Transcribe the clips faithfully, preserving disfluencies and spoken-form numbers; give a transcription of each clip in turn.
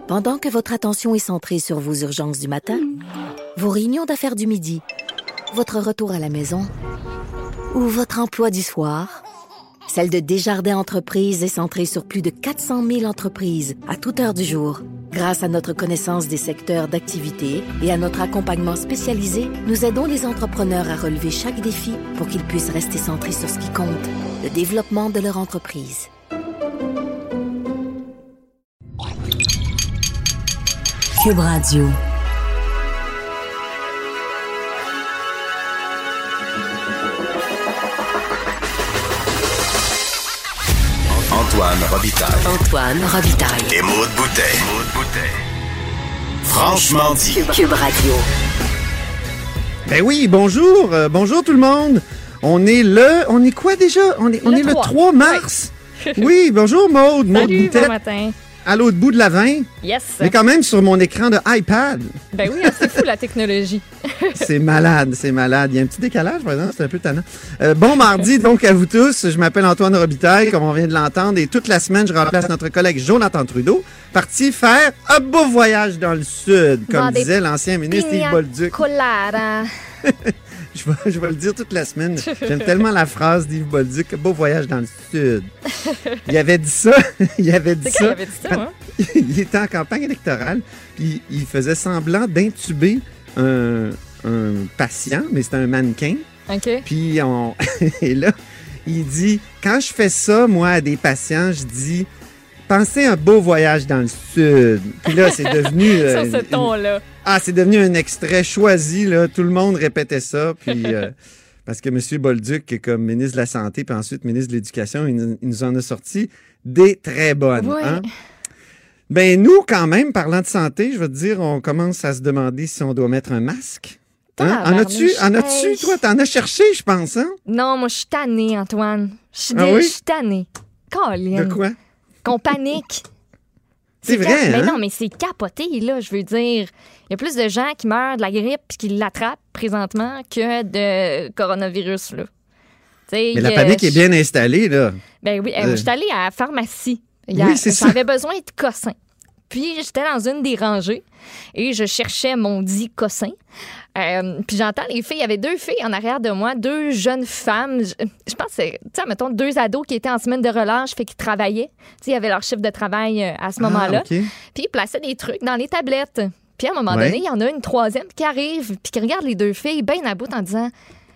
Pendant que votre attention est centrée sur vos urgences du matin, vos réunions d'affaires du midi, votre retour à la maison ou votre emploi du soir, celle de Desjardins Entreprises est centrée sur plus de quatre cent mille entreprises à toute heure du jour. Grâce à notre connaissance des secteurs d'activité et à notre accompagnement spécialisé, nous aidons les entrepreneurs à relever chaque défi pour qu'ils puissent rester centrés sur ce qui compte, le développement de leur entreprise. Cube Radio. Antoine Robitaille. Antoine Robitaille. Et Maude Boutet. Franchement dit. Cube, Cube Radio. Ben oui, bonjour. Euh, bonjour tout le monde. On est le... On est quoi déjà? On est, on le est trois. le trois mars. Oui, oui bonjour Maude. Maude Salut, Boutet. bon matin. À l'autre bout de la vingt. Yes. Mais quand même sur mon écran de iPad. Ben oui, c'est fou la technologie. C'est malade, c'est malade. Il y a un petit décalage, par exemple, c'est un peu tannant. Euh, bon mardi donc à vous tous. Je m'appelle Antoine Robitaille, comme on vient de l'entendre, et toute la semaine, je remplace notre collègue Jonathan Trudeau, parti faire un beau voyage dans le sud, comme Dans des disait l'ancien ministre Yves Bolduc. Colada. Je vais, je vais le dire toute la semaine. J'aime tellement la phrase d'Yves Bolduc, beau voyage dans le sud. Il avait dit ça. Il avait dit C'est ça. quand il avait dit ça, hein? Il était en campagne électorale, puis il faisait semblant d'intuber un, un patient, mais c'était un mannequin. OK. Puis on... Et là, il dit, quand je fais ça, moi, à des patients, je dis, pensez un beau voyage dans le sud. Puis là, c'est devenu... euh, Sur ce ton-là. Ah, c'est devenu un extrait choisi, là. Tout le monde répétait ça, puis... euh, parce que M. Bolduc, comme ministre de la Santé, puis ensuite ministre de l'Éducation, il, nous- il nous en a sorti des très bonnes. Oui. Hein? Ben nous, quand même, parlant de santé, je veux te dire, on commence à se demander si on doit mettre un masque. Hein? En as-tu, en as-tu, Hey. toi? T'en as cherché, je pense, hein? Non, moi, je suis tannée, Antoine. Je suis Ah dé- oui? je suis tannée. Colin. De quoi? Qu'on panique. C'est cap- vrai, Mais hein? non, mais c'est capoté, là, je veux dire. Il y a plus de gens qui meurent de la grippe et qui l'attrapent présentement que de coronavirus, là. T'sais, Mais la euh, panique est je- bien installée, là. Ben oui, euh, Euh. je suis allée à la pharmacie. Il y a- Oui, c'est ça. J'avais besoin de cossins. Puis j'étais dans une des rangées et je cherchais mon dit cossin. Euh, puis j'entends les filles, il y avait deux filles en arrière de moi, deux jeunes femmes. Je, je pense, que c'est, tu sais, mettons, deux ados qui étaient en semaine de relâche, fait qu'ils travaillaient. Tu sais, ils avaient leur chiffre de travail euh, à ce moment-là. Ah, OK. Puis ils plaçaient des trucs dans les tablettes. Puis à un moment Ouais. donné, il y en a une troisième qui arrive, puis qui regarde les deux filles bien à bout en disant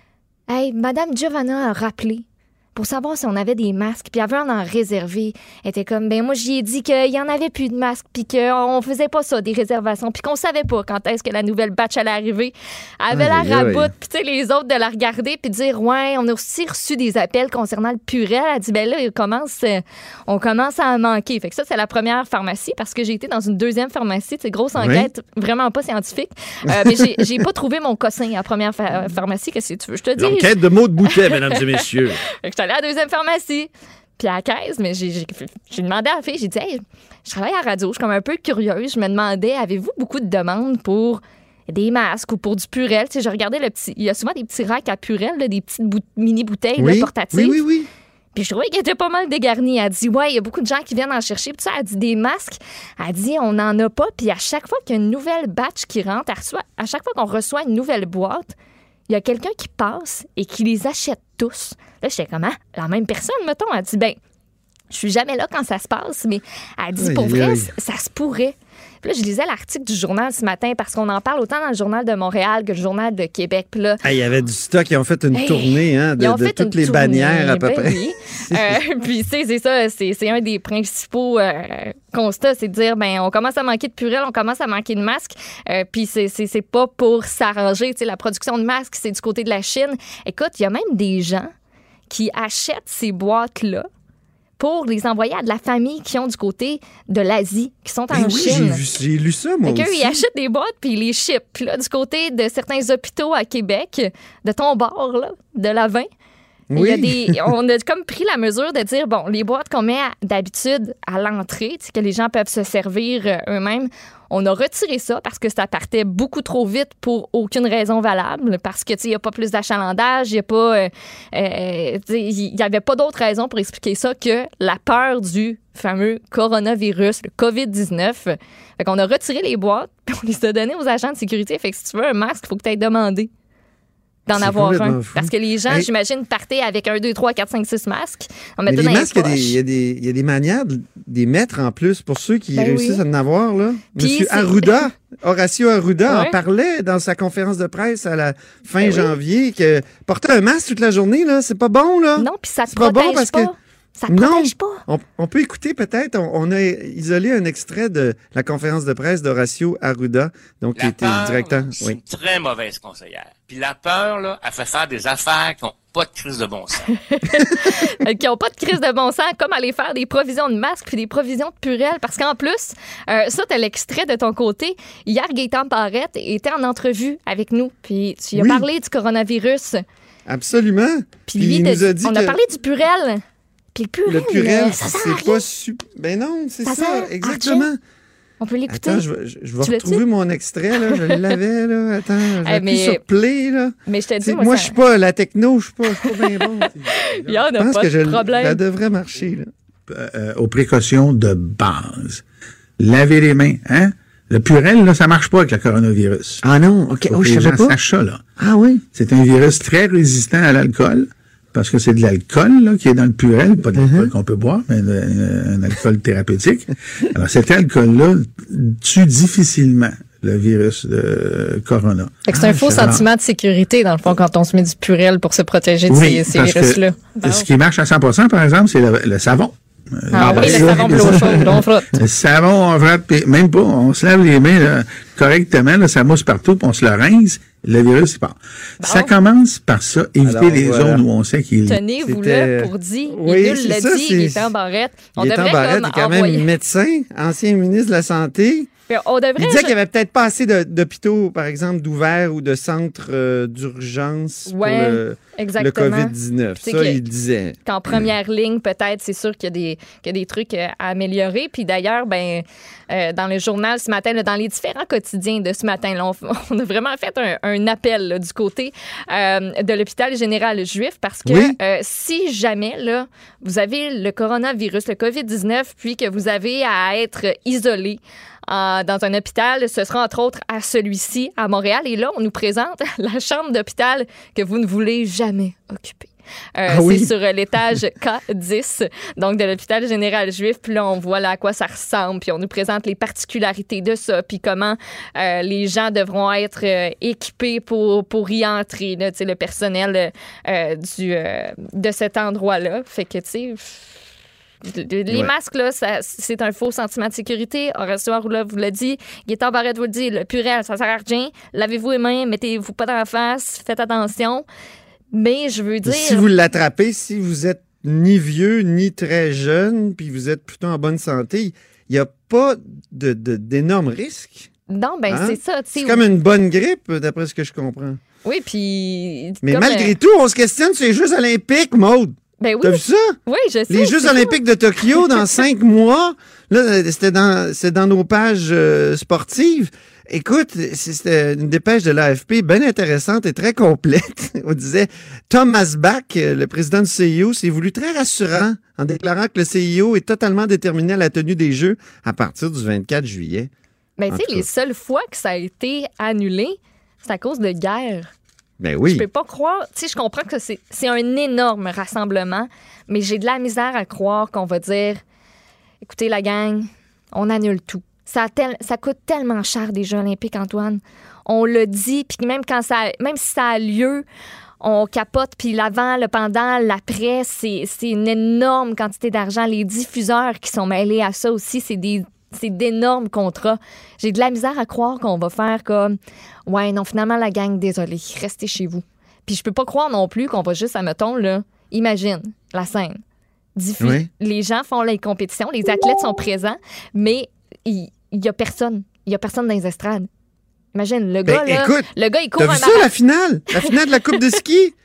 « Hey, Madame Giovanna a rappelé pour savoir si on avait des masques, puis avant d'en réserver. » Elle était comme « Ben moi, j'y ai dit qu'il y en avait plus de masques, puis qu'on faisait pas ça, des réservations, puis qu'on savait pas quand est-ce que la nouvelle batch allait arriver. » Elle avait Aïe, l'air à aïe. bout, puis tu sais, les autres de la regarder, puis de dire « Ouais, on a aussi reçu des appels concernant le Purel. » Elle dit « Ben là, il commence, euh, on commence à en manquer. » Fait que ça, c'est la première pharmacie, parce que j'ai été dans une deuxième pharmacie, c'est grosse enquête, vraiment pas scientifique. Euh, mais j'ai, j'ai pas trouvé mon cossin à la première pha- pharmacie. Qu'est-ce que tu veux? Je te dis. L'enquête de Maude Boutet, mesdames et messieurs. Fait que j'étais allée à la deuxième pharmacie. Puis à la caisse, mais j'ai, j'ai, j'ai demandé à la fille, j'ai dit, hey, je travaille à la radio, je suis comme un peu curieuse. Je me demandais, avez-vous beaucoup de demandes pour des masques ou pour du Purel? Tu sais, je regardais le petit. Il y a souvent des petits racks à Purel, là, des petites bou- mini-bouteilles là, Oui, portatives. oui, oui, oui. Puis je trouvais qu'elle était pas mal dégarnie. Elle dit, ouais, il y a beaucoup de gens qui viennent en chercher. Puis ça, elle dit des masques. Elle dit, on n'en a pas. Puis à chaque fois qu'il y a une nouvelle batch qui rentre, elle reçoit- à chaque fois qu'on reçoit une nouvelle boîte, il y a quelqu'un qui passe et qui les achète tous. Là, j'étais comme, ah, la même personne, mettons. Elle dit, ben, je suis jamais là quand ça se passe, mais elle dit, Aïe, pour vrai, aïe. ça, ça se pourrait. Puis là, je lisais l'article du journal ce matin parce qu'on en parle autant dans le journal de Montréal que le journal de Québec. Puis là, Hey, il y avait du stock, ils ont fait une Hey, tournée hein, de, ils ont de fait toutes une les tournée, bannières à peu ben près. oui. Euh, puis, tu sais, c'est ça, c'est, c'est un des principaux euh, constats, c'est de dire, ben, on commence à manquer de Purel, on commence à manquer de masques, euh, puis c'est, c'est, c'est pas pour s'arranger. Tu sais, la production de masques, c'est du côté de la Chine. Écoute, il y a même des gens qui achètent ces boîtes-là pour les envoyer à de la famille qui ont du côté de l'Asie, qui sont en Ben oui, j'ai, Chine. vu, j'ai lu ça, moi Fait qu'eux, aussi. ils achètent des boîtes puis ils les shippent. Puis là, du côté de certains hôpitaux à Québec, de ton bord, là, de la vingt, Il y a des, on a comme pris la mesure de dire, bon, les boîtes qu'on met à, d'habitude à l'entrée, que les gens peuvent se servir euh, eux-mêmes, on a retiré ça parce que ça partait beaucoup trop vite pour aucune raison valable, parce que, tu sais, il n'y a pas plus d'achalandage, il n'y a pas... Euh, euh, il n'y avait pas d'autre raison pour expliquer ça que la peur du fameux coronavirus, le covid dix-neuf. Fait qu'on a retiré les boîtes, puis on les a données aux agents de sécurité. Fait que si tu veux un masque, il faut que tu ailles demander d'en C'est avoir un. fou. Parce que les gens, Hey. j'imagine, partaient avec un, deux, trois, quatre, cinq, six masques. On Mais mettait les dans les masques, il y a des- poches. il y, a des- il y a des manières de les mettre en plus pour ceux qui Ben réussissent oui. à en avoir. Là. Puis Monsieur c'est- Arruda, Horacio Arruda, Ouais. en parlait dans sa conférence de presse à la fin Ben oui. janvier que porter un masque toute la journée, là, c'est pas bon. Là. Non, puis ça te C'est pas bon protège parce pas. que- Ça te Non. protège pas. On, on peut écouter peut-être, on, on a isolé un extrait de la conférence de presse d'Horacio Arruda, donc qui La était peur, directeur. là, c'est Oui. une très mauvaise conseillère. Puis la peur, là, elle fait faire des affaires qui n'ont pas de crise de bon sens. Euh, qui n'ont pas de crise de bon sens, comme aller faire des provisions de masques puis des provisions de purelles. Parce qu'en plus, euh, ça, tu as l'extrait de ton côté. Hier, Gaëtan Barrette était en entrevue avec nous. Puis tu lui as Oui. parlé du coronavirus. Absolument. Puis lui, il de- nous a dit on que a parlé du purel. Puis le purel, le purel, euh, ça sert à c'est rien. pas super. Ben non, c'est Ça ça, sert à exactement. rien. On peut l'écouter. Attends, je, vais- je, je vais Tu l'as-tu? retrouver mon extrait, là. Je l'avais, là. Attends, j'appuie mais- sur play, là. Mais je te dis, C'est- moi, moi, ça- je suis pas la techno, je suis pas, je suis pas bien bon. il y en Je a pense pas que de je, problème. ça devrait marcher, là. euh, aux précautions de base. Laver les mains, hein? Le purel, là, ça marche pas avec le coronavirus. Ah non, OK. Faut Oh, que je les savais gens pas. sachent ça, là. Ah oui? C'est un virus très résistant à l'alcool, parce que c'est de l'alcool, là, qui est dans le purel, pas de l'alcool qu'on peut boire, mais de- un alcool thérapeutique. Alors, cet alcool-là tue difficilement le virus de corona. Fait que c'est un faux Alors, sentiment de sécurité, dans le fond, quand on se met du purel pour se protéger de Oui, ces, ces parce que virus-là. ce qui marche à cent pour cent, par exemple, c'est le, le savon. Ah oui, le ça, savon de l'eau ça. chaude, on frotte. Le savon, on frappe, puis même pas, on se lave les mains là, correctement, là, ça mousse partout, puis on se le rince, le virus, il part. Ça commence par ça, éviter Alors, les voilà. zones où on sait qu'il est. Tenez-vous C'était- là pour dire. Oui, il nous c'est l'a ça, dit, c'est- Gaëtan Barrette. On Gaëtan devrait Barrette comme est quand envoyer- même médecin, ancien ministre de la Santé. Puis on devrait. Il disait qu'il n'y avait peut-être pas assez de- d'hôpitaux, par exemple, d'ouverts ou de centres euh, d'urgence Ouais, pour le, le exactement. covid dix-neuf. C'est Ça, que- il disait. Qu'en première ligne, peut-être, c'est sûr qu'il y a des, qu'il y a des trucs euh, à améliorer. Puis d'ailleurs, ben, euh, dans le journal ce matin, là, dans les différents quotidiens de ce matin, là, on, on a vraiment fait un, un appel là, du côté euh, de l'hôpital général juif parce que Oui. euh, si jamais là, vous avez le coronavirus, le covid dix-neuf, puis que vous avez à être isolé euh, dans un hôpital, ce sera entre autres à celui-ci à Montréal. Et là, on nous présente la chambre d'hôpital que vous ne voulez jamais occuper. Euh, Ah oui? C'est sur euh, l'étage K dix, donc de l'hôpital général juif. Puis là, on voit là à quoi ça ressemble. Puis on nous présente les particularités de ça. Puis comment euh, les gens devront être euh, équipés pour, pour y entrer. Là, tu sais, le personnel euh, du, euh, de cet endroit-là. Fait que, tu sais... Les Ouais. masques, là, ça, c'est un faux sentiment de sécurité. Horacio Arruda vous l'a dit. Gaëtan Barrette vous le dit. Le purel, ça sert à rien. Lavez-vous les mains, mettez-vous pas dans la face, faites attention. Mais je veux dire... Si vous l'attrapez, si vous êtes ni vieux ni très jeune, puis vous êtes plutôt en bonne santé, il n'y a pas de, de- d'énormes risques. Non, ben Hein? c'est ça. tu sais. C'est comme une bonne grippe, d'après ce que je comprends. Oui, puis... Mais comme, malgré euh, tout, on se questionne sur les Jeux olympiques, Maude. Ben T'as oui, vu ça? oui, je sais. Les Jeux c'est olympiques de Tokyo dans cinq mois, là, c'était dans, c'est dans nos pages euh, sportives. Écoute, c'était une dépêche de l'A F P bien intéressante et très complète. On disait, Thomas Bach, le président du C I O, s'est voulu très rassurant en déclarant que le C I O est totalement déterminé à la tenue des Jeux à partir du vingt-quatre juillet. Ben, En tu sais, tout les cas. seules fois que ça a été annulé, c'est à cause de guerre. Ben oui. Je peux pas croire. Tu sais, je comprends que c'est c'est un énorme rassemblement, mais j'ai de la misère à croire qu'on va dire écoutez, la gang, on annule tout. Ça, a tel- ça coûte tellement cher des Jeux olympiques, Antoine. On le dit, puis même, quand ça, même si ça a lieu, on capote, puis l'avant, le pendant, l'après, c'est c'est une énorme quantité d'argent. Les diffuseurs qui sont mêlés à ça aussi, c'est des c'est d'énormes contrats. J'ai de la misère à croire qu'on va faire comme « Ouais, non, finalement, la gang, désolé, restez chez vous. » Puis je peux pas croire non plus qu'on va juste, admettons, là, imagine la scène. Diffus- Oui. Les gens font les compétitions, les athlètes sont présents, mais il y, y a personne. Il y a personne dans les estrades. Imagine, le Ben, gars, là, écoute, le gars, il court T'as un vu ça, marathon. la finale? La finale de la Coupe de ski?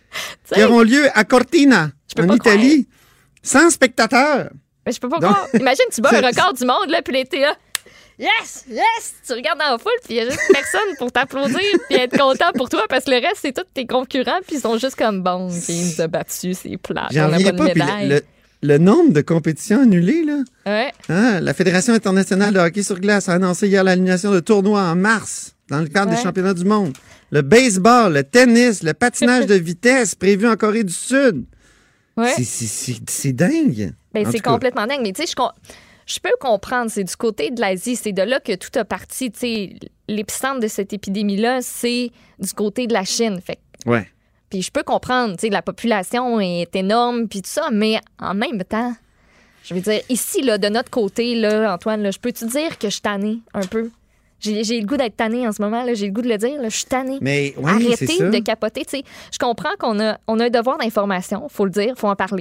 qui auront lieu à Cortina, peux en pas Italie, sans spectateurs. Mais je peux pas Donc- croire. Imagine, tu bats un C'est- record du monde, là, puis l'été là. Yes! Yes! Tu regardes dans la foule, puis il y a juste personne pour t'applaudir puis être content pour toi, parce que le reste, c'est tous tes concurrents, puis ils sont juste comme bon, OK, il nous a battus, c'est plat. J'en on n'a reviens pas de pas. Puis médaille. le, le- le nombre de compétitions annulées, là. Ouais. Hein, la Fédération internationale de hockey sur glace a annoncé hier l'annulation de tournois en mars dans le cadre Ouais. des championnats du monde. Le baseball, le tennis, le patinage de vitesse prévu en Corée du Sud. Ouais. C'est- C'est c'est- c'est dingue. Ben, En c'est tout cas. complètement dingue. Mais tu sais, je, com- je peux comprendre. C'est du côté de l'Asie. C'est de là que tout a parti. Tu sais, l'épicentre de cette épidémie-là, c'est du côté de la Chine. Fait que- Ouais. puis je peux comprendre. Tu sais, la population est énorme, puis tout ça. Mais en même temps, je veux dire, ici, là, de notre côté, là, Antoine, là, je peux te dire que je suis tannée un peu. J'ai j'ai le goût d'être tannée en ce moment. là. J'ai le goût de le dire. là. Je suis tannée. Mais oui, c'est Arrêtez ça. de capoter. Tu sais, je comprends qu'on a, on a un devoir d'information, faut le dire, faut en parler.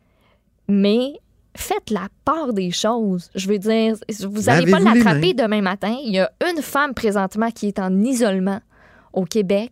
Mais faites la part des choses. Je veux dire, vous n'allez pas Lavez-vous les l'attraper demain matin. Il y a une femme présentement qui est en isolement au Québec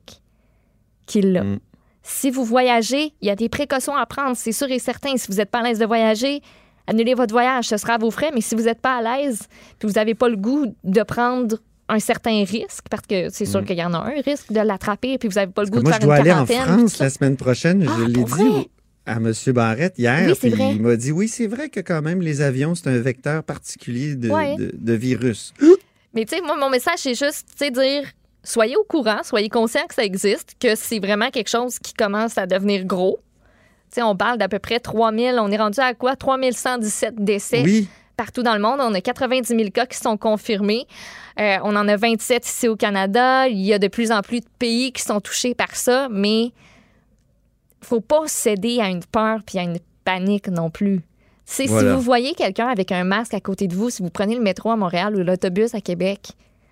qui l'a. Mm. Si vous voyagez, il y a des précautions à prendre, c'est sûr et certain. Si vous n'êtes pas à l'aise de voyager, annulez votre voyage, ce sera à vos frais. Mais si vous n'êtes pas à l'aise, puis vous n'avez pas le goût de prendre un certain risque, parce que c'est sûr Mm. qu'il y en a un risque de l'attraper, puis vous n'avez pas le goût de Moi, faire je dois une aller en quarantaine. puis France tout ça. la semaine prochaine. Ah, je l'ai pour dit vrai? à M. Barrette hier. Oui, c'est puis vrai. il m'a dit oui, c'est vrai que quand même, les avions, c'est un vecteur particulier de, Ouais. de- de virus. Mais tu sais, moi, mon message, c'est juste, tu sais, dire, soyez au courant, soyez conscients que ça existe, que c'est vraiment quelque chose qui commence à devenir gros. Tu sais, on parle d'à peu près trois mille, on est rendu à quoi? trois mille cent dix-sept décès Oui. partout dans le monde. On a quatre-vingt-dix mille cas qui sont confirmés. Euh, on en a vingt-sept ici au Canada. Il y a de plus en plus de pays qui sont touchés par ça, mais faut pas céder à une peur puis à une panique non plus. C'est Voilà. si vous voyez quelqu'un avec un masque à côté de vous, si vous prenez le métro à Montréal ou l'autobus à Québec,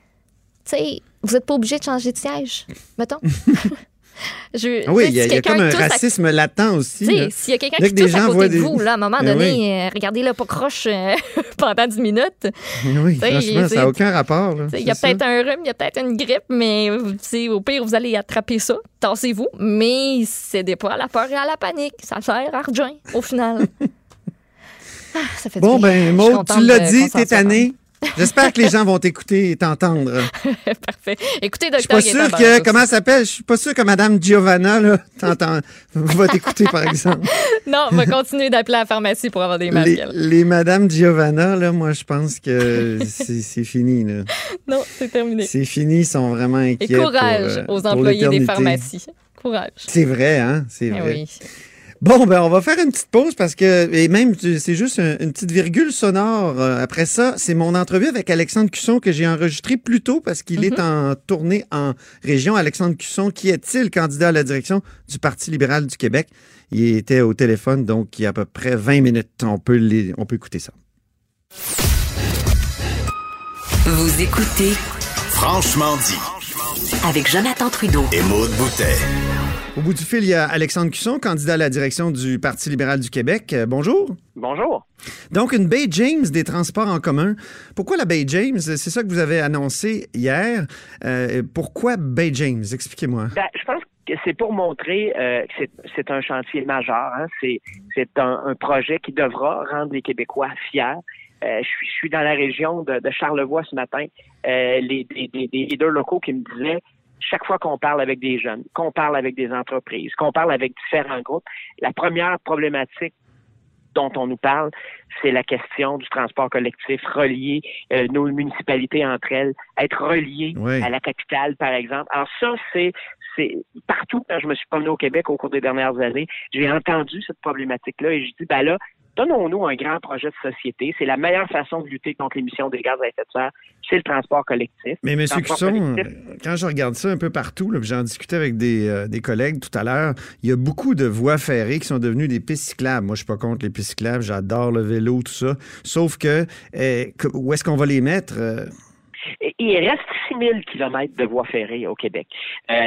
tu sais, vous n'êtes pas obligé de changer de siège, mettons. Je, Ah oui, tu sais, il y a, si il y a quelqu'un comme un tousse à- racisme latent aussi. tu sais, là. s'il y a quelqu'un Dès qui que des tousse à gens côté voient de des- vous, là, à un moment Ben donné, oui. euh, regardez-le pas croche euh, pendant dix minutes. Oui, Tu sais, franchement, c'est- ça n'a aucun rapport. là. Tu sais, il y a C'est peut-être ça. un rhume, il y a peut-être une grippe, mais tu sais, au pire, vous allez attraper ça. Tassez-vous, mais cédez pas à la peur et à la panique. Ça sert à rien, au final. Ah, ça fait du Bon, bien. ben, Je suis Maud, contente tu l'as de- dit, qu'on s'en t'es soit tanné. J'espère que les gens vont t'écouter et t'entendre. Parfait. Écoutez, Je suis pas docteur sûr que, comment elle s'appelle? Je suis pas sûr que Mme Giovanna, là, t'entend, va t'écouter, par exemple. Non, on va continuer d'appeler à la pharmacie pour avoir des masques. Les, elle. les Mme Giovanna, là, moi, je pense que c'est c'est fini, là. Non, c'est terminé. C'est fini, ils sont vraiment Et inquiets. courage pour, euh, aux pour employés des l'éternité. pharmacies. Courage. C'est vrai, hein? C'est Eh vrai. oui. Bon, ben, on va faire une petite pause parce que, et même, c'est juste un- une petite virgule sonore. Euh, Après ça, c'est mon entrevue avec Alexandre Cusson que j'ai enregistré plus tôt parce qu'il est en tournée en région. Alexandre Cusson, qui est-il candidat à la direction du Parti libéral du Québec? Il était au téléphone, donc il y a à peu près vingt minutes. On peut, les, on peut écouter ça. Vous écoutez Franchement dit. avec Jonathan Trudeau. Et Maud Boutet. Au bout du fil, il y a Alexandre Cusson, candidat à la direction du Parti libéral du Québec. Euh, bonjour. Bonjour. Donc, une Bay James des transports en commun. Pourquoi la Bay James? C'est ça que vous avez annoncé hier. Euh, pourquoi Bay James? Expliquez-moi. Ben, je pense que c'est pour montrer euh, que c'est, c'est un chantier majeur. Hein. C'est, c'est un, un projet qui devra rendre les Québécois fiers. Euh, je, suis, je suis dans la région de, de Charlevoix ce matin. Euh, les, des, des, des leaders locaux qui me disaient, chaque fois qu'on parle avec des jeunes, qu'on parle avec des entreprises, qu'on parle avec différents groupes, la première problématique dont on nous parle, c'est la question du transport collectif, relier euh, nos municipalités entre elles, être reliées Oui. à la capitale, par exemple. Alors ça, c'est, c'est partout, quand je me suis promené au Québec au cours des dernières années, j'ai entendu cette problématique-là et je dis, ben là, donnons-nous un grand projet de société. C'est la meilleure façon de lutter contre l'émission des gaz à effet de serre, c'est le transport collectif. Mais M. Transport Cusson, collectif. euh, quand je regarde ça un peu partout, là, puis j'en discutais avec des, euh, des collègues tout à l'heure, il y a beaucoup de voies ferrées qui sont devenues des pistes cyclables. Moi, je suis pas contre les pistes cyclables, j'adore le vélo, tout ça. Sauf que, euh, que- où est-ce qu'on va les mettre? euh? Et il reste six mille kilomètres de voies ferrées au Québec. Euh,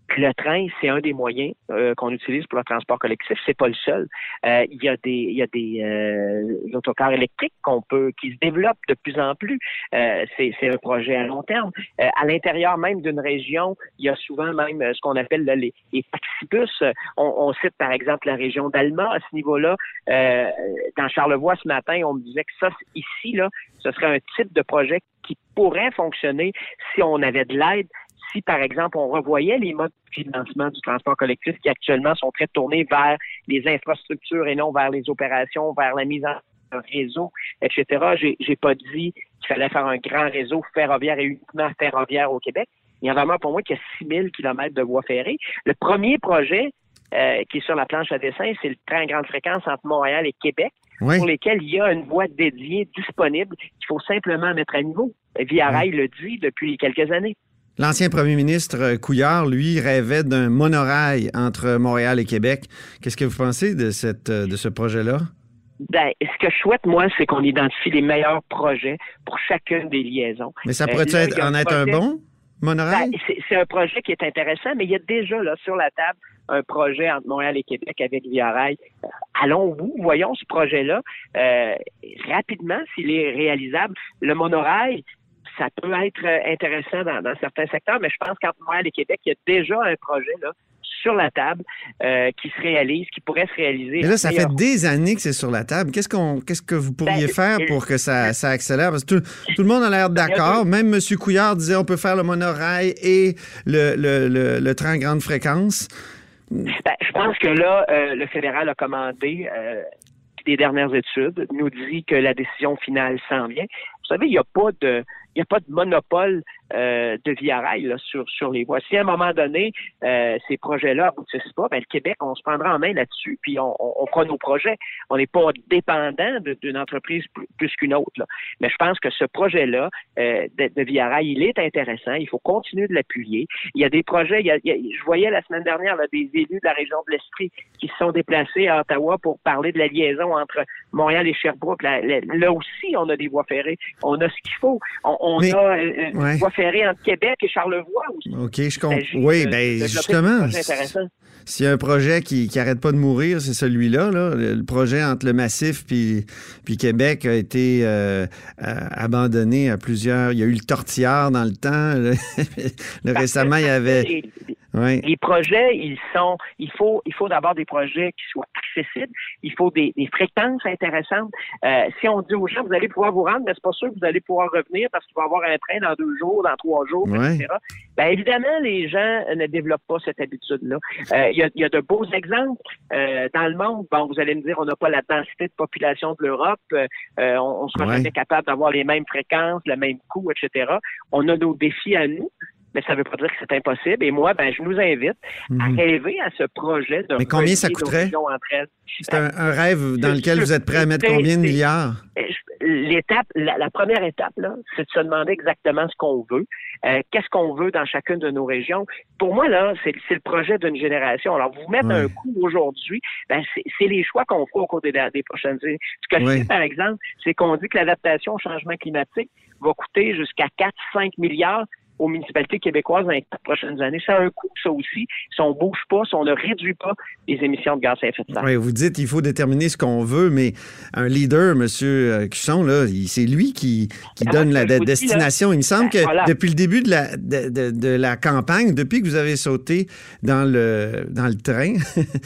Le train, c'est un des moyens euh, qu'on utilise pour le transport collectif. C'est pas le seul. Euh, il y a des, il y a des euh, autocars électriques qu'on peut, qui se développent de plus en plus. Euh, c'est, c'est un projet à long terme. Euh, à l'intérieur même d'une région, il y a souvent même ce qu'on appelle là, les, les taxibus. On, on cite par exemple la région d'Alma à ce niveau-là. Euh, dans Charlevoix ce matin, on me disait que ça, ici là, ce serait un type de projet qui pourrait fonctionner si on avait de l'aide. Si, par exemple, on revoyait les modes de financement du transport collectif qui actuellement sont très tournés vers les infrastructures et non vers les opérations, vers la mise en réseau, et cetera. J'ai, j'ai pas dit qu'il fallait faire un grand réseau ferroviaire et uniquement ferroviaire au Québec. Il y a vraiment pour moi qu'il y a six mille kilomètres de voies ferrées. Le premier projet euh, qui est sur la planche à dessin, c'est le train à grande fréquence entre Montréal et Québec, oui. pour lesquels il y a une voie dédiée disponible qu'il faut simplement mettre à niveau. Via Rail oui. le dit depuis quelques années. L'ancien premier ministre Couillard, lui, rêvait d'un monorail entre Montréal et Québec. Qu'est-ce que vous pensez de, cette, de ce projet-là? Ben, ce que je souhaite, moi, c'est qu'on identifie les meilleurs projets pour chacune des liaisons. Mais ça pourrait-tu euh, être, en être projet, un bon monorail? Ben, c'est, c'est un projet qui est intéressant, mais il y a déjà là sur la table un projet entre Montréal et Québec avec Via Rail. Euh, allons au bout, voyons ce projet-là. Euh, rapidement, s'il est réalisable, le monorail, ça peut être intéressant dans, dans certains secteurs, mais je pense qu'entre Montréal et Québec, il y a déjà un projet là sur la table euh, qui se réalise, qui pourrait se réaliser. Mais là, ça fait des années que c'est sur la table. Qu'est-ce qu'on, qu'est-ce que vous pourriez ben, faire pour que ça, ça accélère? Parce que tout, tout le monde a l'air d'accord. Même M. Couillard disait on peut faire le monorail et le, le, le, le train à grande fréquence. Ben, je pense que là, euh, le fédéral a commandé euh, des dernières études, nous dit que la décision finale s'en vient. Vous savez, il n'y a pas de il n'y a pas de monopole euh, de Via Rail là, sur, sur les voies. Si à un moment donné, euh, ces projets-là aboutissent pas, ben, le Québec, on se prendra en main là-dessus, puis on, on, on fera nos projets. On n'est pas dépendant de, d'une entreprise plus, plus qu'une autre. Là. Mais je pense que ce projet-là euh, de, de Via Rail, il est intéressant. Il faut continuer de l'appuyer. Il y a des projets, il y a, il y a, je voyais la semaine dernière là, des élus de la région de l'Estrie qui se sont déplacés à Ottawa pour parler de la liaison entre Montréal et Sherbrooke. Là, là, là aussi, on a des voies ferrées. On a ce qu'il faut. On, on Mais, a une ouais. voie ferrée entre Québec et Charlevoix aussi. OK, je comprends. Oui, bien, justement, s'il y a un projet qui n'arrête pas de mourir, c'est celui-là. Là. Le projet entre le Massif puis, puis Québec a été euh, abandonné à plusieurs... Il y a eu le Tortillard dans le temps. Le, le récemment, il y avait... Les, ouais. les projets, ils sont... Il faut, il faut d'abord des projets qui soient accessibles. Il faut des, des fréquences intéressantes. Euh, si on dit aux gens, vous allez pouvoir vous rendre, mais c'est pas sûr que vous allez pouvoir revenir parce qu'il va y avoir un train dans deux jours, dans trois jours, ouais. et cetera. Bien, évidemment, les gens ne développent pas cette habitude-là. Euh, il y a, il y a de beaux exemples euh, dans le monde. Bon, vous allez me dire, on n'a pas la densité de population de l'Europe. Euh, on, on sera ouais. jamais capable d'avoir les mêmes fréquences, le même coût, et cetera. On a nos défis à nous. Mais ça ne veut pas dire que c'est impossible. Et moi, ben, je nous invite mmh. à rêver à ce projet de... Mais combien ça coûterait? C'est un, un rêve dans lequel vous êtes prêt à mettre combien de milliards? L'étape, la, la première étape, là, c'est de se demander exactement ce qu'on veut. Euh, qu'est-ce qu'on veut dans chacune de nos régions? Pour moi, là, c'est, c'est le projet d'une génération. Alors, vous mettre ouais. un coup aujourd'hui, ben, c'est, c'est les choix qu'on fera au cours des, des prochaines années. Ce que ouais. je sais, par exemple, c'est qu'on dit que l'adaptation au changement climatique va coûter jusqu'à quatre à cinq milliards aux municipalités québécoises dans les prochaines années. C'est un coût, ça aussi. Si on ne bouge pas, si on ne réduit pas les émissions de gaz à effet de serre. Oui, vous dites qu'il faut déterminer ce qu'on veut, mais un leader, M. Cusson, là, c'est lui qui, qui ah, donne la de, destination. Dit, là, il me semble que voilà. depuis le début de la, de, de, de la campagne, depuis que vous avez sauté dans le, dans le train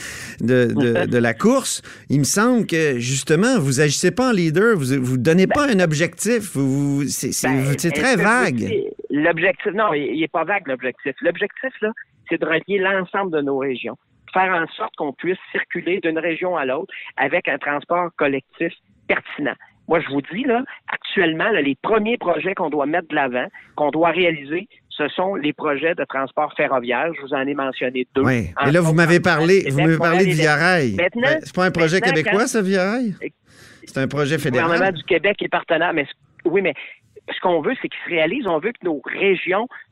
de, de, de la course, il me semble que, justement, vous n'agissez pas en leader, vous ne donnez ben, pas un objectif. Vous, c'est, c'est, ben, c'est très vague. L'objectif, non, il n'est pas vague, l'objectif. L'objectif, là, c'est de relier l'ensemble de nos régions. Faire en sorte qu'on puisse circuler d'une région à l'autre avec un transport collectif pertinent. Moi, je vous dis, là, actuellement, là, les premiers projets qu'on doit mettre de l'avant, qu'on doit réaliser, ce sont les projets de transport ferroviaire. Je vous en ai mentionné deux. Oui. Et là, vous m'avez parlé, vous m'avez parlé de Via Rail. Maintenant, c'est pas un projet québécois, quand... ça, Via Rail? C'est un projet fédéral. Le gouvernement du Québec est partenaire, mais oui, mais ce qu'on veut, c'est qu'il se réalise. On veut que nos régions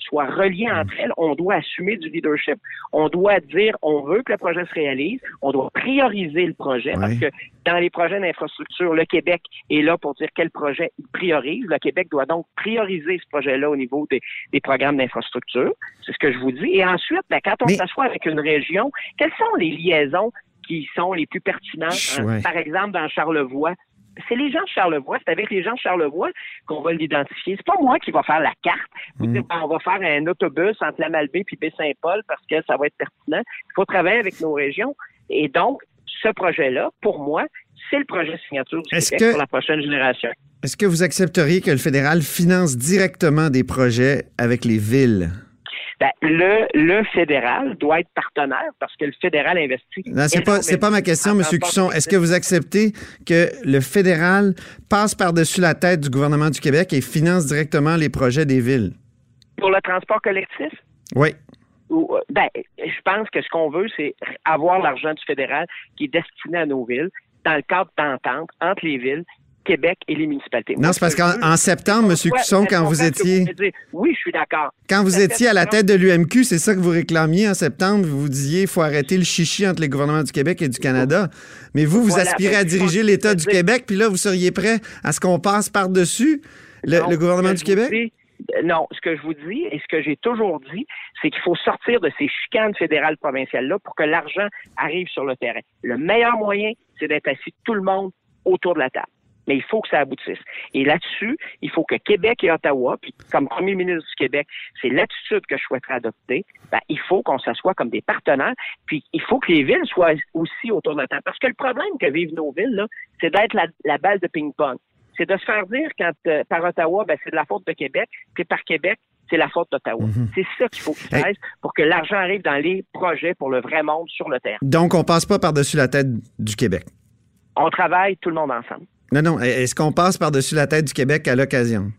soient reliées entre elles. On doit assumer du leadership. On doit dire, on veut que le projet se réalise. On doit prioriser le projet oui. parce que dans les projets d'infrastructure, le Québec est là pour dire quel projet il priorise. Le Québec doit donc prioriser ce projet-là au niveau des, des programmes d'infrastructure. C'est ce que je vous dis. Et ensuite, ben, quand on Mais... s'assoit avec une région, quelles sont les liaisons qui sont les plus pertinentes? Ouais. Hein? Par exemple, dans Charlevoix, c'est les gens de Charlevoix, c'est avec les gens de Charlevoix qu'on va l'identifier. C'est pas moi qui va faire la carte. Vous mmh. dire, ben, on va faire un autobus entre la Malbaie et Baie-Saint-Paul parce que ça va être pertinent. Il faut travailler avec nos régions. Et donc, ce projet-là, pour moi, c'est le projet signature du Est-ce Québec que, pour la prochaine génération. Est-ce que vous accepteriez que le fédéral finance directement des projets avec les villes? Ben, le, le fédéral doit être partenaire parce que le fédéral investit. Non, c'est pas, c'est pas ma question, M. Cusson. Est-ce que vous acceptez que le fédéral passe par-dessus la tête du gouvernement du Québec et finance directement les projets des villes? Pour le transport collectif? Oui. Ou, ben, je pense que ce qu'on veut, c'est avoir l'argent du fédéral qui est destiné à nos villes dans le cadre d'entente entre les villes, Québec et les municipalités. Non, c'est parce qu'en en septembre, M. Cusson, quand vous étiez... Oui, je suis d'accord. Quand vous étiez à la tête de l'U M Q, c'est ça que vous réclamiez en septembre. Vous vous disiez qu'il faut arrêter le chichi entre les gouvernements du Québec et du Canada. Mais vous, vous voilà, aspirez à diriger l'État du Québec, puis là, vous seriez prêt à ce qu'on passe par-dessus le, non, le gouvernement du Québec? Dis, non, ce que je vous dis et ce que j'ai toujours dit, c'est qu'il faut sortir de ces chicanes fédérales provinciales-là pour que l'argent arrive sur le terrain. Le meilleur moyen, c'est d'être assis tout le monde autour de la table. Mais il faut que ça aboutisse. Et là-dessus, il faut que Québec et Ottawa, puis comme premier ministre du Québec, c'est l'attitude que je souhaiterais adopter, ben, il faut qu'on s'assoie comme des partenaires, puis il faut que les villes soient aussi autour de la table. Parce que le problème que vivent nos villes, là, c'est d'être la, la balle de ping-pong. C'est de se faire dire quand euh, par Ottawa, ben, c'est de la faute de Québec, puis par Québec, c'est la faute d'Ottawa. Mm-hmm. C'est ça qu'il faut qu'ils fassent hey. pour que l'argent arrive dans les projets pour le vrai monde sur le terrain. Donc, on passe pas par-dessus la tête du Québec? On travaille tout le monde ensemble. Non, non. Est-ce qu'on passe par-dessus la tête du Québec à l'occasion?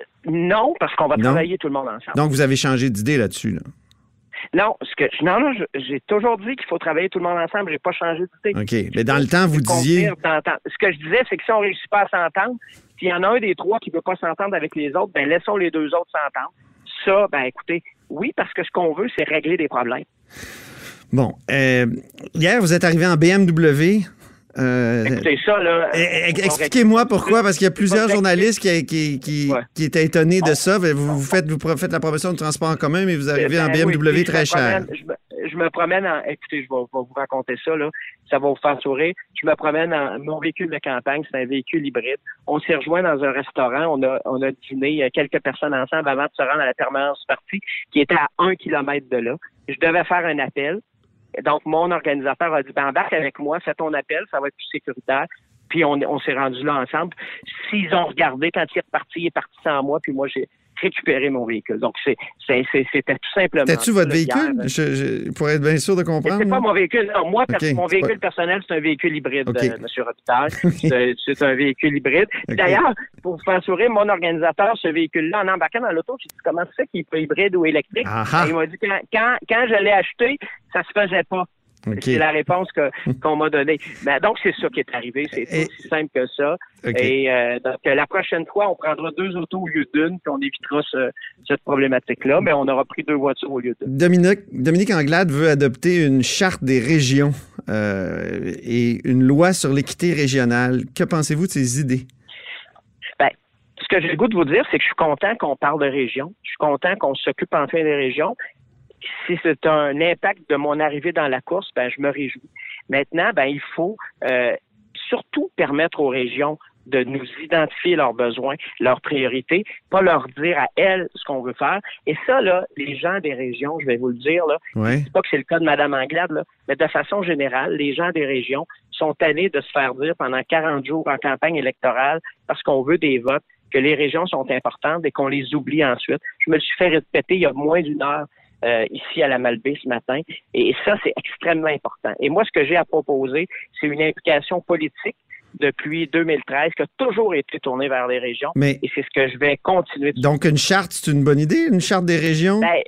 Non, parce qu'on va non. travailler tout le monde ensemble. Donc, vous avez changé d'idée là-dessus, là? Non, ce que, non, non, j'ai toujours dit qu'il faut travailler tout le monde ensemble. J'ai pas changé d'idée. OK. Mais dans le temps, vous disiez... Ce que je disais, c'est que si on réussit pas à s'entendre, s'il y en a un des trois qui veut pas s'entendre avec les autres, ben laissons les deux autres s'entendre. Ça, ben écoutez, oui, parce que ce qu'on veut, c'est régler des problèmes. Bon. Euh, hier, vous êtes arrivé en B M W... Euh, Écoutez ça, là. Expliquez-moi pourquoi, parce qu'il y a plusieurs journalistes qui, qui, qui, ouais. qui étaient étonnés de ça. Vous, vous, faites, vous faites la promotion de transport en commun, mais vous arrivez ben, en B M W oui, très cher. Promène, je, me, je me promène en. Écoutez, je vais, vais vous raconter ça, là. Ça va vous faire sourire. Je me promène en. Mon véhicule de campagne, c'est un véhicule hybride. On s'est rejoint dans un restaurant. On a, on a dîné, il y a quelques personnes ensemble avant de se rendre à la permanence du parti, qui était à un kilomètre de là. Je devais faire un appel. Donc, mon organisateur a dit, ben, embarque avec moi, fais ton appel, ça va être plus sécuritaire. Puis, on, on s'est rendu là ensemble. S'ils ont regardé, quand il est reparti, il est parti sans moi, puis moi, j'ai récupéré mon véhicule. Donc, c'est, c'est, c'est, c'était tout simplement... C'était-tu votre véhicule? Je, je, pour être bien sûr de comprendre. C'est pas mon véhicule. Non, moi, okay, mon véhicule pas... personnel, c'est un véhicule hybride, okay. euh, M. Robitaille. c'est, c'est un véhicule hybride. Okay. D'ailleurs, pour vous faire sourire, mon organisateur, ce véhicule-là, en embarquant dans l'auto, j'ai dit, comment c'est qu'il est pas hybride ou électrique? Et il m'a dit, quand, quand, quand je l'ai acheté, ça se faisait pas. Okay. C'est la réponse que, qu'on m'a donnée. Ben, donc, c'est ça qui est arrivé. C'est Et... aussi simple que ça. Okay. Et euh, donc, la prochaine fois, on prendra deux autos au lieu d'une, puis on évitera ce, cette problématique-là. Mais on aura pris deux voitures au lieu d'une. Dominique, Dominique Anglade veut adopter une charte des régions euh, et une loi sur l'équité régionale. Que pensez-vous de ces idées? Ben, ce que j'ai le goût de vous dire, c'est que je suis content qu'on parle de régions. Je suis content qu'on s'occupe enfin des régions. Si c'est un impact de mon arrivée dans la course, ben je me réjouis. Maintenant, ben il faut euh, surtout permettre aux régions de nous identifier leurs besoins, leurs priorités, pas leur dire à elles ce qu'on veut faire. Et ça, là, les gens des régions, je vais vous le dire, là, ouais. c'est pas que c'est le cas de Mme Anglade, là, mais de façon générale, les gens des régions sont tannés de se faire dire pendant quarante jours en campagne électorale, parce qu'on veut des votes, que les régions sont importantes et qu'on les oublie ensuite. Je me le suis fait répéter il y a moins d'une heure Euh, ici à la Malbaie ce matin. Et ça, c'est extrêmement important. Et moi, ce que j'ai à proposer, c'est une implication politique depuis deux mille treize qui a toujours été tournée vers les régions. Mais, et c'est ce que je vais continuer de donc, une charte, c'est une bonne idée, une charte des régions? Ben,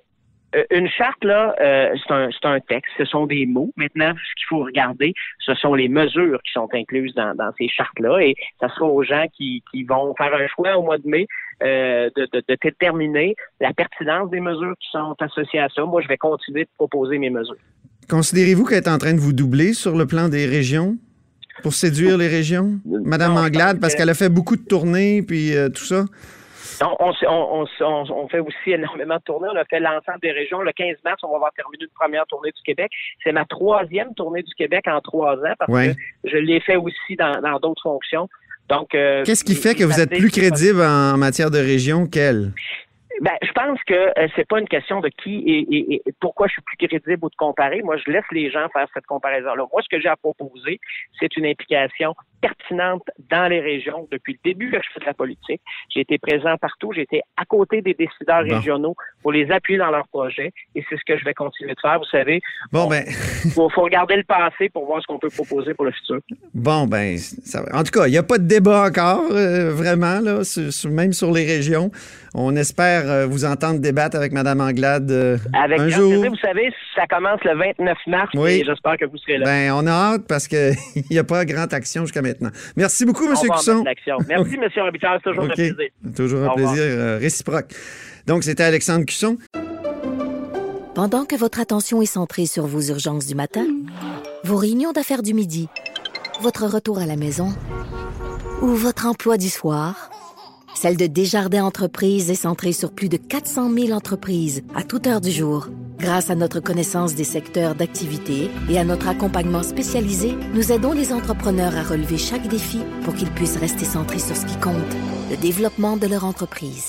Une charte, là, euh, c'est un, c'est un texte, ce sont des mots. Maintenant, ce qu'il faut regarder, ce sont les mesures qui sont incluses dans, dans ces chartes-là. Et ça sera aux gens qui, qui vont faire un choix au mois de mai euh, de, de, de déterminer la pertinence des mesures qui sont associées à ça. Moi, je vais continuer de proposer mes mesures. Considérez-vous qu'elle est en train de vous doubler sur le plan des régions pour séduire les régions, Madame Non, Anglade, parce que... qu'elle a fait beaucoup de tournées puis euh, tout ça? On, on, on, on, on fait aussi énormément de tournées. On a fait l'ensemble des régions. Le quinze mars, on va avoir terminé une première tournée du Québec. C'est ma troisième tournée du Québec en trois ans parce ouais. que je l'ai fait aussi dans, dans d'autres fonctions. Donc, euh, qu'est-ce qui fait que vous êtes plus crédible en matière de région qu'elle? Ben, je pense que euh, c'est pas une question de qui et, et, et pourquoi je suis plus crédible ou de comparer. Moi, je laisse les gens faire cette comparaison-là. Moi, ce que j'ai à proposer, c'est une implication pertinente dans les régions depuis le début que je fais de la politique. J'ai été présent partout. J'ai été à côté des décideurs bon. régionaux pour les appuyer dans leurs projets. Et c'est ce que je vais continuer de faire. Vous savez, bon, on, ben... faut, faut regarder le passé pour voir ce qu'on peut proposer pour le futur. Bon, ben, ça va. En tout cas, il n'y a pas de débat encore, euh, vraiment, là, sur, sur, même sur les régions. On espère euh, vous entendre débattre avec Mme Anglade euh, avec un grand jour. Plaisir. Vous savez, ça commence le vingt-neuf mars oui. et j'espère que vous serez là. Ben, on a hâte parce qu'il n'y a pas grande action jusqu'à maintenant. Merci beaucoup, M. Cusson. Merci, M. Robitaille. C'est toujours okay. un plaisir. Toujours un plaisir euh, réciproque. Donc, c'était Alexandre Cusson. Pendant que votre attention est centrée sur vos urgences du matin, vos réunions d'affaires du midi, votre retour à la maison ou votre emploi du soir, celle de Desjardins Entreprises est centrée sur plus de quatre cent mille entreprises à toute heure du jour. Grâce à notre connaissance des secteurs d'activité et à notre accompagnement spécialisé, nous aidons les entrepreneurs à relever chaque défi pour qu'ils puissent rester centrés sur ce qui compte, le développement de leur entreprise.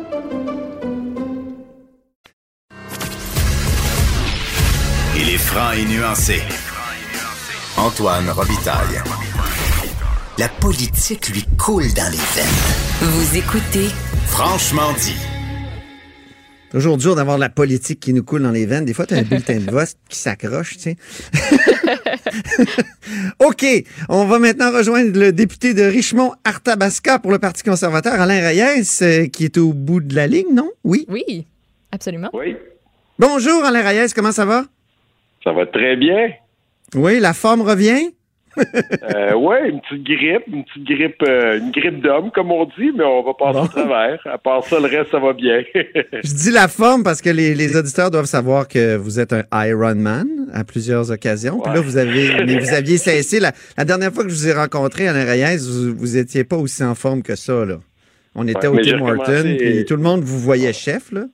Il est franc et nuancé. Antoine Robitaille. La politique lui coule dans les veines. Vous écoutez Franchement dit. Toujours dur d'avoir la politique qui nous coule dans les veines. Des fois, tu as un bulletin de vote qui s'accroche, tu sais. OK. On va maintenant rejoindre le député de Richmond-Arthabasca pour le Parti conservateur, Alain Reyes, euh, qui est au bout de la ligne, non? Oui? Oui, absolument. Oui. Bonjour, Alain Reyes. Comment ça va? Ça va très bien. Oui, la forme revient? euh, oui, une petite grippe, une petite grippe, euh, une grippe d'homme, comme on dit, mais on va passer bon. au travers. À part ça, le reste, ça va bien. Je dis la forme parce que les, les auditeurs doivent savoir que vous êtes un Ironman à plusieurs occasions. Ouais. Puis là, vous avez, mais vous aviez cessé. La, la dernière fois que je vous ai rencontré, Alain Reyes, vous, vous étiez pas aussi en forme que ça, là. On était ouais, au Tim Hortons, commencé... puis tout le monde vous voyait chef, là.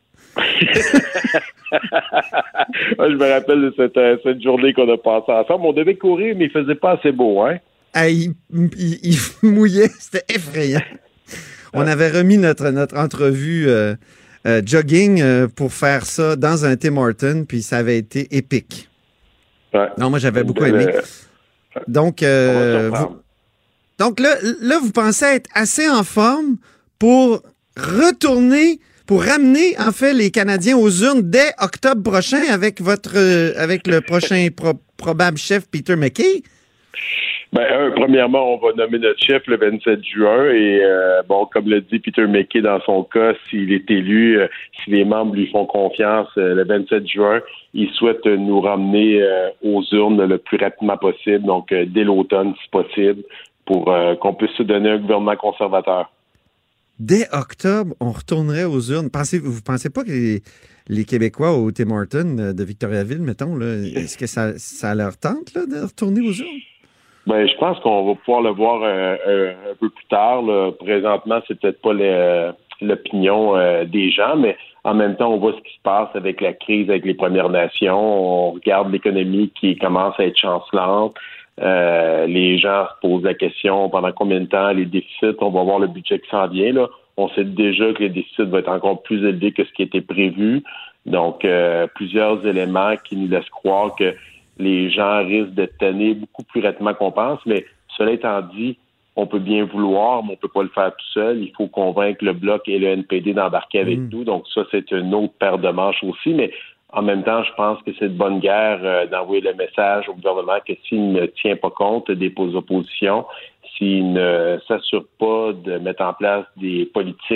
Je me rappelle de cette, euh, cette journée qu'on a passée ensemble. On devait courir, mais il faisait pas assez beau, hein? Ah, il, il, il mouillait, c'était effrayant. On avait remis notre, notre entrevue euh, euh, jogging euh, pour faire ça dans un Tim Hortons, puis ça avait été épique. Ouais. Non, moi, j'avais beaucoup aimé. Donc, euh, vous, donc là, là, vous pensez être assez en forme pour retourner... pour ramener, en fait, les Canadiens aux urnes dès octobre prochain avec votre euh, avec le prochain pro- probable chef Peter MacKay? Ben, un, premièrement, on va nommer notre chef le vingt-sept juin et, euh, bon, comme le dit Peter MacKay dans son cas, s'il est élu, euh, si les membres lui font confiance, euh, le vingt-sept juin, il souhaite nous ramener euh, aux urnes le plus rapidement possible, donc euh, dès l'automne, si possible, pour euh, qu'on puisse se donner un gouvernement conservateur. Dès octobre, on retournerait aux urnes. Pensez, vous ne pensez pas que les, les Québécois au Tim Hortons de Victoriaville, mettons, là, est-ce que ça, ça leur tente là, de retourner aux urnes? Ben, je pense qu'on va pouvoir le voir euh, euh, un peu plus tard. Là. Présentement, c'est peut-être pas le, l'opinion euh, des gens, mais en même temps, on voit ce qui se passe avec la crise avec les Premières Nations. On regarde l'économie qui commence à être chancelante. Euh, les gens se posent la question pendant combien de temps les déficits, on va voir le budget qui s'en vient. Là. On sait déjà que les déficits vont être encore plus élevés que ce qui était prévu. Donc, euh, plusieurs éléments qui nous laissent croire que les gens risquent de tenir beaucoup plus rapidement qu'on pense. Mais cela étant dit, on peut bien vouloir, mais on peut pas le faire tout seul. Il faut convaincre le Bloc et le N P D d'embarquer avec mmh. nous. Donc, ça, c'est une autre paire de manches aussi. Mais en même temps, je pense que c'est de bonne guerre euh, d'envoyer le message au gouvernement que s'il ne tient pas compte des oppositions, s'il ne s'assure pas de mettre en place des politiques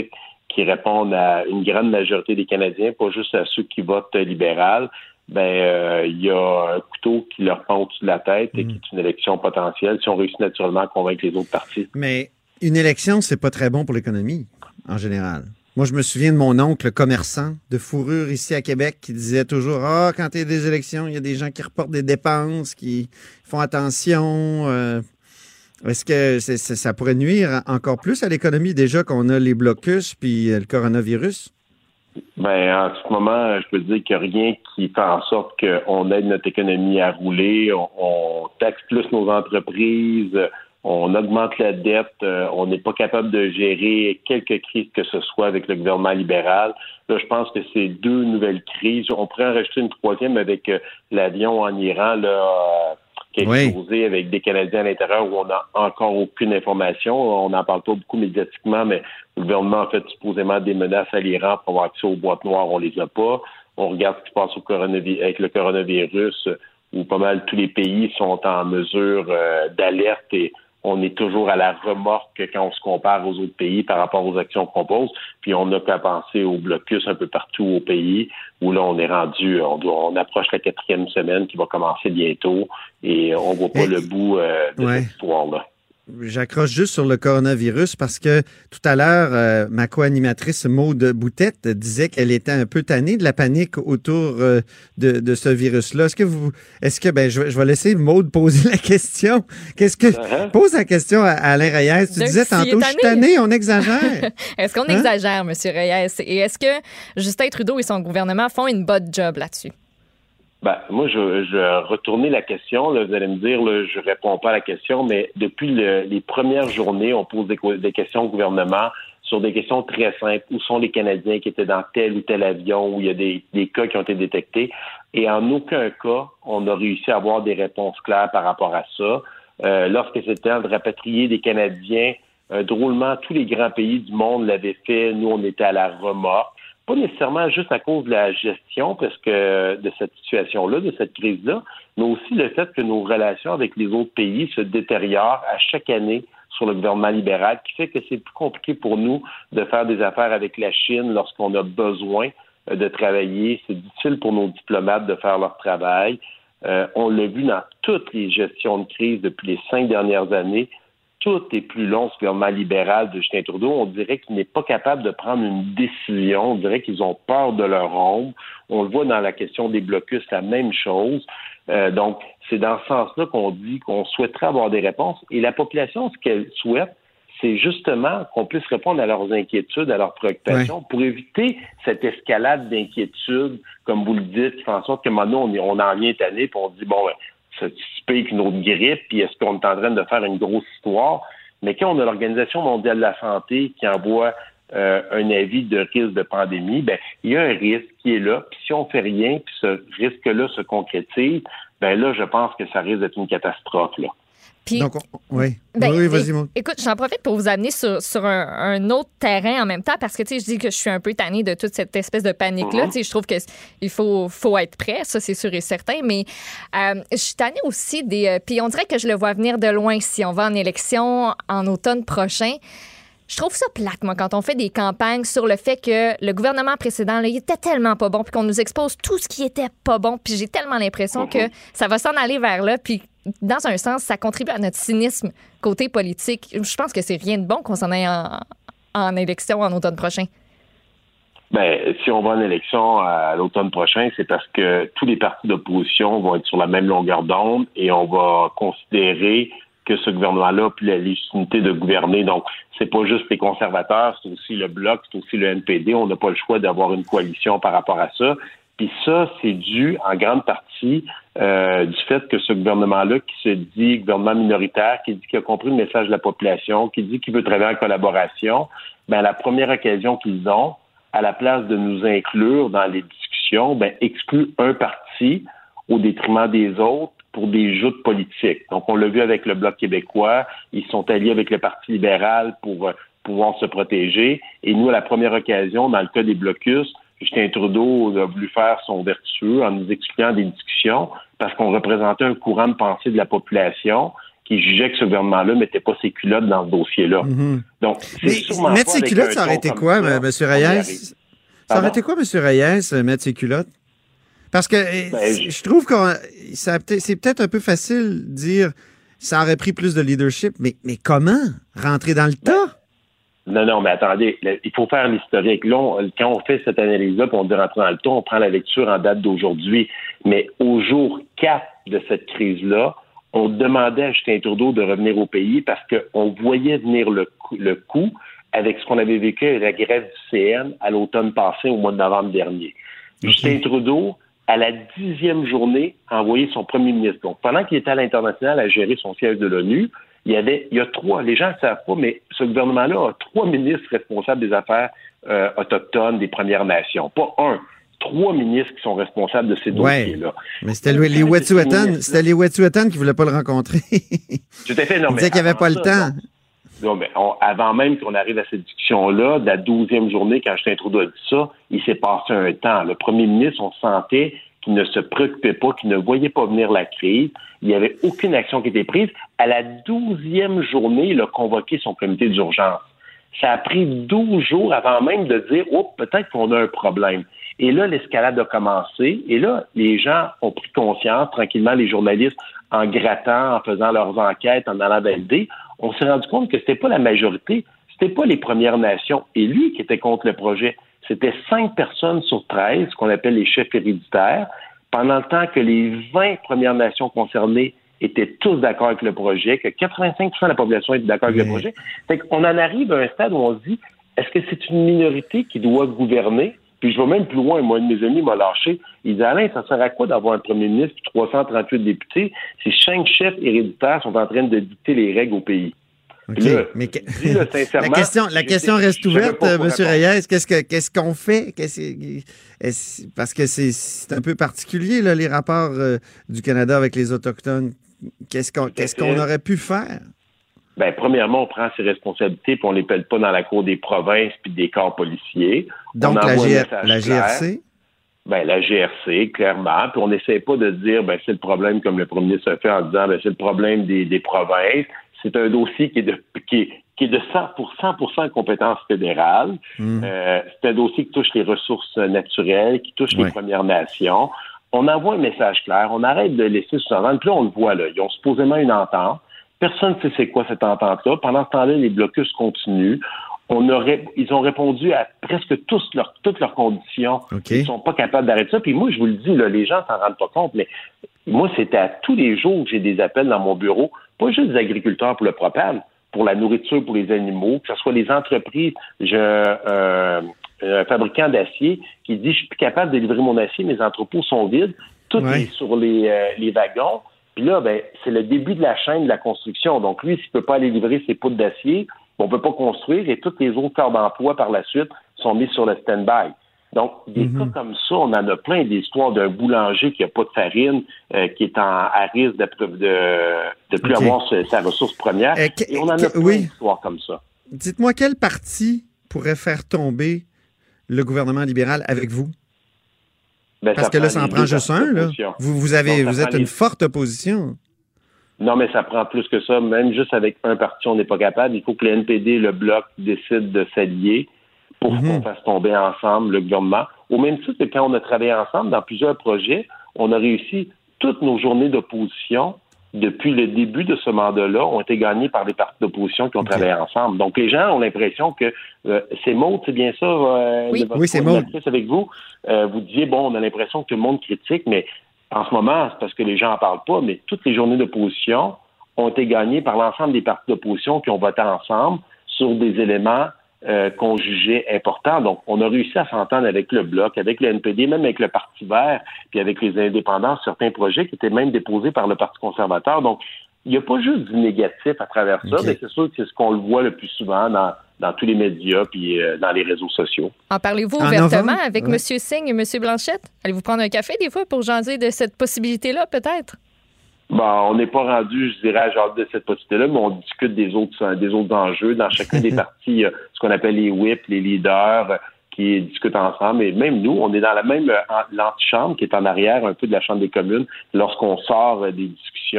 qui répondent à une grande majorité des Canadiens, pas juste à ceux qui votent libéral, ben euh, il y a un couteau qui leur pend au-dessus de la tête et mmh. qui est une élection potentielle si on réussit naturellement à convaincre les autres partis. Mais une élection, c'est pas très bon pour l'économie, en général. Moi, je me souviens de mon oncle commerçant de fourrure ici à Québec qui disait toujours « Ah, quand il y a des élections, il y a des gens qui reportent des dépenses, qui font attention. Euh, » Est-ce que c'est, c'est, ça pourrait nuire encore plus à l'économie déjà qu'on a les blocus puis le coronavirus? Ben, en ce moment, je peux te dire qu'il n'y a rien qui fait en sorte qu'on aide notre économie à rouler. On, on taxe plus nos entreprises, on augmente la dette, euh, on n'est pas capable de gérer quelque crise que ce soit avec le gouvernement libéral. Là, je pense que c'est deux nouvelles crises. On pourrait en rajouter une troisième avec euh, l'avion en Iran, là, euh, qui a explosé oui. avec des Canadiens à l'intérieur où on n'a encore aucune information. On n'en parle pas beaucoup médiatiquement, mais le gouvernement a fait supposément des menaces à l'Iran pour avoir accès aux boîtes noires. On les a pas. On regarde ce qui se passe au coronavirus, avec le coronavirus, où pas mal tous les pays sont en mesure euh, d'alerte et on est toujours à la remorque quand on se compare aux autres pays par rapport aux actions qu'on pose. Puis on n'a qu'à penser au blocus un peu partout au pays, où là, on est rendu, on, doit, on approche la quatrième semaine qui va commencer bientôt et on voit pas et, le bout euh, de ouais. cette histoire-là. J'accroche juste sur le coronavirus parce que tout à l'heure, euh, ma co-animatrice Maude Boutette disait qu'elle était un peu tannée de la panique autour euh, de, de ce virus-là. Est-ce que vous, est-ce que, ben, je, je vais laisser Maude poser la question. Qu'est-ce que, uh-huh. pose la question à Alain Reyes. Tu Donc, disais tantôt, je suis tanné, on exagère. Est-ce qu'on hein? exagère, M. Reyes? Et est-ce que Justin Trudeau et son gouvernement font une bonne job là-dessus? Ben, moi, je, je vais retourner la question. Là, vous allez me dire, là, je réponds pas à la question, mais depuis le, les premières journées, on pose des, des questions au gouvernement sur des questions très simples. Où sont les Canadiens qui étaient dans tel ou tel avion, où il y a des, des cas qui ont été détectés? Et en aucun cas, on a réussi à avoir des réponses claires par rapport à ça. Euh, lorsque c'était temps de rapatrier des Canadiens, euh, drôlement, tous les grands pays du monde l'avaient fait. Nous, on était à la remorque. Pas nécessairement juste à cause de la gestion parce que de cette situation-là, de cette crise-là, mais aussi le fait que nos relations avec les autres pays se détériorent à chaque année sur le gouvernement libéral, qui fait que c'est plus compliqué pour nous de faire des affaires avec la Chine lorsqu'on a besoin de travailler. C'est difficile pour nos diplomates de faire leur travail. Euh, on l'a vu dans toutes les gestions de crise depuis les cinq dernières années. Tout est plus long, ce gouvernement libéral de Justin Trudeau. On dirait qu'il n'est pas capable de prendre une décision. On dirait qu'ils ont peur de leur ombre. On le voit dans la question des blocus, la même chose. Euh, donc, c'est dans ce sens-là qu'on dit qu'on souhaiterait avoir des réponses. Et la population, ce qu'elle souhaite, c'est justement qu'on puisse répondre à leurs inquiétudes, à leurs préoccupations, ouais. pour éviter cette escalade d'inquiétudes, comme vous le dites, qui fait en sorte que maintenant, on, on en vient tanné, puis on dit, bon, ben, c'est pire qu'une autre grippe, puis est-ce qu'on est en train de faire une grosse histoire? Mais quand on a l'Organisation mondiale de la santé qui envoie euh, un avis de risque de pandémie, ben il y a un risque qui est là, puis si on fait rien, puis ce risque-là se concrétise, ben là, je pense que ça risque d'être une catastrophe, là. Puis, Donc, on, oui. Ben, oui, vas-y, moi. Écoute, j'en profite pour vous amener sur, sur un, un autre terrain en même temps parce que, tu sais, je dis que je suis un peu tannée de toute cette espèce de panique-là. Mm-hmm. Tu sais, je trouve qu'il faut, faut être prêt, ça, c'est sûr et certain. Mais euh, je suis tannée aussi des... Euh, puis on dirait que je le vois venir de loin si on va en élection en automne prochain. Je trouve ça plate, moi, quand on fait des campagnes sur le fait que le gouvernement précédent, là, il était tellement pas bon, puis qu'on nous expose tout ce qui était pas bon, puis j'ai tellement l'impression mm-hmm. que ça va s'en aller vers là, puis dans un sens, ça contribue à notre cynisme côté politique. Je pense que c'est rien de bon qu'on s'en aille en, en élection en automne prochain. Bien, si on va en élection à l'automne prochain, c'est parce que tous les partis d'opposition vont être sur la même longueur d'onde et on va considérer que ce gouvernement-là a plus la légitimité de gouverner. Donc, c'est pas juste les conservateurs, c'est aussi le Bloc, c'est aussi le N P D. On n'a pas le choix d'avoir une coalition par rapport à ça. Puis ça, c'est dû en grande partie euh, du fait que ce gouvernement-là, qui se dit gouvernement minoritaire, qui dit qu'il a compris le message de la population, qui dit qu'il veut travailler en collaboration, ben à la première occasion qu'ils ont, à la place de nous inclure dans les discussions, ben exclut un parti au détriment des autres pour des joutes politiques. Donc, on l'a vu avec le Bloc québécois, ils sont alliés avec le Parti libéral pour euh, pouvoir se protéger. Et nous, à la première occasion, dans le cas des blocus, Justin Trudeau a voulu faire son vertueux en nous expliquant des discussions parce qu'on représentait un courant de pensée de la population qui jugeait que ce gouvernement-là mettait pas ses culottes dans ce dossier-là. Mm-hmm. Donc, c'est Mais sûrement mettre pas ses avec culottes, un ça aurait ton été comme quoi, ça, M. qu'on y Reyes? arrive. Ça Pardon? aurait été quoi, M. Reyes, euh, mettre ses culottes? Parce que euh, Ben, je... je- je trouve que c'est peut-être un peu facile de dire ça aurait pris plus de leadership, mais, mais comment rentrer dans le tas? Non, non, mais attendez, là, il faut faire l'historique. Là, on- quand on fait cette analyse-là, puis on dit rentrer dans le tas, on prend la lecture en date d'aujourd'hui. Mais au jour quatre de cette crise-là, on demandait à Justin Trudeau de revenir au pays parce qu'on voyait venir le coup, le coup avec ce qu'on avait vécu avec la grève du C N à l'automne passé, au mois de novembre dernier. Okay. Justin Trudeau, à la dixième journée, a envoyé son premier ministre. Donc, pendant qu'il était à l'international à gérer son siège de l'ONU, il y avait, il y a trois, les gens ne le savent pas, mais ce gouvernement-là a trois ministres responsables des affaires euh, autochtones des Premières Nations. Pas un, trois ministres qui sont responsables de ces Ouais. dossiers-là. Mais c'était les, les Wet'suwet'en, c'était les Wet'suwet'en qui voulaient pas le rencontrer. Tout à fait, non, Ils mais disaient qu'il n'y avait avant pas le ça, temps. Non, mais on- avant même qu'on arrive à cette discussion-là, de la douzième journée, quand Justin Trudeau a dit ça, il s'est passé un temps. Le premier ministre, on sentait qu'il ne se préoccupait pas, qu'il ne voyait pas venir la crise. Il n'y avait aucune action qui était prise. À la douzième journée, il a convoqué son comité d'urgence. Ça a pris douze jours avant même de dire « Oh, peut-être qu'on a un problème ». Et là, l'escalade a commencé. Et là, les gens ont pris conscience, tranquillement, les journalistes, en grattant, en faisant leurs enquêtes, en allant valider. On s'est rendu compte que c'était pas la majorité, c'était pas les Premières Nations élues qui étaient contre le projet. C'était cinq personnes sur treize, ce qu'on appelle les chefs héréditaires, pendant le temps que les vingt Premières Nations concernées étaient tous d'accord avec le projet, que quatre-vingt-cinq pour cent de la population était d'accord avec Oui. le projet. Fait qu'on en arrive à un stade où on se dit, est-ce que c'est une minorité qui doit gouverner? Puis je vais même plus loin. Moi, un de mes amis m'a lâché. Il dit, Alain, ça sert à quoi d'avoir un premier ministre et trois cent trente-huit députés si cinq chefs héréditaires sont en train de dicter les règles au pays? OK. Là, Mais que- dis, là, sincèrement, la question, la je question sais- reste je savais ouverte, pas euh, quoi M. répondre. Reyes. Qu'est-ce que qu'est-ce qu'on fait? Qu'est-ce- est-ce- parce que c'est c'est un peu particulier, là, les rapports euh, du Canada avec les Autochtones. Qu'est-ce qu'on qu'est-ce qu'on aurait pu faire? Ben, premièrement, on prend ses responsabilités puis on les pèle pas dans la cour des provinces puis des corps policiers. Donc, On la, envoie un G- message la G clair. R C? Ben, la G R C, clairement. Puis on n'essaie pas de dire, ben, c'est le problème, comme le premier ministre a fait en disant, ben, c'est le problème des, des provinces. C'est un dossier qui est de, qui est, qui est de cent pour cent, cent pour cent compétence fédérale. Mm. Euh, c'est un dossier qui touche les ressources naturelles, qui touche Ouais. les Premières Nations. On envoie un message clair. On arrête de laisser sous-entendre. Puis là, on le voit, là. Ils ont supposément une entente. Personne ne sait c'est quoi cette entente-là. Pendant ce temps-là, les blocus continuent. On aurait, ils ont répondu à presque tous leurs, toutes leurs conditions. OK. Ils sont pas capables d'arrêter ça. Puis moi, je vous le dis, là, les gens s'en rendent pas compte, mais moi, c'était à tous les jours que j'ai des appels dans mon bureau, pas juste des agriculteurs pour le propane, pour la nourriture pour les animaux, que ce soit les entreprises. J'ai un, un, un fabricant d'acier qui dit, je suis plus capable de livrer mon acier, mes entrepôts sont vides, tout Ouais. est sur les, euh, les wagons. Puis là, ben, c'est le début de la chaîne de la construction. Donc, lui, s'il peut pas aller livrer ses poutres d'acier, on peut pas construire et tous les autres corps d'emploi par la suite sont mis sur le stand-by. Donc, des Mhm. cas comme ça, on en a plein d'histoires d'un boulanger qui a pas de farine, euh, qui est en, à risque de de, de plus OK. avoir sa, sa ressource première. Euh, que- et on en a que- plein oui. d'histoires comme ça. Dites-moi, quel parti pourrait faire tomber le gouvernement libéral avec vous? Ben, Parce que là, ça en les prend deux juste partis un, là. d'opposition. Vous, vous, avez, Non, ça vous êtes prend une les- forte opposition. Non, mais ça prend plus que ça. Même juste avec un parti, on n'est pas capable. Il faut que le N P D et le Bloc décident de s'allier pour Mhm. qu'on fasse tomber ensemble le gouvernement. Au même titre que quand on a travaillé ensemble dans plusieurs projets, on a réussi toutes nos journées d'opposition depuis le début de ce mandat-là ont été gagnées par des partis d'opposition qui ont OK. travaillé ensemble. Donc, les gens ont l'impression que euh, c'est Maud, c'est bien ça, euh, Oui. de votre Oui, c'est Maud. coordinatrice avec vous. Euh, vous disiez, bon, on a l'impression que tout le monde critique, mais en ce moment, c'est parce que les gens n'en parlent pas, mais toutes les journées d'opposition ont été gagnées par l'ensemble des partis d'opposition qui ont voté ensemble sur des éléments euh, qu'on jugeait importants. Donc, on a réussi à s'entendre avec le Bloc, avec le N P D, même avec le Parti vert, puis avec les indépendants, certains projets qui étaient même déposés par le Parti conservateur. Donc, il n'y a pas juste du négatif à travers ça, OK. mais c'est sûr que c'est ce qu'on le voit le plus souvent dans, dans tous les médias puis euh, dans les réseaux sociaux. En parlez-vous En ouvertement novembre? avec Ouais. M. Singh et M. Blanchette? Allez-vous prendre un café des fois pour jaser de cette possibilité-là, peut-être? Bon, on n'est pas rendu, je dirais, à genre de cette possibilité-là, mais on discute des autres, des autres enjeux. Dans chacun des partis, il y a ce qu'on appelle les whips, les leaders, euh, qui discutent ensemble. Et même nous, on est dans la même euh, en- l'antichambre qui est en arrière un peu de la Chambre des communes. Lorsqu'on sort euh, des discussions,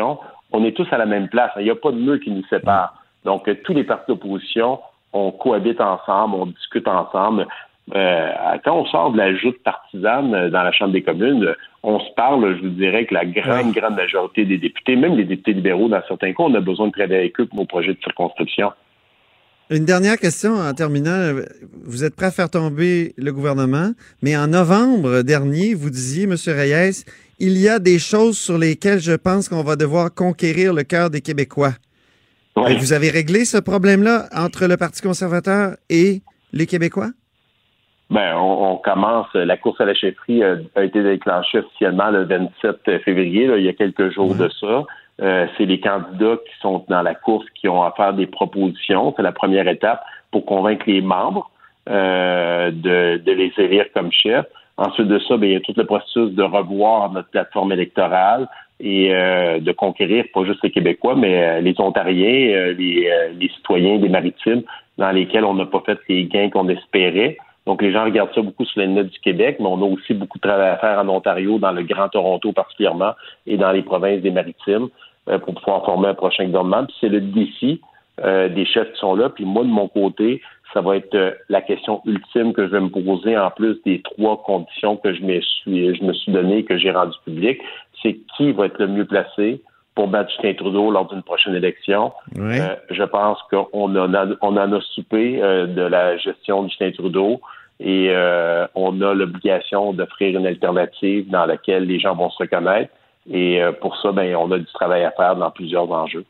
on est tous à la même place. Il n'y a pas de mur qui nous sépare. Donc, euh, tous les partis d'opposition, on cohabite ensemble, on discute ensemble. Euh, quand on sort de la joute partisane dans la Chambre des communes, on se parle, je vous dirais que la grande, grande majorité des députés, même les députés libéraux dans certains cas, on a besoin de travailler avec eux pour nos projets de circonscription. Une dernière question en terminant. Vous êtes prêt à faire tomber le gouvernement, mais en novembre dernier, vous disiez, M. Reyes, il y a des choses sur lesquelles je pense qu'on va devoir conquérir le cœur des Québécois. Oui. Vous avez réglé ce problème-là entre le Parti conservateur et les Québécois? Ben, on, on commence. La course à la chefferie a, a été déclenchée officiellement le vingt-sept février, là, il y a quelques jours mmh. de ça. Euh, c'est les candidats qui sont dans la course qui ont à faire des propositions. C'est la première étape pour convaincre les membres euh, de, de les élire comme chefs. Ensuite de ça, ben, il y a tout le processus de revoir notre plateforme électorale et euh, de conquérir pas juste les Québécois, mais euh, les Ontariens, euh, les, euh, les citoyens des Maritimes dans lesquels on n'a pas fait les gains qu'on espérait. Donc, les gens regardent ça beaucoup sur les net du Québec, mais on a aussi beaucoup de travail à faire en Ontario, dans le Grand Toronto particulièrement, et dans les provinces des Maritimes, euh, pour pouvoir former un prochain gouvernement. Puis c'est le défi euh, des chefs qui sont là. Puis moi, de mon côté, ça va être euh, la question ultime que je vais me poser, en plus des trois conditions que je me suis, je me suis données, que j'ai rendues publiques. C'est qui va être le mieux placé pour battre Justin Trudeau lors d'une prochaine élection. Oui. Euh, je pense qu'on en a, on en a soupé euh, de la gestion de Justin Trudeau et euh, on a l'obligation d'offrir une alternative dans laquelle les gens vont se reconnaître. Et euh, pour ça, ben, on a du travail à faire dans plusieurs enjeux.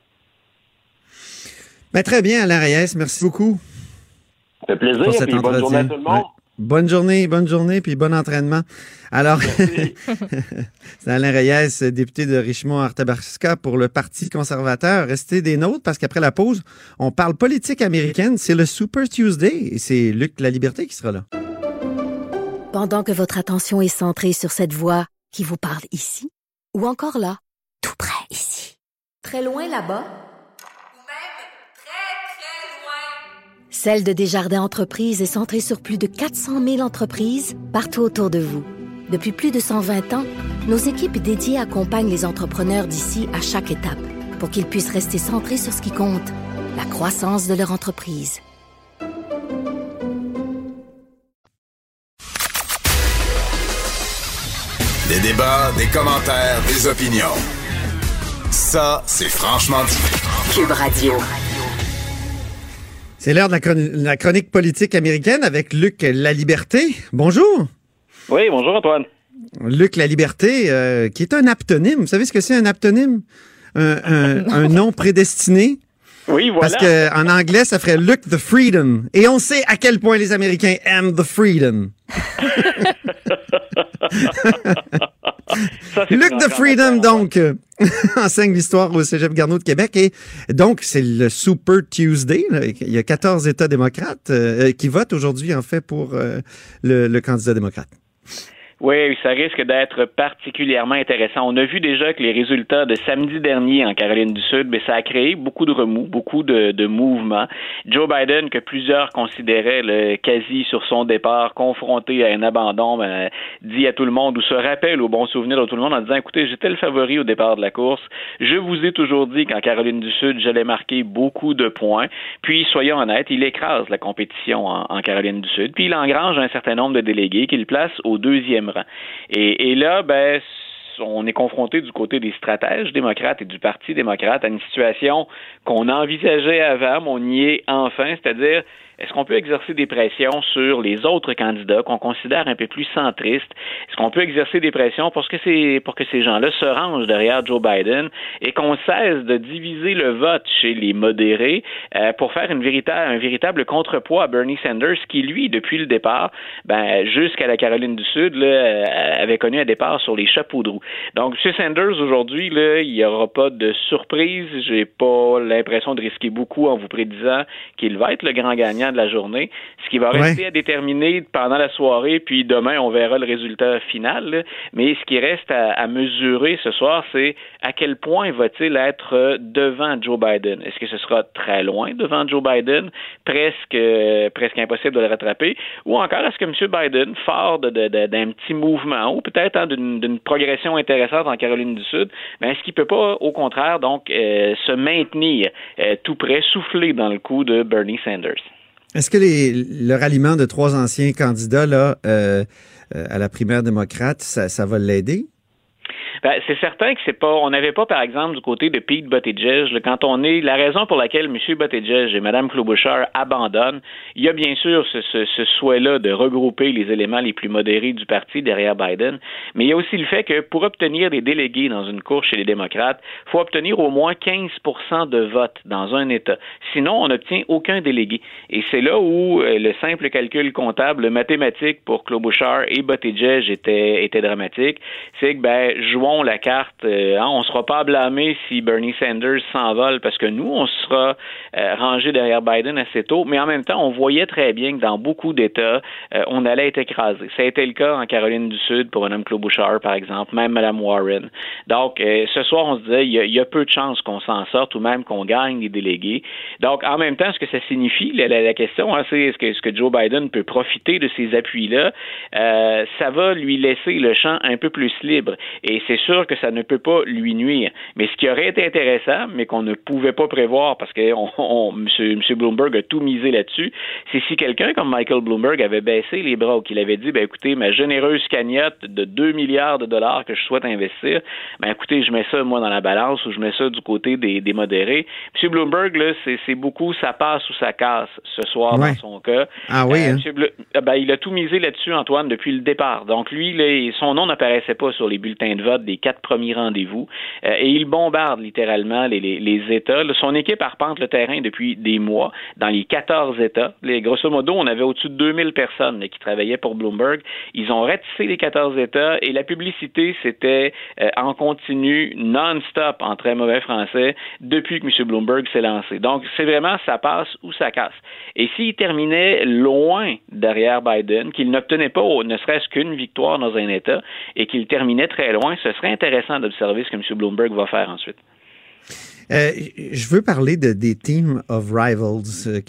Ben, très bien, Alain Reyes. Merci beaucoup. Ça fait plaisir. Pour cet bonne journée à tout le monde. Ouais. Bonne journée, bonne journée, puis bon entraînement. Alors, c'est Alain Reyes, député de Richmond-Arthabasca pour le Parti conservateur. Restez des nôtres parce qu'après la pause, on parle politique américaine. C'est le Super Tuesday et c'est Luc Laliberté qui sera là. Pendant que votre attention est centrée sur cette voix qui vous parle ici ou encore là, tout près ici, très loin là-bas, Celle de Desjardins Entreprises est centrée sur plus de quatre cent mille entreprises partout autour de vous. Depuis plus de cent vingt ans, nos équipes dédiées accompagnent les entrepreneurs d'ici à chaque étape pour qu'ils puissent rester centrés sur ce qui compte, la croissance de leur entreprise. Des débats, des commentaires, des opinions. Ça, c'est franchement dit. Cube Radio. C'est l'heure de la, chron- la chronique politique américaine avec Luc Laliberté. Bonjour. Oui, bonjour Antoine. Luc Laliberté, euh, qui est un aptonyme. Vous savez ce que c'est un aptonyme? Un, un, un nom prédestiné? Oui, voilà. Parce qu'en anglais, ça ferait Luc the Freedom. Et on sait à quel point les Américains aiment the freedom. Ça, Luc the Freedom, donc, euh, enseigne l'histoire au Cégep Garneau de Québec. Et donc, c'est le Super Tuesday. Là. Il y a quatorze États démocrates euh, qui votent aujourd'hui, en fait, pour euh, le, le candidat démocrate. Oui, ça risque d'être particulièrement intéressant. On a vu déjà que les résultats de samedi dernier en Caroline du Sud, mais ça a créé beaucoup de remous, beaucoup de, de mouvements. Joe Biden, que plusieurs considéraient le quasi sur son départ, confronté à un abandon, ben, dit à tout le monde, ou se rappelle au bon souvenir de tout le monde en disant, écoutez, j'étais le favori au départ de la course. Je vous ai toujours dit qu'en Caroline du Sud, j'allais marquer beaucoup de points. Puis, soyons honnêtes, il écrase la compétition en, en Caroline du Sud. Puis, il engrange un certain nombre de délégués qu'il place au deuxième rang. Et, et là, ben, on est confronté du côté des stratèges démocrates et du Parti démocrate à une situation qu'on envisageait avant, mais on y est enfin, c'est-à-dire, est-ce qu'on peut exercer des pressions sur les autres candidats qu'on considère un peu plus centristes? Est-ce qu'on peut exercer des pressions pour que ces, pour que ces gens-là se rangent derrière Joe Biden et qu'on cesse de diviser le vote chez les modérés euh, pour faire une véritable, un véritable contrepoids à Bernie Sanders qui, lui, depuis le départ, ben, jusqu'à la Caroline du Sud, là, avait connu un départ sur les chapeaux de roue. Donc, M. Sanders, aujourd'hui, là, il n'y aura pas de surprise. J'ai pas l'impression de risquer beaucoup en vous prédisant qu'il va être le grand gagnant de la journée. Ce qui va rester ouais. à déterminer pendant la soirée, puis demain, on verra le résultat final. Là. Mais ce qui reste à, à mesurer ce soir, c'est à quel point va-t-il être devant Joe Biden? Est-ce que ce sera très loin devant Joe Biden, presque, euh, presque impossible de le rattraper? Ou encore, est-ce que M. Biden, fort de, de, de, d'un petit mouvement, ou peut-être hein, d'une, d'une progression intéressante en Caroline du Sud, ben, est-ce qu'il peut pas, au contraire, donc, euh, se maintenir euh, tout près, souffler dans le coup de Bernie Sanders? Est-ce que les, le ralliement de trois anciens candidats là, euh, euh, à la primaire démocrate, ça, ça va l'aider? Ben, c'est certain que c'est pas, on n'avait pas, par exemple, du côté de Pete Buttigieg, là, quand on est, la raison pour laquelle M. Buttigieg et Mme Klobuchar abandonnent, il y a bien sûr ce, ce, ce souhait-là de regrouper les éléments les plus modérés du parti derrière Biden, mais il y a aussi le fait que pour obtenir des délégués dans une cour chez les démocrates, il faut obtenir au moins quinze pour cent de votes dans un État. Sinon, on n'obtient aucun délégué. Et c'est là où euh, le simple calcul comptable, le mathématique pour Klobuchar et Buttigieg était, était dramatique. C'est que, ben, jouons la carte, euh, hein, on ne sera pas blâmé si Bernie Sanders s'envole parce que nous, on sera euh, rangé derrière Biden assez tôt, mais en même temps, on voyait très bien que dans beaucoup d'États, euh, on allait être écrasé. Ça a été le cas en Caroline du Sud pour Mme Klobuchar, par exemple, même Mme Warren. Donc, euh, ce soir, on se disait, il y, y a peu de chances qu'on s'en sorte ou même qu'on gagne les délégués. Donc, en même temps, ce que ça signifie, la, la, la question, hein, c'est est-ce que, est-ce que Joe Biden peut profiter de ces appuis-là? Euh, ça va lui laisser le champ un peu plus libre. Et c'est sûr que ça ne peut pas lui nuire. Mais ce qui aurait été intéressant, mais qu'on ne pouvait pas prévoir parce que on, on, M. Bloomberg a tout misé là-dessus, c'est si quelqu'un comme Michael Bloomberg avait baissé les bras ou qu'il avait dit, ben écoutez, ma généreuse cagnotte de deux milliards de dollars que je souhaite investir, ben écoutez, je mets ça, moi, dans la balance ou je mets ça du côté des, des modérés. M. Bloomberg, là, c'est, c'est beaucoup, ça passe ou ça casse ce soir ouais. dans son cas. Ah oui, euh, hein? M. Blo- ben, il a tout misé là-dessus, Antoine, depuis le départ. Donc lui, là, son nom n'apparaissait pas sur les bulletins de vote des quatre premiers rendez-vous euh, et il bombarde littéralement les, les, les États. Là, son équipe arpente le terrain depuis des mois dans les quatorze États. Les, grosso modo, on avait au-dessus de deux mille personnes là, qui travaillaient pour Bloomberg. Ils ont ratissé les quatorze États et la publicité, c'était euh, en continu, non-stop, en très mauvais français, depuis que M. Bloomberg s'est lancé. Donc, c'est vraiment ça passe ou ça casse. Et s'il terminait loin derrière Biden, qu'il n'obtenait pas ne serait-ce qu'une victoire dans un État et qu'il terminait très loin, ce serait intéressant d'observer ce que M. Bloomberg va faire ensuite. Euh, je veux parler de, des Team of Rivals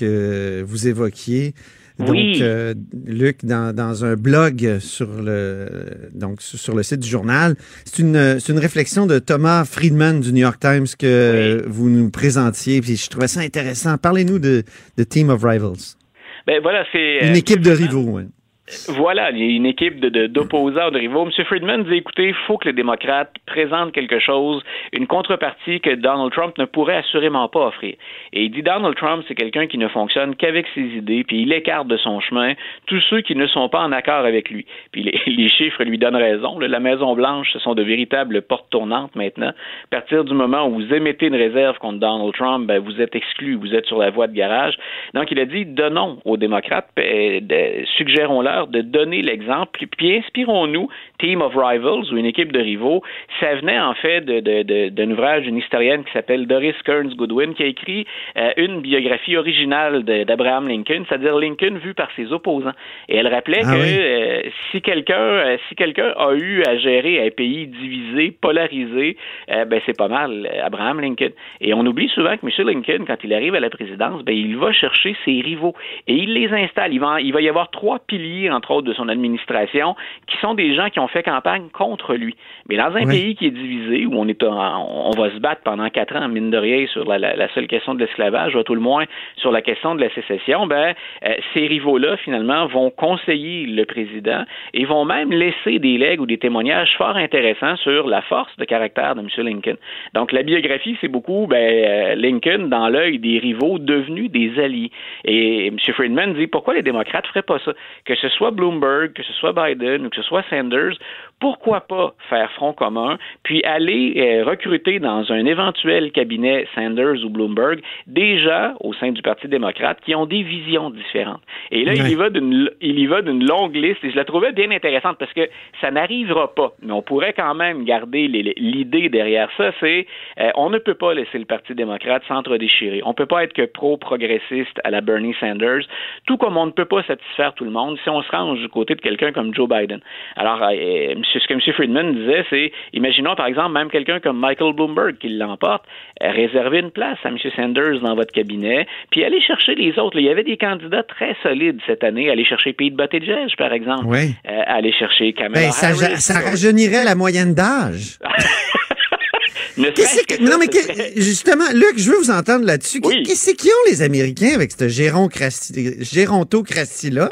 que vous évoquiez. Donc, oui. euh, Luc, dans, dans un blog sur le, donc, sur le site du journal, c'est une, c'est une réflexion de Thomas Friedman du New York Times que oui. vous nous présentiez, puis je trouvais ça intéressant. Parlez-nous de, de Team of Rivals. Ben voilà, c'est... Une euh, équipe de rivaux, oui. Voilà, il y a une équipe de, de, d'opposants, de rivaux. M. Friedman dit, écoutez, il faut que les démocrates présentent quelque chose, une contrepartie que Donald Trump ne pourrait assurément pas offrir. Et il dit, Donald Trump, c'est quelqu'un qui ne fonctionne qu'avec ses idées, puis il écarte de son chemin tous ceux qui ne sont pas en accord avec lui. Puis les, les chiffres lui donnent raison. La Maison-Blanche, ce sont de véritables portes tournantes maintenant. À partir du moment où vous émettez une réserve contre Donald Trump, ben, vous êtes exclu, vous êtes sur la voie de garage. Donc, il a dit, donnons aux démocrates, euh, de, suggérons-leur de donner l'exemple, puis inspirons-nous, Team of Rivals, ou une équipe de rivaux. Ça venait en fait de, de, de, d'un ouvrage d'une historienne qui s'appelle Doris Kearns Goodwin, qui a écrit euh, une biographie originale de, d'Abraham Lincoln, c'est-à-dire Lincoln vu par ses opposants. Et elle rappelait ah que oui. euh, si quelqu'un euh, si quelqu'un a eu à gérer un pays divisé, polarisé, euh, ben c'est pas mal, Abraham Lincoln. Et on oublie souvent que M. Lincoln, quand il arrive à la présidence, ben il va chercher ses rivaux et il les installe. Il va, il va y avoir trois piliers, entre autres, de son administration, qui sont des gens qui ont fait campagne contre lui. Mais dans un oui. pays qui est divisé, où on est en, on va se battre pendant quatre ans, mine de rien, sur la, la, la seule question de l'esclavage, ou à tout le moins sur la question de la sécession, ben, euh, ces rivaux-là, finalement, vont conseiller le président et vont même laisser des legs ou des témoignages fort intéressants sur la force de caractère de M. Lincoln. Donc, la biographie, c'est beaucoup, ben, euh, Lincoln dans l'œil des rivaux devenus des alliés. Et M. Friedman dit, pourquoi les démocrates feraient pas ça? Que ce soit Bloomberg, que ce soit Biden ou que ce soit Sanders, pourquoi pas faire front commun, puis aller euh, recruter dans un éventuel cabinet Sanders ou Bloomberg des gens au sein du Parti démocrate qui ont des visions différentes. Et là, ouais. il y va d'une, il y va d'une longue liste, et je la trouvais bien intéressante parce que ça n'arrivera pas, mais on pourrait quand même garder les, l'idée derrière ça, c'est euh, on ne peut pas laisser le Parti démocrate s'entre-déchirer. On ne peut pas être que pro-progressiste à la Bernie Sanders, tout comme on ne peut pas satisfaire tout le monde si on se range du côté de quelqu'un comme Joe Biden. Alors, euh, ce que M. Friedman disait, c'est, imaginons par exemple même quelqu'un comme Michael Bloomberg qui l'emporte, euh, réserver une place à M. Sanders dans votre cabinet, puis aller chercher les autres. Là, il y avait des candidats très solides cette année, aller chercher Pete Buttigieg, par exemple, oui. euh, aller chercher Kamala ben, ça, Harris. Ça rajeunirait la moyenne d'âge. Qu'est-ce que, que, non, mais que, justement, Luc, je veux vous entendre là-dessus. Oui. Qu'est-ce qu'ils ont, les Américains, avec cette géroncratie, gérontocratie-là?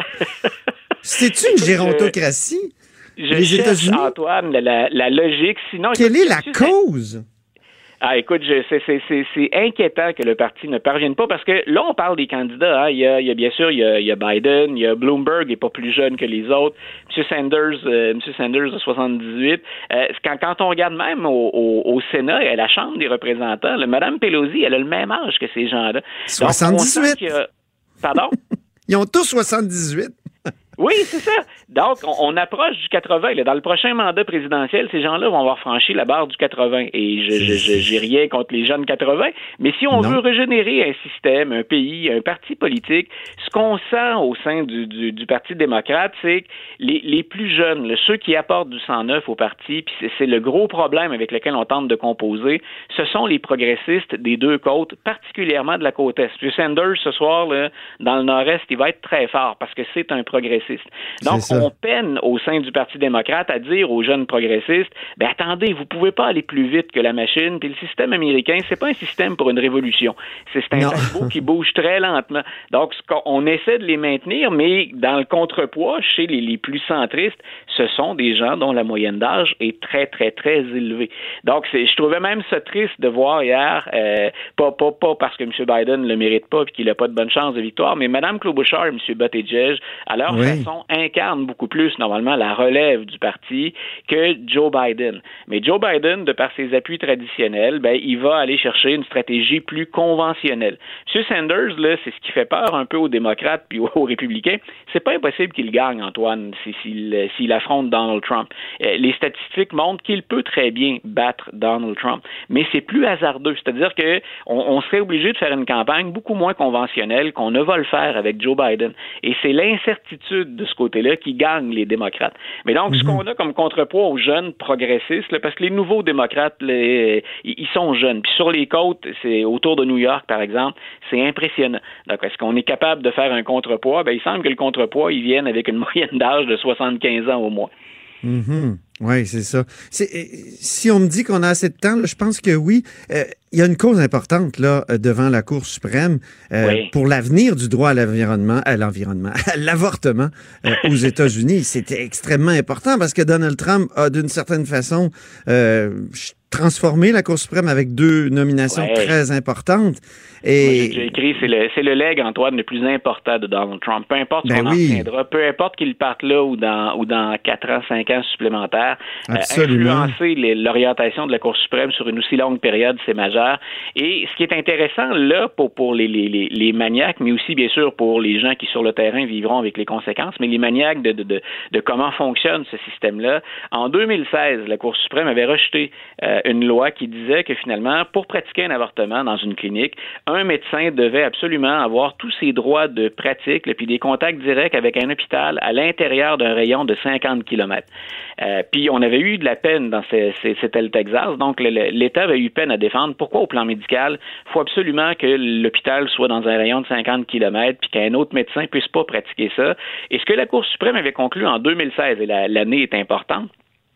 C'est-tu une gérontocratie? Je, je les cherche, États-Unis? Antoine, la, la, la logique. Sinon, Quelle écoute, est la cause? Ah, écoute, je, c'est, c'est, c'est, c'est inquiétant que le parti ne parvienne pas parce que là, on parle des candidats. Hein. Il, y a, il y a bien sûr, il y a, il y a Biden, il y a Bloomberg, il n'est pas plus jeune que les autres. M. Sanders, euh, M. Sanders de soixante-dix-huit. Euh, quand, quand on regarde même au, au, au Sénat et à la Chambre des représentants, là, Mme Pelosi, elle a le même âge que ces gens-là. soixante-dix-huit. Donc, a... Pardon? Ils ont tous soixante-dix-huit. Oui, c'est ça. Donc, on, on approche du quatre-vingts. Là. Dans le prochain mandat présidentiel, ces gens-là vont avoir franchi la barre du quatre-vingts. Et je, je, je j'ai rien contre les jeunes quatre-vingts, mais si on non. veut régénérer un système, un pays, un parti politique, ce qu'on sent au sein du, du, du Parti démocrate, c'est que les, les plus jeunes, là, ceux qui apportent du sang neuf au parti, puis c'est, c'est le gros problème avec lequel on tente de composer, ce sont les progressistes des deux côtes, particulièrement de la côte Est. Puis Sanders, ce soir, là, dans le Nord-Est, il va être très fort parce que c'est un progressiste. Donc, on peine au sein du Parti démocrate à dire aux jeunes progressistes, ben attendez, vous pouvez pas aller plus vite que la machine, puis le système américain, c'est pas un système pour une révolution. C'est, c'est un paquebot qui bouge très lentement. Donc, on essaie de les maintenir, mais dans le contrepoids, chez les, les plus centristes, ce sont des gens dont la moyenne d'âge est très, très, très élevée. Donc, c'est, je trouvais même ça triste de voir hier, euh, pas, pas, pas parce que M. Biden ne le mérite pas et qu'il n'a pas de bonne chance de victoire, mais Mme Klobuchar et M. Buttigieg, à leur oui. façon, incarnent beaucoup plus, normalement, la relève du parti que Joe Biden. Mais Joe Biden, de par ses appuis traditionnels, ben, il va aller chercher une stratégie plus conventionnelle. M. Sanders, là, c'est ce qui fait peur un peu aux démocrates puis aux républicains. C'est pas impossible qu'il gagne, Antoine, s'il, s'il affronte Donald Trump. Les statistiques montrent qu'il peut très bien battre Donald Trump, mais c'est plus hasardeux. C'est-à-dire que on, on serait obligé de faire une campagne beaucoup moins conventionnelle qu'on ne va le faire avec Joe Biden. Et c'est l'incertitude de ce côté-là qui gagne les démocrates. Mais donc, mm-hmm. ce qu'on a comme contrepoids aux jeunes progressistes, là, parce que les nouveaux démocrates, les, ils sont jeunes. Puis sur les côtes, c'est autour de New York, par exemple, c'est impressionnant. Donc, est-ce qu'on est capable de faire un contrepoids? Ben, il semble que le contrepoids, il vienne avec une moyenne d'âge de soixante-quinze ans au moins. Mm-hmm. Oui, c'est ça. C'est, si on me dit qu'on a assez de temps, là, je pense que oui. Euh, il y a une cause importante là devant la Cour suprême euh, oui. pour l'avenir du droit à l'environnement, à l'environnement, à l'avortement euh, aux États-Unis. C'était extrêmement important parce que Donald Trump a d'une certaine façon euh, transformé la Cour suprême avec deux nominations ouais. très importantes. Et moi, j'ai déjà écrit, c'est le, c'est le legs, Antoine, le plus important de Donald Trump. Peu importe ce ben qu'on oui. en tiendra, peu importe qu'il parte là ou dans ou dans quatre ans, cinq ans supplémentaires, euh, influencer les, l'orientation de la Cour suprême sur une aussi longue période, c'est majeur. Et ce qui est intéressant là pour pour les les les, les maniaques, mais aussi bien sûr pour les gens qui sur le terrain vivront avec les conséquences, mais les maniaques de de de, de comment fonctionne ce système-là. En deux mille seize, la Cour suprême avait rejeté euh, une loi qui disait que finalement, pour pratiquer un avortement dans une clinique, un médecin devait absolument avoir tous ses droits de pratique et puis des contacts directs avec un hôpital à l'intérieur d'un rayon de cinquante kilomètres. Euh, puis on avait eu de la peine dans ces, ces, c'était le Texas, donc le, l'État avait eu peine à défendre. Pourquoi au plan médical, il faut absolument que l'hôpital soit dans un rayon de cinquante kilomètres puis qu'un autre médecin puisse pas pratiquer ça. Et ce que la Cour suprême avait conclu en deux mille seize, et la, l'année est importante,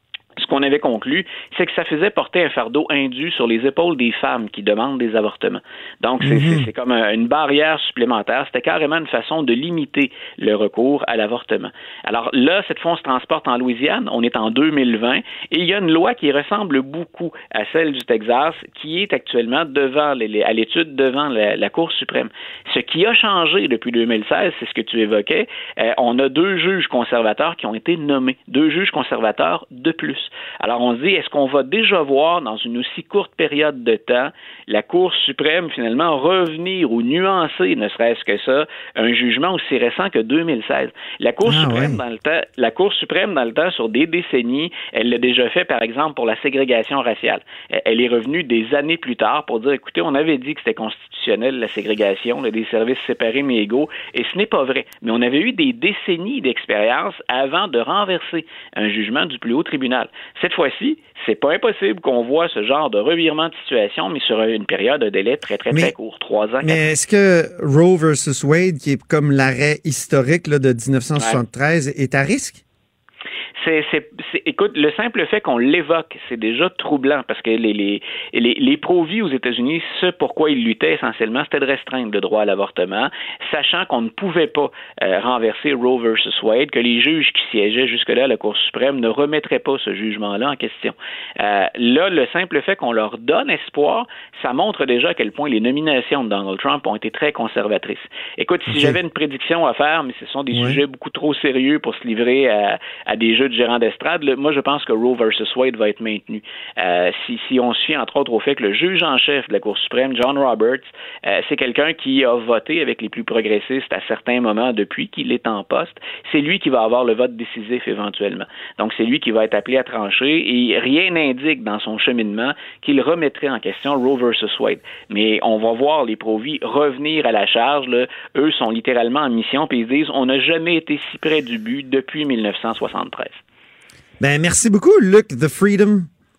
ce qu'on avait conclu, c'est que ça faisait porter un fardeau indu sur les épaules des femmes qui demandent des avortements. Donc, c'est, mm-hmm. c'est, c'est comme un, une barrière supplémentaire. C'était carrément une façon de limiter le recours à l'avortement. Alors là, cette fois, on se transporte en Louisiane. On est en deux mille vingt et il y a une loi qui ressemble beaucoup à celle du Texas qui est actuellement devant les, à l'étude devant la, la Cour suprême. Ce qui a changé depuis deux mille seize, c'est ce que tu évoquais. Euh, on a deux juges conservateurs qui ont été nommés. Deux juges conservateurs de plus. Alors, on se dit, est-ce qu'on va déjà voir, dans une aussi courte période de temps, la Cour suprême, finalement, revenir ou nuancer, ne serait-ce que ça, un jugement aussi récent que deux mille seize? La Cour ah, suprême, ouais. dans le temps, la Cour suprême, dans le temps, sur des décennies, elle l'a déjà fait, par exemple, pour la ségrégation raciale. Elle est revenue des années plus tard pour dire, écoutez, on avait dit que c'était constitutionnel, la ségrégation, là, des services séparés mais égaux, et ce n'est pas vrai. Mais on avait eu des décennies d'expérience avant de renverser un jugement du plus haut tribunal. Cette fois-ci, c'est pas impossible qu'on voit ce genre de revirement de situation, mais sur une période de délai très, très, mais, très court, trois ans. Mais est-ce que Roe versus Wade, qui est comme l'arrêt historique là, de dix-neuf cent soixante-treize, ouais. est à risque? C'est, c'est, c'est, écoute, le simple fait qu'on l'évoque, c'est déjà troublant parce que les, les, les, les pro-vie aux États-Unis, ce pourquoi ils luttaient essentiellement, c'était de restreindre le droit à l'avortement, sachant qu'on ne pouvait pas euh, renverser Roe versus Wade, que les juges qui siégeaient jusque-là à la Cour suprême ne remettraient pas ce jugement-là en question. Euh, là, le simple fait qu'on leur donne espoir, ça montre déjà à quel point les nominations de Donald Trump ont été très conservatrices. Écoute, si okay. j'avais une prédiction à faire, mais ce sont des ouais. sujets beaucoup trop sérieux pour se livrer à, à des jeux de gérant d'estrade, là, moi je pense que Roe versus Wade va être maintenu. Euh, si, si on se fie entre autres au fait que le juge en chef de la Cour suprême, John Roberts, euh, c'est quelqu'un qui a voté avec les plus progressistes à certains moments depuis qu'il est en poste, c'est lui qui va avoir le vote décisif éventuellement. Donc c'est lui qui va être appelé à trancher et rien n'indique dans son cheminement qu'il remettrait en question Roe versus Wade. Mais on va voir les pro-vie revenir à la charge. Là. Eux sont littéralement en mission puis ils disent on n'a jamais été si près du but depuis dix-neuf cent soixante-treize. Ben, merci beaucoup, Luc The Freedom.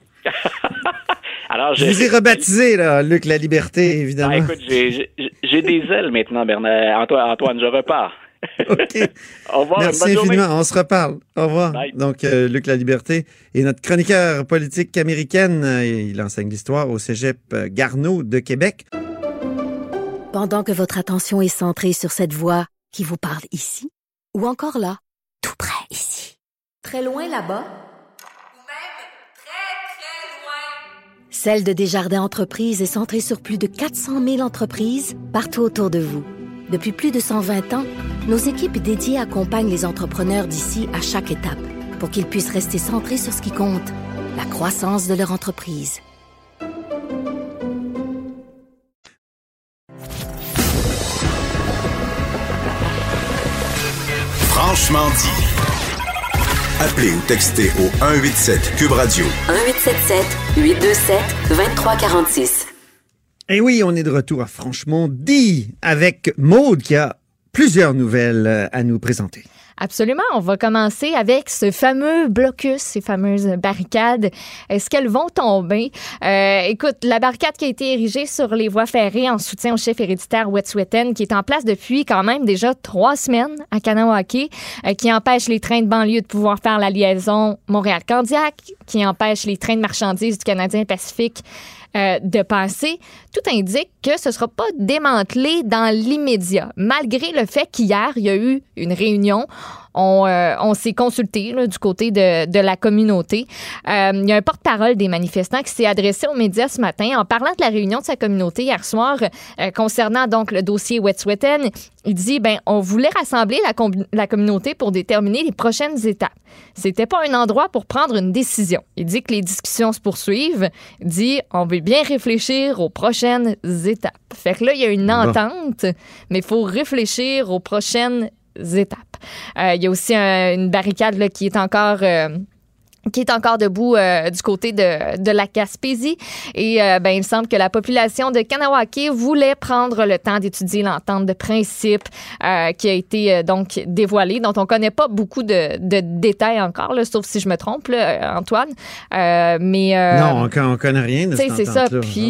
Alors, je, je vous ai rebaptisé, là, Luc La Liberté, évidemment. Ah, écoute, j'ai, j'ai, j'ai des ailes maintenant, Bernard. Antoine, Antoine je repars. OK. Au revoir. Merci infiniment. On se reparle. Au revoir. Bye. Donc, euh, Luc La Liberté est notre chroniqueur politique américaine. Il enseigne l'histoire au Cégep Garneau de Québec. Pendant que votre attention est centrée sur cette voix qui vous parle ici, ou encore là, tout près ici, très loin là-bas, ou même très, très loin. Celle de Desjardins Entreprises est centrée sur plus de quatre cent mille entreprises partout autour de vous. Depuis plus de cent vingt ans, nos équipes dédiées accompagnent les entrepreneurs d'ici à chaque étape pour qu'ils puissent rester centrés sur ce qui compte, la croissance de leur entreprise. Franchement dit. Appelez ou textez au un huit sept Cube Radio. un huit sept sept huit deux sept deux trois quatre six. Et oui, on est de retour à Franchement dit avec Maude qui a plusieurs nouvelles à nous présenter. Absolument. On va commencer avec ce fameux blocus, ces fameuses barricades. Est-ce qu'elles vont tomber? Euh, écoute, la barricade qui a été érigée sur les voies ferrées en soutien au chef héréditaire Wet'suwet'en, qui est en place depuis quand même déjà trois semaines à Kanawake, euh, qui empêche les trains de banlieue de pouvoir faire la liaison Montréal-Candiac, qui empêche les trains de marchandises du Canadien Pacifique Euh, de passer, tout indique que ce ne sera pas démantelé dans l'immédiat, malgré le fait qu'hier, il y a eu une réunion. On, euh, on s'est consulté là, du côté de, de la communauté. Euh, il y a un porte-parole des manifestants qui s'est adressé aux médias ce matin en parlant de la réunion de sa communauté hier soir euh, concernant donc le dossier Wet'suwet'en. Il dit, ben, on voulait rassembler la, com- la communauté pour déterminer les prochaines étapes. C'était pas un endroit pour prendre une décision. Il dit que les discussions se poursuivent. Il dit, on veut bien réfléchir aux prochaines étapes. Fait que là, il y a une entente, mais il faut réfléchir aux prochaines étapes. Euh, il y a aussi un, une barricade là, qui est encore... Euh, qui est encore debout euh, du côté de, de la Gaspésie. Et euh, ben, il semble que la population de Kanawake voulait prendre le temps d'étudier l'entente de principe euh, qui a été euh, donc dévoilée, dont on ne connaît pas beaucoup de, de détails encore, là, sauf si je me trompe, là, Antoine. Euh, mais, euh, non, on ne connaît rien de cette entente-là. C'est ça. Puis, ah, oui.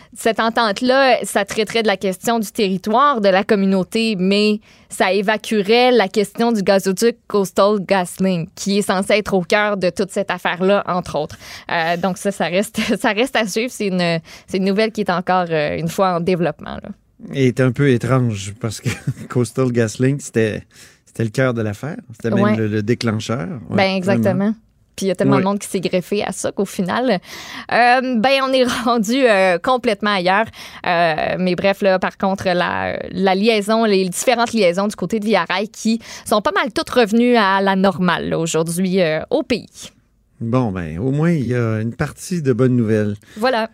cette entente-là, ça traiterait de la question du territoire, de la communauté, mais ça évacuerait la question du gazoduc Coastal GasLink, qui est censé être au cœur de toute cette affaire-là, entre autres. Euh, donc ça, ça reste, ça reste à suivre. C'est une, c'est une nouvelle qui est encore, euh, une fois, en développement, là. Et est un peu étrange, parce que Coastal GasLink, c'était, c'était le cœur de l'affaire. C'était même ouais. le, le déclencheur. Ouais, ben exactement. Vraiment. Puis il y a tellement oui. de monde qui s'est greffé à ça qu'au final, euh, ben on est rendu euh, complètement ailleurs. Euh, mais bref, là, par contre, la, la liaison, les différentes liaisons du côté de Via Rail qui sont pas mal toutes revenues à la normale là, aujourd'hui euh, au pays. Bon, ben au moins, il y a une partie de bonnes nouvelles. Voilà.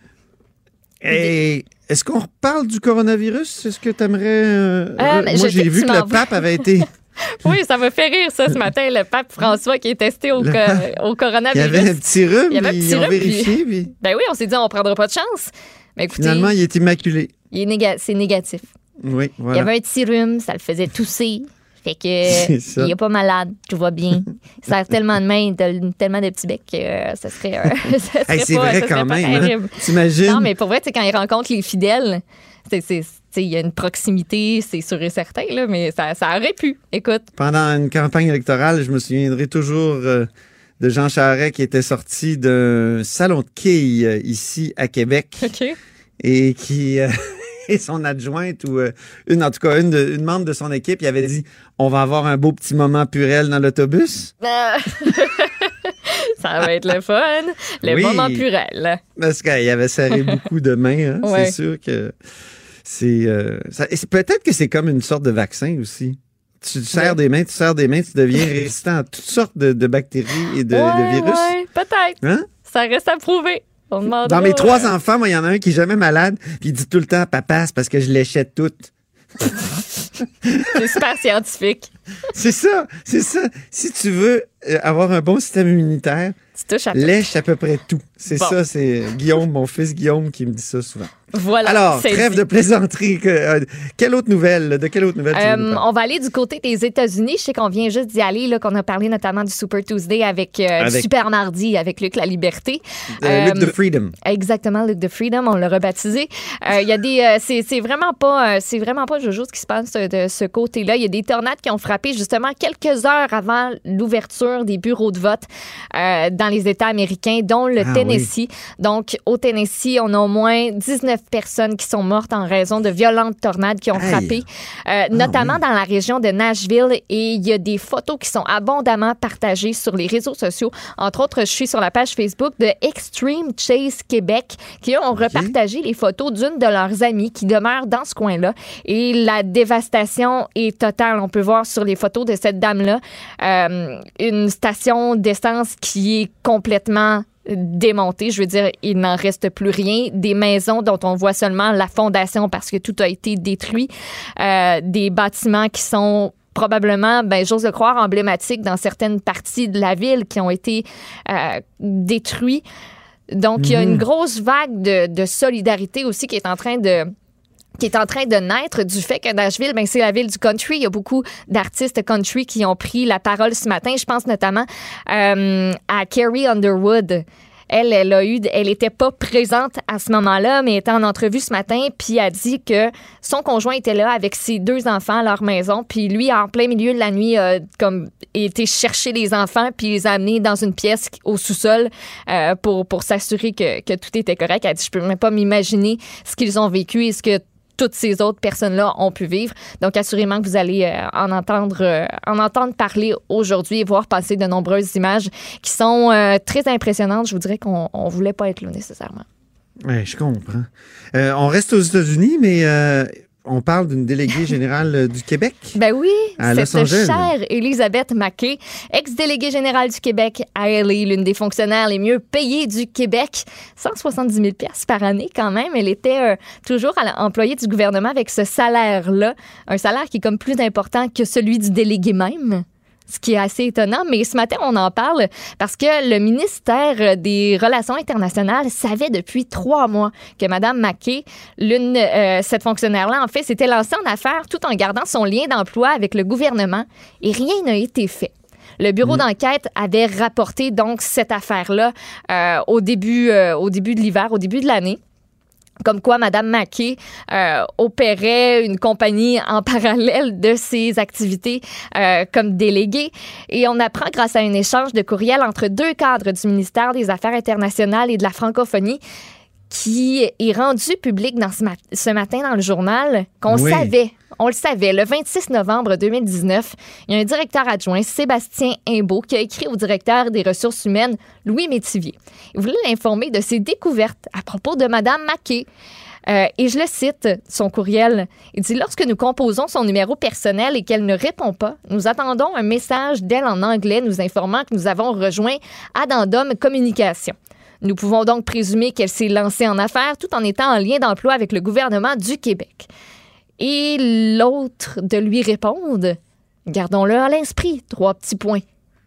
Et est-ce qu'on reparle du coronavirus? Est-ce que tu aimerais... Euh, euh, re... Moi, j'ai vu que le pape avait été... Oui, ça m'a fait rire, ça, ce matin, le pape François qui est testé au, co- au coronavirus. Il y avait un petit rhume, il y avait un petit ils ont rhume, vérifié. Puis... Puis... Ben oui, on s'est dit, on prendra pas de chance. Mais écoutez, finalement, il est immaculé. Il est néga- c'est négatif. Oui, voilà. Il y avait un petit rhume, ça le faisait tousser. Fait que il est pas malade, tout va bien. Il serre tellement de mains, de, tellement de petits becs que euh, ça serait, euh, ça serait hey, c'est pas, vrai ça quand serait même. pas terrible. Hein? T'imagines? Non, mais pour vrai, quand il rencontre les fidèles, c'est, c'est, il y a une proximité, c'est sûr et certain, là, mais ça, ça aurait pu. Écoute. Pendant une campagne électorale, je me souviendrai toujours euh, de Jean Charest qui était sorti d'un salon de quilles euh, ici à Québec. OK. Et qui... Euh, et son adjointe, ou euh, une, en tout cas, une, de, une membre de son équipe, il avait dit « On va avoir un beau petit moment Purel dans l'autobus. Euh... » Ça va être le fun. Le oui, moment Purel. Parce qu'il avait serré beaucoup de mains. Hein? Ouais. C'est sûr que c'est... Euh, ça, et c'est peut-être que c'est comme une sorte de vaccin aussi. Tu serres ouais. des mains, tu serres des mains, tu deviens résistant à toutes sortes de, de bactéries et de, ouais, de virus. Oui, peut-être. Hein? Ça reste à prouver. On demandera, dans mes ouais. trois enfants, moi, il y en a un qui est jamais malade, puis il dit tout le temps « Papa, c'est parce que je léchais toutes. » C'est super scientifique. C'est ça, c'est ça. Si tu veux avoir un bon système immunitaire, tu touches à tout. Lèche à peu près tout. C'est bon. ça, c'est Guillaume, mon fils Guillaume, qui me dit ça souvent. Voilà. Alors, trêve dit. de plaisanterie. Que, euh, quelle autre nouvelle? De quelle autre nouvelle euh, tu veux nous On va aller du côté des États-Unis. Je sais qu'on vient juste d'y aller, là, qu'on a parlé notamment du Super Tuesday avec, euh, avec... Super Mardi avec Luc La Liberté. Euh, euh, Luc de Freedom. Exactement, Luc de Freedom, on l'a rebaptisé. Il euh, y a des, euh, c'est, c'est vraiment pas, euh, c'est vraiment pas Jojo ce qui se passe de ce côté-là. Il y a des tornades qui ont frappé justement quelques heures avant l'ouverture des bureaux de vote euh, dans les États américains, dont le ah, Tennessee. Oui. Donc, au Tennessee, on a au moins dix-neuf personnes qui sont mortes en raison de violentes tornades qui ont hey. frappé, euh, ah, notamment oui. dans la région de Nashville. Et il y a des photos qui sont abondamment partagées sur les réseaux sociaux. Entre autres, je suis sur la page Facebook de Extreme Chase Québec qui ont okay. repartagé les photos d'une de leurs amies qui demeure dans ce coin-là. Et la dévastation est totale. On peut voir sur les photos de cette dame-là euh, une station d'essence qui est complètement démonté. Je veux dire, il n'en reste plus rien. Des maisons dont on voit seulement la fondation parce que tout a été détruit. Euh, des bâtiments qui sont probablement, ben, j'ose le croire, emblématiques dans certaines parties de la ville qui ont été euh, détruits. Donc, mmh. il y a une grosse vague de, de solidarité aussi qui est en train de qui est en train de naître du fait que Nashville, ben, c'est la ville du country. Il y a beaucoup d'artistes country qui ont pris la parole ce matin. Je pense notamment euh, à Carrie Underwood. Elle, elle a eu, elle était pas présente à ce moment-là, mais était en entrevue ce matin, puis a dit que son conjoint était là avec ses deux enfants à leur maison, puis lui, en plein milieu de la nuit, a comme été chercher les enfants, puis les a amenés dans une pièce au sous-sol euh, pour pour s'assurer que que tout était correct. Elle a dit, je peux même pas m'imaginer ce qu'ils ont vécu et ce que toutes ces autres personnes-là ont pu vivre. Donc, assurément que vous allez euh, en entendre euh, en entendre parler aujourd'hui et voir passer de nombreuses images qui sont euh, très impressionnantes. Je vous dirais qu'on ne voulait pas être là nécessairement. Oui, je comprends. Euh, on reste aux États-Unis, mais euh, on parle d'une déléguée générale du Québec. Ben oui, à cette chère Elisabeth Maquet, ex-déléguée générale du Québec à L A, l'une des fonctionnaires les mieux payées du Québec. cent soixante-dix mille dollars par année quand même. Elle était euh, toujours employée du gouvernement avec ce salaire-là. Un salaire qui est comme plus important que celui du délégué même. Ce qui est assez étonnant, mais ce matin, on en parle parce que le ministère des Relations internationales savait depuis trois mois que Mme Maquet, l'une, euh, cette fonctionnaire-là, en fait, s'était lancée en affaires tout en gardant son lien d'emploi avec le gouvernement et rien n'a été fait. Le bureau mmh. d'enquête avait rapporté donc cette affaire-là euh, au début, euh, au début de l'hiver, au début de l'année. comme quoi Mme Mackey euh, opérait une compagnie en parallèle de ses activités euh, comme déléguée. Et on apprend grâce à un échange de courriels entre deux cadres du ministère des Affaires internationales et de la francophonie qui est rendu public dans ce, mat- ce matin dans le journal, qu'on oui. savait, on le savait, le vingt-six novembre deux mille dix-neuf, il y a un directeur adjoint, Sébastien Imbeau, qui a écrit au directeur des ressources humaines, Louis Métivier. Il voulait l'informer de ses découvertes à propos de Mme Mackey. Euh, et je le cite, son courriel. Il dit « Lorsque nous composons son numéro personnel et qu'elle ne répond pas, nous attendons un message d'elle en anglais nous informant que nous avons rejoint Addendum Communication. Nous pouvons donc présumer qu'elle s'est lancée en affaires tout en étant en lien d'emploi avec le gouvernement du Québec. » Et l'autre de lui répondre « Gardons-le à l'esprit, trois petits points. »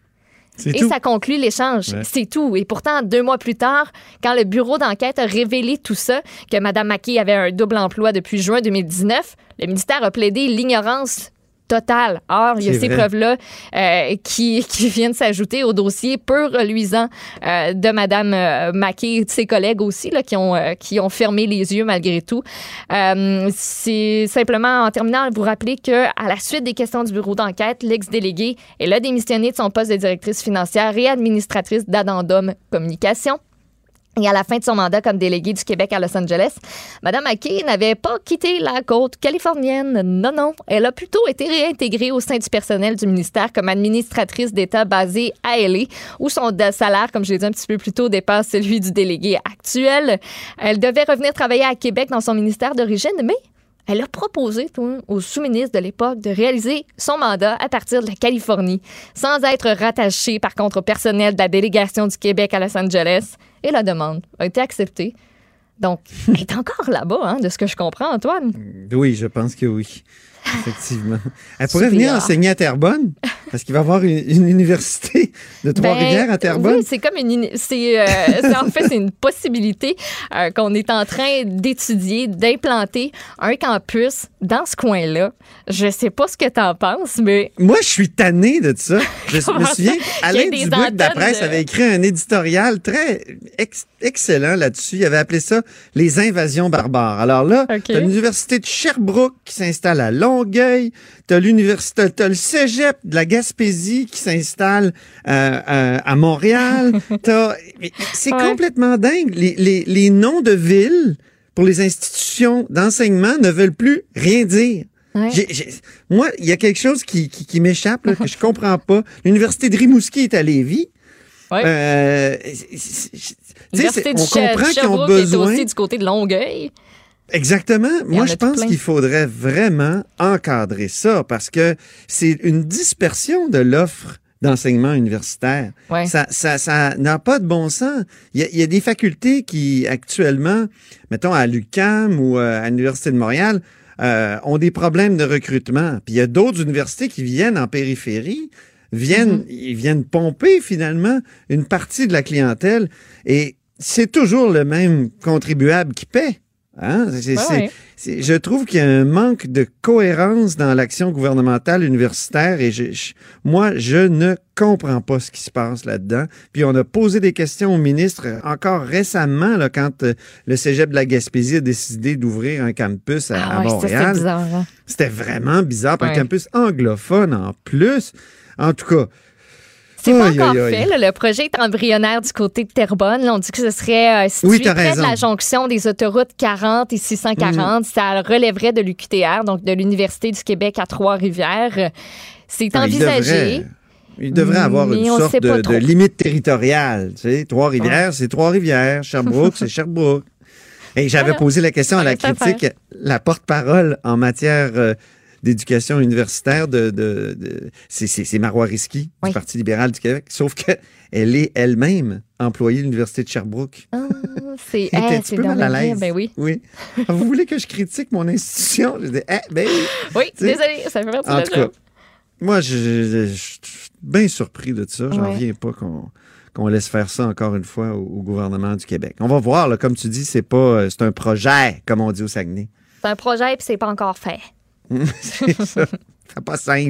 C'est Et tout. ça conclut l'échange. Ouais. C'est tout. Et pourtant, deux mois plus tard, quand le bureau d'enquête a révélé tout ça, que Mme Mackey avait un double emploi depuis juin deux mille dix-neuf, le ministère a plaidé l'ignorance totale. Or, il y a C'est ces vrai. preuves-là euh, qui, qui viennent s'ajouter au dossier peu reluisant euh, de Mme euh, Mackey et de ses collègues aussi, là, qui, ont, euh, qui ont fermé les yeux malgré tout. Euh, c'est simplement, en terminant, vous rappeler qu'à la suite des questions du bureau d'enquête, l'ex-déléguée, elle a démissionné de son poste de directrice financière et administratrice d'Addendum Communication. Et à la fin de son mandat comme déléguée du Québec à Los Angeles, Mme Mackey n'avait pas quitté la côte californienne. Non, non. Elle a plutôt été réintégrée au sein du personnel du ministère comme administratrice d'État basée à L A, où son salaire, comme je l'ai dit un petit peu plus tôt, dépasse celui du délégué actuel. Elle devait revenir travailler à Québec dans son ministère d'origine, mais elle a proposé tout, au sous-ministre de l'époque de réaliser son mandat à partir de la Californie, sans être rattachée par contre au personnel de la délégation du Québec à Los Angeles. Et la demande a été acceptée. Donc, elle est encore là-bas, hein, de ce que je comprends, Antoine. Oui, je pense que oui. Effectivement. Elle pourrait Super. venir enseigner à Terrebonne, parce qu'il va y avoir une, une université de Trois-Rivières Ben, à Terrebonne. Oui, c'est comme une... uni- C'est, euh, c'est- en fait, c'est une possibilité euh, qu'on est en train d'étudier, d'implanter un campus dans ce coin-là. Je sais pas ce que tu en penses, mais... Moi, je suis tanné de ça. Je me Comment ça? souviens, Il y a Alain des Dubuc de la antennes presse de- avait écrit un éditorial très ex- excellent là-dessus. Il avait appelé ça « Les invasions barbares ». Alors là, OK. t'as l'université de Sherbrooke qui s'installe à Longueuil, t'as l'université, t'as le cégep de la Gaspésie qui s'installe euh, euh, à Montréal. T'as, c'est Ouais. complètement dingue. Les, les, les noms de villes pour les institutions d'enseignement ne veulent plus rien dire. Ouais. J'ai- j'ai- moi, il y a quelque chose qui, qui, qui m'échappe, là, que je comprends pas. L'université de Rimouski est à Lévis. Ouais. Euh, c'est- c'est- c'est- tu sais, L'université c'est- du on comprend qu'ils ont Sherbrooke est besoin. aussi du côté de Longueuil. Exactement. Il y Moi, en a je tout pense plein. qu'il faudrait vraiment encadrer ça parce que c'est une dispersion de l'offre d'enseignement universitaire. Ouais. Ça, ça, ça n'a pas de bon sens. Il y a, il y a des facultés qui, actuellement, mettons à l'U Q A M ou euh, à l'Université de Montréal, euh, ont des problèmes de recrutement. Puis il y a d'autres universités qui viennent en périphérie, viennent, Mm-hmm. ils viennent pomper finalement une partie de la clientèle et c'est toujours le même contribuable qui paie. Hein? C'est, Ouais, c'est- ouais. c'est- je trouve qu'il y a un manque de cohérence dans l'action gouvernementale universitaire et je, je- moi, je ne comprends pas ce qui se passe là-dedans. Puis on a posé des questions au ministre encore récemment là, quand euh, le cégep de la Gaspésie a décidé d'ouvrir un campus à, Ah à ouais, c'était- c'était Montréal. bizarre, hein? C'était vraiment bizarre. puis Un Ouais. campus anglophone en plus. En tout cas, C'est pas aïe, encore aïe, aïe. fait. Là. Le projet est embryonnaire du côté de Terrebonne. Là, on dit que ce serait euh, situé Oui, t'as près raison. de la jonction des autoroutes quarante et six cent quarante. Mm. Ça relèverait de l'U Q T R, donc de l'Université du Québec à Trois-Rivières. C'est Enfin, il envisagé. devrait- Il devrait avoir Mais une on sorte sait pas de, trop. de limite territoriale. Tu sais, Trois-Rivières, c'est Trois-Rivières. Sherbrooke, c'est Sherbrooke. Et j'avais Voilà. posé la question à la Reste à critique, la porte-parole en matière euh, d'éducation universitaire de, de, de- c'est, c'est, c'est Marois Risky Oui. du Parti libéral du Québec, sauf que elle est elle-même employée de l'Université de Sherbrooke. Ah, c'est Elle était eh, un petit c'est peu dans mal à le vrai. l'aise. Ben oui. Oui. Alors, vous voulez que je critique mon institution? Je dis, eh, ben oui. Oui, Tu sais, désolé, ça fait partie En de tout la cas, job. moi, je, je- je suis bien surpris de ça. J'en Ouais. reviens pas qu'on, qu'on laisse faire ça encore une fois au, au gouvernement du Québec. On va voir, là, comme tu dis, c'est pas, euh, c'est un projet, comme on dit au Saguenay. C'est un projet puis c'est pas encore fait. c'est ça. C'est pas simple.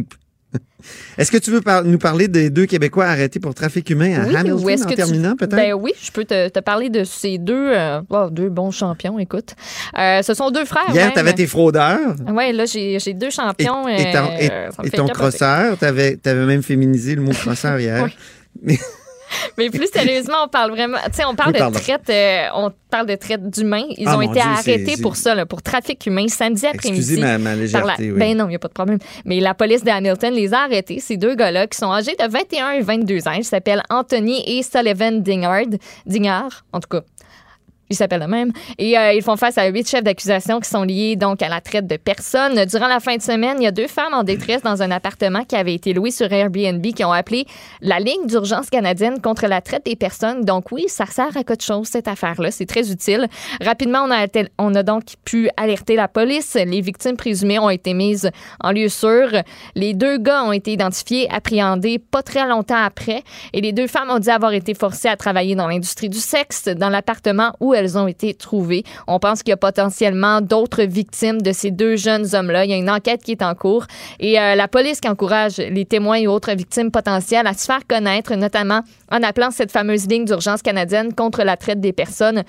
Est-ce que tu veux par- nous parler des deux Québécois arrêtés pour trafic humain à oui, Hamilton, ou est-ce en que terminant, tu... peut-être? Ben oui, je peux te, te parler de ces deux, euh, oh, deux bons champions, écoute. Euh, ce sont deux frères. Hier, tu avais tes fraudeurs. Oui, là, j'ai, j'ai deux champions. Et, et, ton, euh, et, ça me et fait ton capoter. crosseur, tu avais même féminisé le mot crosseur hier. Oui. Mais... Mais plus sérieusement, on parle vraiment, tu sais, on parle Oui, de pardon. traite, euh, on parle de traite d'humains. Ils Ah, ont mon été Dieu, arrêtés c'est- pour ça, là, pour trafic humain, samedi après-midi. Excusez ma, ma par légèreté, la- oui. Ben non, il n'y a pas de problème. Mais la police de Hamilton les a arrêtés, ces deux gars-là, qui sont âgés de vingt et un et vingt-deux ans. Ils s'appellent Anthony et Sullivan Dingard. Dingard, en tout cas. Ils s'appellent eux-mêmes. Et euh, ils font face à huit chefs d'accusation qui sont liés donc à la traite de personnes. Durant la fin de semaine, il y a deux femmes en détresse dans un appartement qui avait été loué sur Airbnb qui ont appelé la ligne d'urgence canadienne contre la traite des personnes. Donc oui, ça sert à quelque chose, cette affaire-là. C'est très utile. Rapidement, on a, on a donc pu alerter la police. Les victimes présumées ont été mises en lieu sûr. Les deux gars ont été identifiés, appréhendés pas très longtemps après. Et les deux femmes ont dit avoir été forcées à travailler dans l'industrie du sexe dans l'appartement où elles ont été trouvées. On pense qu'il y a potentiellement d'autres victimes de ces deux jeunes hommes-là. Il y a une enquête qui est en cours et euh, la police qui encourage les témoins et autres victimes potentielles à se faire connaître, notamment en appelant cette fameuse ligne d'urgence canadienne contre la traite des personnes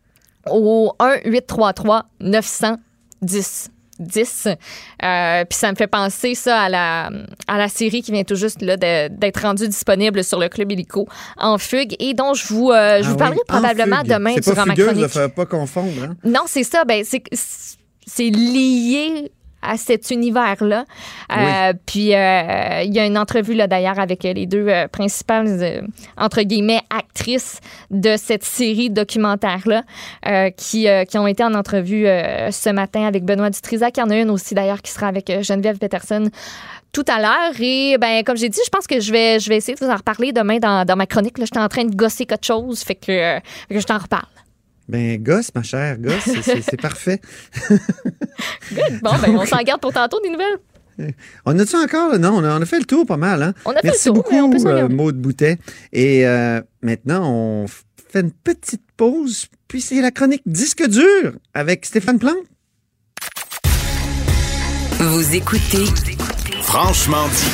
au un huit trois trois neuf un zéro dix. Euh, puis ça me fait penser ça à la, à la série qui vient tout juste là, de, d'être rendue disponible sur le Club Illico, En fugue, et dont je vous, euh, je Ah vous parlerai oui, probablement En fugue. demain C'est durant pas ma fugueuse, chronique. ne faut pas confondre. Hein? Non, c'est ça. Ben, c'est, c'est lié à cet univers-là. Euh, Oui. Puis, euh, il y a une entrevue, là, d'ailleurs, avec les deux euh, principales, euh, entre guillemets, actrices de cette série documentaire-là, euh, qui, euh, qui ont été en entrevue euh, ce matin avec Benoît Dutrisac. Il y en a une aussi, d'ailleurs, qui sera avec euh, Geneviève Peterson tout à l'heure. Et, ben, comme j'ai dit, je pense que je vais, je vais essayer de vous en reparler demain dans, dans ma chronique. Là, j'étais en train de gosser quelque chose, fait que, euh, fait que je t'en reparle. Ben, gosse, ma chère, gosse, c'est, c'est, c'est parfait. Good. Bon, ben, on s'en garde pour tantôt des nouvelles. On a-tu encore? Non, on a, on a fait le tour pas mal. Hein? On a fait Merci le tour, beaucoup, mais on peut s'en euh, garder. Maude Boutet. Et euh, maintenant, on f- fait une petite pause, puis c'est la chronique Disque dur avec Stéphane Plante. Vous écoutez Franchement dit.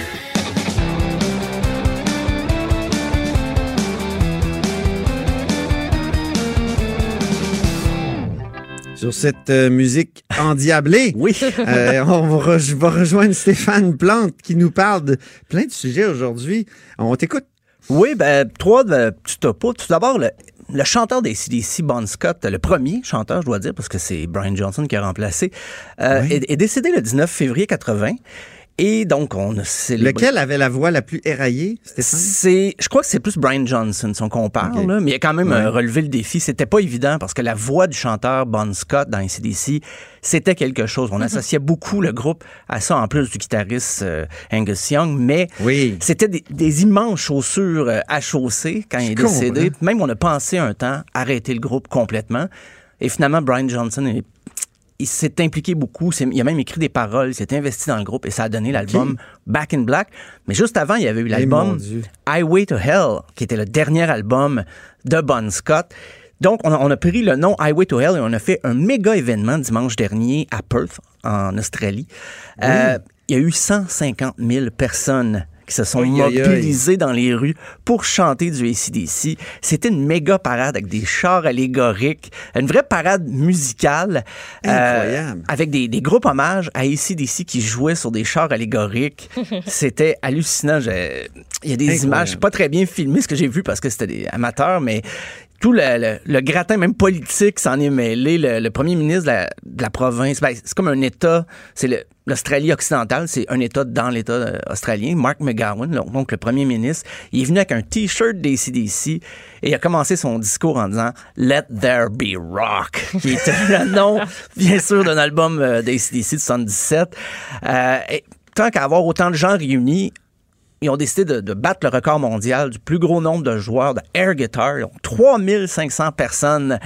Sur cette euh, musique endiablée, Oui. euh, on va, re- va rejoindre Stéphane Plante qui nous parle de plein de sujets aujourd'hui. On t'écoute. Oui, ben, trois de petits topos. Tout d'abord, le, le chanteur des A C D C, Bon Scott, le premier chanteur, je dois dire, parce que c'est Brian Johnson qui a remplacé, euh, Oui. est, est décédé le dix-neuf février quatre-vingts. Et donc, on a célébré... Lequel avait la voix la plus éraillée, Stéphane? C'est, je crois que c'est plus Brian Johnson, si on compare, Ok. là, mais il a quand même Ouais. euh, relevé le défi. C'était pas évident parce que la voix du chanteur Bon Scott dans A C D C, c'était quelque chose. On associait beaucoup le groupe à ça, en plus du guitariste euh, Angus Young, mais Oui. c'était des, des immenses chaussures euh, à chausser quand il est Je décédé. comprends. Même on a pensé un temps arrêter le groupe complètement. Et finalement, Brian Johnson est il s'est impliqué beaucoup. C'est- Il a même écrit des paroles. Il s'est investi dans le groupe et ça a donné l'album Back in Black. Mais juste avant, il y avait eu mon l'album Dieu. Highway to Hell, qui était le dernier album de Bon Scott. Donc, on a, on a pris le nom Highway to Hell et on a fait un méga événement dimanche dernier à Perth, en Australie. Euh, il y a eu cent cinquante mille personnes qui se sont Aïe, aïe, aïe. mobilisées dans les rues pour chanter du A C D C. C'était une méga parade avec des chars allégoriques, une vraie parade musicale. euh, Incroyable. avec des, des groupes hommages à A C D C qui jouaient sur des chars allégoriques. C'était hallucinant. J'ai- Il y a des Incroyable. images pas très bien filmées, ce que j'ai vu parce que c'était des amateurs, mais tout le, le, le gratin, même politique, s'en est mêlé. Le, le premier ministre de la, de la province, ben, c'est comme un État, c'est le- l'Australie occidentale, c'est un État dans l'État euh, australien. Mark McGowan, là, donc le premier ministre, il est venu avec un T-shirt d'A C D C et il a commencé son discours en disant « Let there be rock », qui était le nom, bien sûr, d'un album euh, d'A C D C de soixante-dix-sept. Euh, et tant qu'à avoir autant de gens réunis, ils ont décidé de, de battre le record mondial du plus gros nombre de joueurs de air guitar. trois mille cinq cents personnes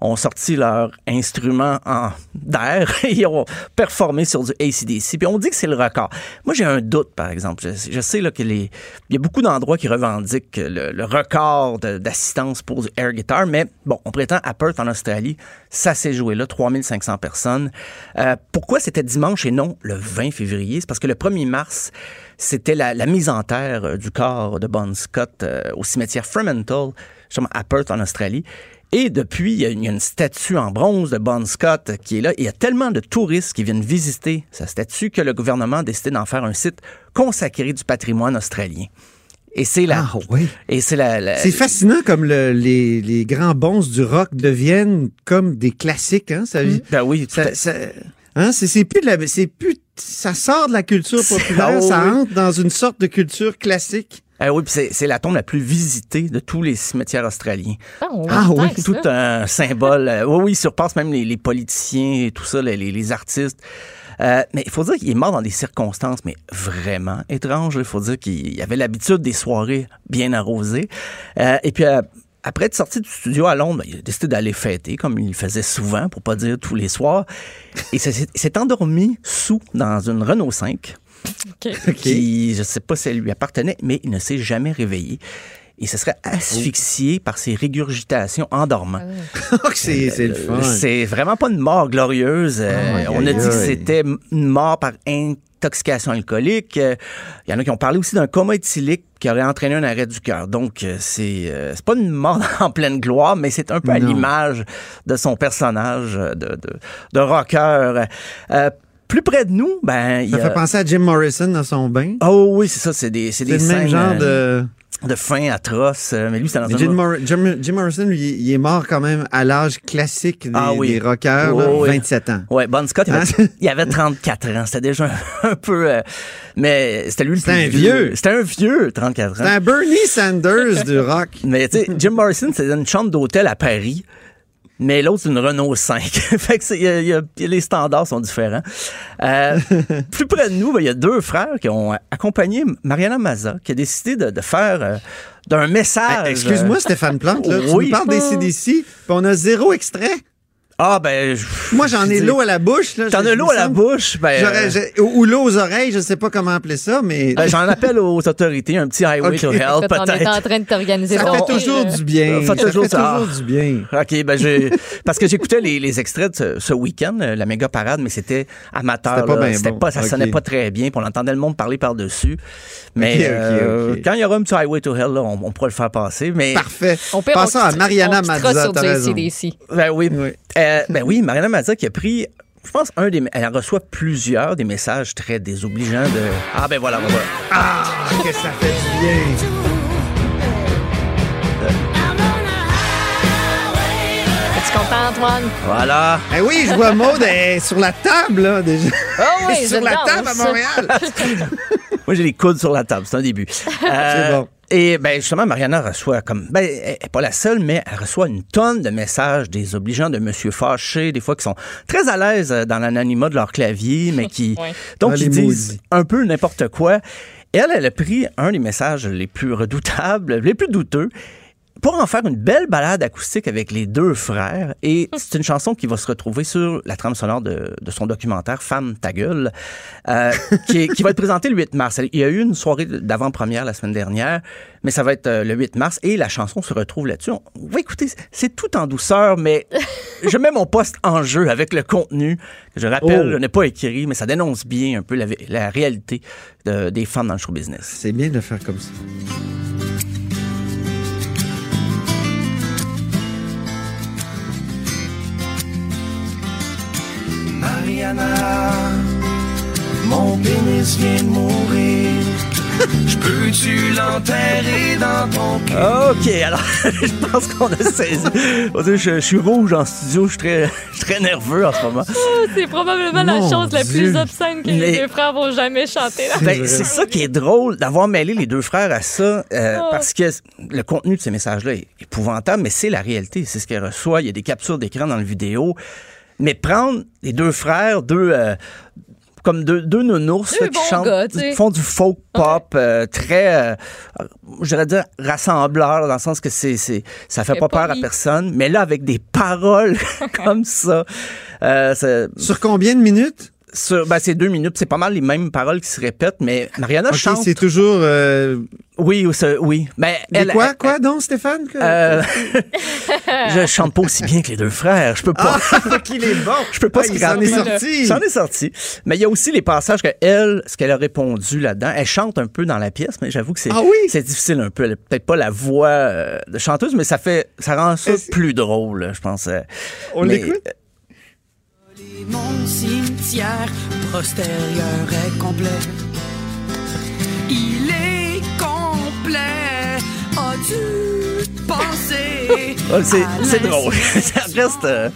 ont sorti leur instrument en d'air et ils ont performé sur du A C D C. Puis on dit que c'est le record. Moi, j'ai un doute, par exemple. Je, je sais là, que les, il y a beaucoup d'endroits qui revendiquent le, le record de, d'assistance pour du air guitar, mais bon, on prétend à Perth, en Australie, ça s'est joué là, trois mille cinq cents personnes. Euh, pourquoi c'était dimanche et non le vingt février? C'est parce que le premier mars, c'était la, la mise en terre euh, du corps de Bon Scott euh, au cimetière Fremantle, justement à Perth, en Australie. Et depuis, il y, a, il y a une statue en bronze de Bon Scott qui est là. Et il y a tellement de touristes qui viennent visiter sa statue que le gouvernement a décidé d'en faire un site consacré du patrimoine australien. Et c'est la. Ah oui. Et c'est la. la c'est fascinant comme le, les, les grands bons du rock deviennent comme des classiques, hein. Ça, ben oui. Ça, ça, hein, c'est, c'est plus de la, c'est plus, ça sort de la culture populaire, oh, ça oui. entre dans une sorte de culture classique. Ah oui, puis c'est, c'est la tombe la plus visitée de tous les cimetières australiens. Oh, ah oui, tout un symbole. Oui, oui, il surpasse même les, les politiciens et tout ça, les, les artistes. Euh, mais il faut dire qu'il est mort dans des circonstances, mais vraiment étranges. Il faut dire qu'il avait l'habitude des soirées bien arrosées. Euh, et puis, euh, après être sorti du studio à Londres, il a décidé d'aller fêter, comme il le faisait souvent, pour pas dire tous les soirs. Et il s'est, il s'est endormi sous dans une Renault cinq. Okay. Qui, je ne sais pas si elle lui appartenait, mais il ne s'est jamais réveillé. Il se serait asphyxié par ses régurgitations en dormant. Oh, c'est, c'est le fun. C'est vraiment pas une mort glorieuse. Oh, on a dit que c'était une mort par intoxication alcoolique. Il y en a qui ont parlé aussi d'un coma éthylique qui aurait entraîné un arrêt du cœur. Donc, c'est, c'est pas une mort en pleine gloire, mais c'est un peu non. à l'image de son personnage de, de, de rocker. Euh, Plus près de nous, ben... Ça il y a... fait penser à Jim Morrison dans son bain. Oh oui, c'est ça, c'est des, c'est, c'est des le même scènes... genre de... de fin atroce. Mais lui, c'est dans mais un... Jim, Mor- Jim, Jim Morrison, lui, il est mort quand même à l'âge classique des, ah, oui. des rockers, oh, là, oui. vingt-sept ans. Ouais, Bon Scott, il avait, hein? il avait trente-quatre ans. C'était déjà un, un peu... Euh, mais c'était lui le c'était plus un vieux. C'était un vieux, trente-quatre ans. C'était un Bernie Sanders du rock. Mais tu sais, Jim Morrison, c'est une chambre d'hôtel à Paris. Mais l'autre, c'est une Renault cinq. Fait que c'est, y a, y a, les standards sont différents. Euh, plus près de nous, il ben, y a deux frères qui ont accompagné Mariana Mazza, qui a décidé de, de faire euh, d'un message. Hey, excuse-moi, Stéphane Plante, là, oui. tu nous parles d'A C D C, puis on a zéro extrait. Ah, ben... Je, Moi, j'en ai l'eau à la bouche. Là, T'en as l'eau à la bouche? Ben, euh... j'ai, ou, ou l'eau aux oreilles, je sais pas comment appeler ça, mais... Ben, j'en appelle aux autorités, un petit highway okay. to hell, Écoute, peut-être. On est en train de t'organiser. Ça fait toujours du bien. Ça fait ça toujours, fait ça. toujours du bien. OK, ben j'ai... Parce que j'écoutais les, les extraits de ce, ce week-end, la méga parade, mais c'était amateur. C'était pas là. bien C'était bon. pas, ça okay. sonnait pas très bien, puis on entendait le monde parler par-dessus. Mais okay, euh, okay. quand il y aura un petit highway to hell, là, on, on pourra le faire passer. Mais... Parfait. On peut Passons à Mariana Mazza, t'as raison. Ben oui. oui. Euh, ben oui, Mariana Mazza qui a pris... Je pense un des, elle reçoit plusieurs des messages très désobligeants de ah ben voilà, voilà. Ah que ça fait du bien. Es-tu content, Antoine? Voilà. Eh oui, je vois Maud est sur la table là déjà. Oh oui, sur la table à Montréal. Moi j'ai les coudes sur la table, c'est un début. Euh, c'est bon. Et ben justement, Mariana reçoit comme... Ben, elle n'est pas la seule, mais elle reçoit une tonne de messages désobligeants de monsieur fâché, des fois qui sont très à l'aise dans l'anonymat de leur clavier, mais qui... ouais. Donc, ah, ils disent maudits. Un peu n'importe quoi. Et elle, elle a pris un des messages les plus redoutables, les plus douteux, pour en faire une belle balade acoustique avec les deux frères. Et c'est une chanson qui va se retrouver sur la trame sonore de, de son documentaire « Femme, ta gueule euh, », qui, qui va être présenté le huit mars. Il y a eu une soirée d'avant-première la semaine dernière, mais ça va être le huit mars et la chanson se retrouve là-dessus. On va écouter, c'est tout en douceur, mais je mets mon poste en jeu avec le contenu que je rappelle, oh. je n'ai pas écrit, mais ça dénonce bien un peu la, la réalité de, des femmes dans le show business. C'est bien de le faire comme ça. Mariana, mon pénis vient de mourir. Je peux-tu l'enterrer dans ton cœur? OK, alors, je pense qu'on a saisi. Je, je suis rouge en studio, je suis très, je suis très nerveux en ce moment. Oh, c'est probablement la Mon chose la Dieu. plus obscène que Mais... les deux frères vont jamais chanter. Là. Ben, c'est ça qui est drôle, d'avoir mêlé les deux frères à ça, euh, oh. parce que le contenu de ces messages-là est épouvantable, mais c'est la réalité, c'est ce qu'elle reçoit. Il y a des captures d'écran dans le vidéo. Mais prendre les deux frères, deux... Euh, comme deux, deux nounours Deux là, qui bons chantent, gars, tu sais. qui font du folk pop euh, très, euh, je dirais dire, rassembleur, dans le sens que c'est, c'est ça fait C'est pas peur poli. à personne, mais là, avec des paroles comme ça. Euh, c'est- Sur combien de minutes? Sur, ben, c'est deux minutes. C'est pas mal les mêmes paroles qui se répètent, mais Mariana Ok, chante. c'est toujours... euh, Oui, c'est- oui. Ben, des elle, quoi, elle- quoi donc, Stéphane? Que- Euh, je chante pas aussi bien que les deux frères. Je peux pas. Ah, qu'il est bon! Je peux pas Ah, il s'en scraper. est sorti. J'en ai sorti. Mais il y a aussi les passages que elle, ce qu'elle a répondu là-dedans. Elle chante un peu dans la pièce, mais j'avoue que c'est, Ah oui? c'est difficile un peu. Elle a peut-être pas la voix euh, de chanteuse, mais ça fait, ça rend ça plus drôle, je pense. euh. On Mais- l'écoute? Mon cimetière postérieur est complet. Il est complet. As-tu pensé? Oh, c'est, à c'est drôle. l'insurrection? Ça reste. euh,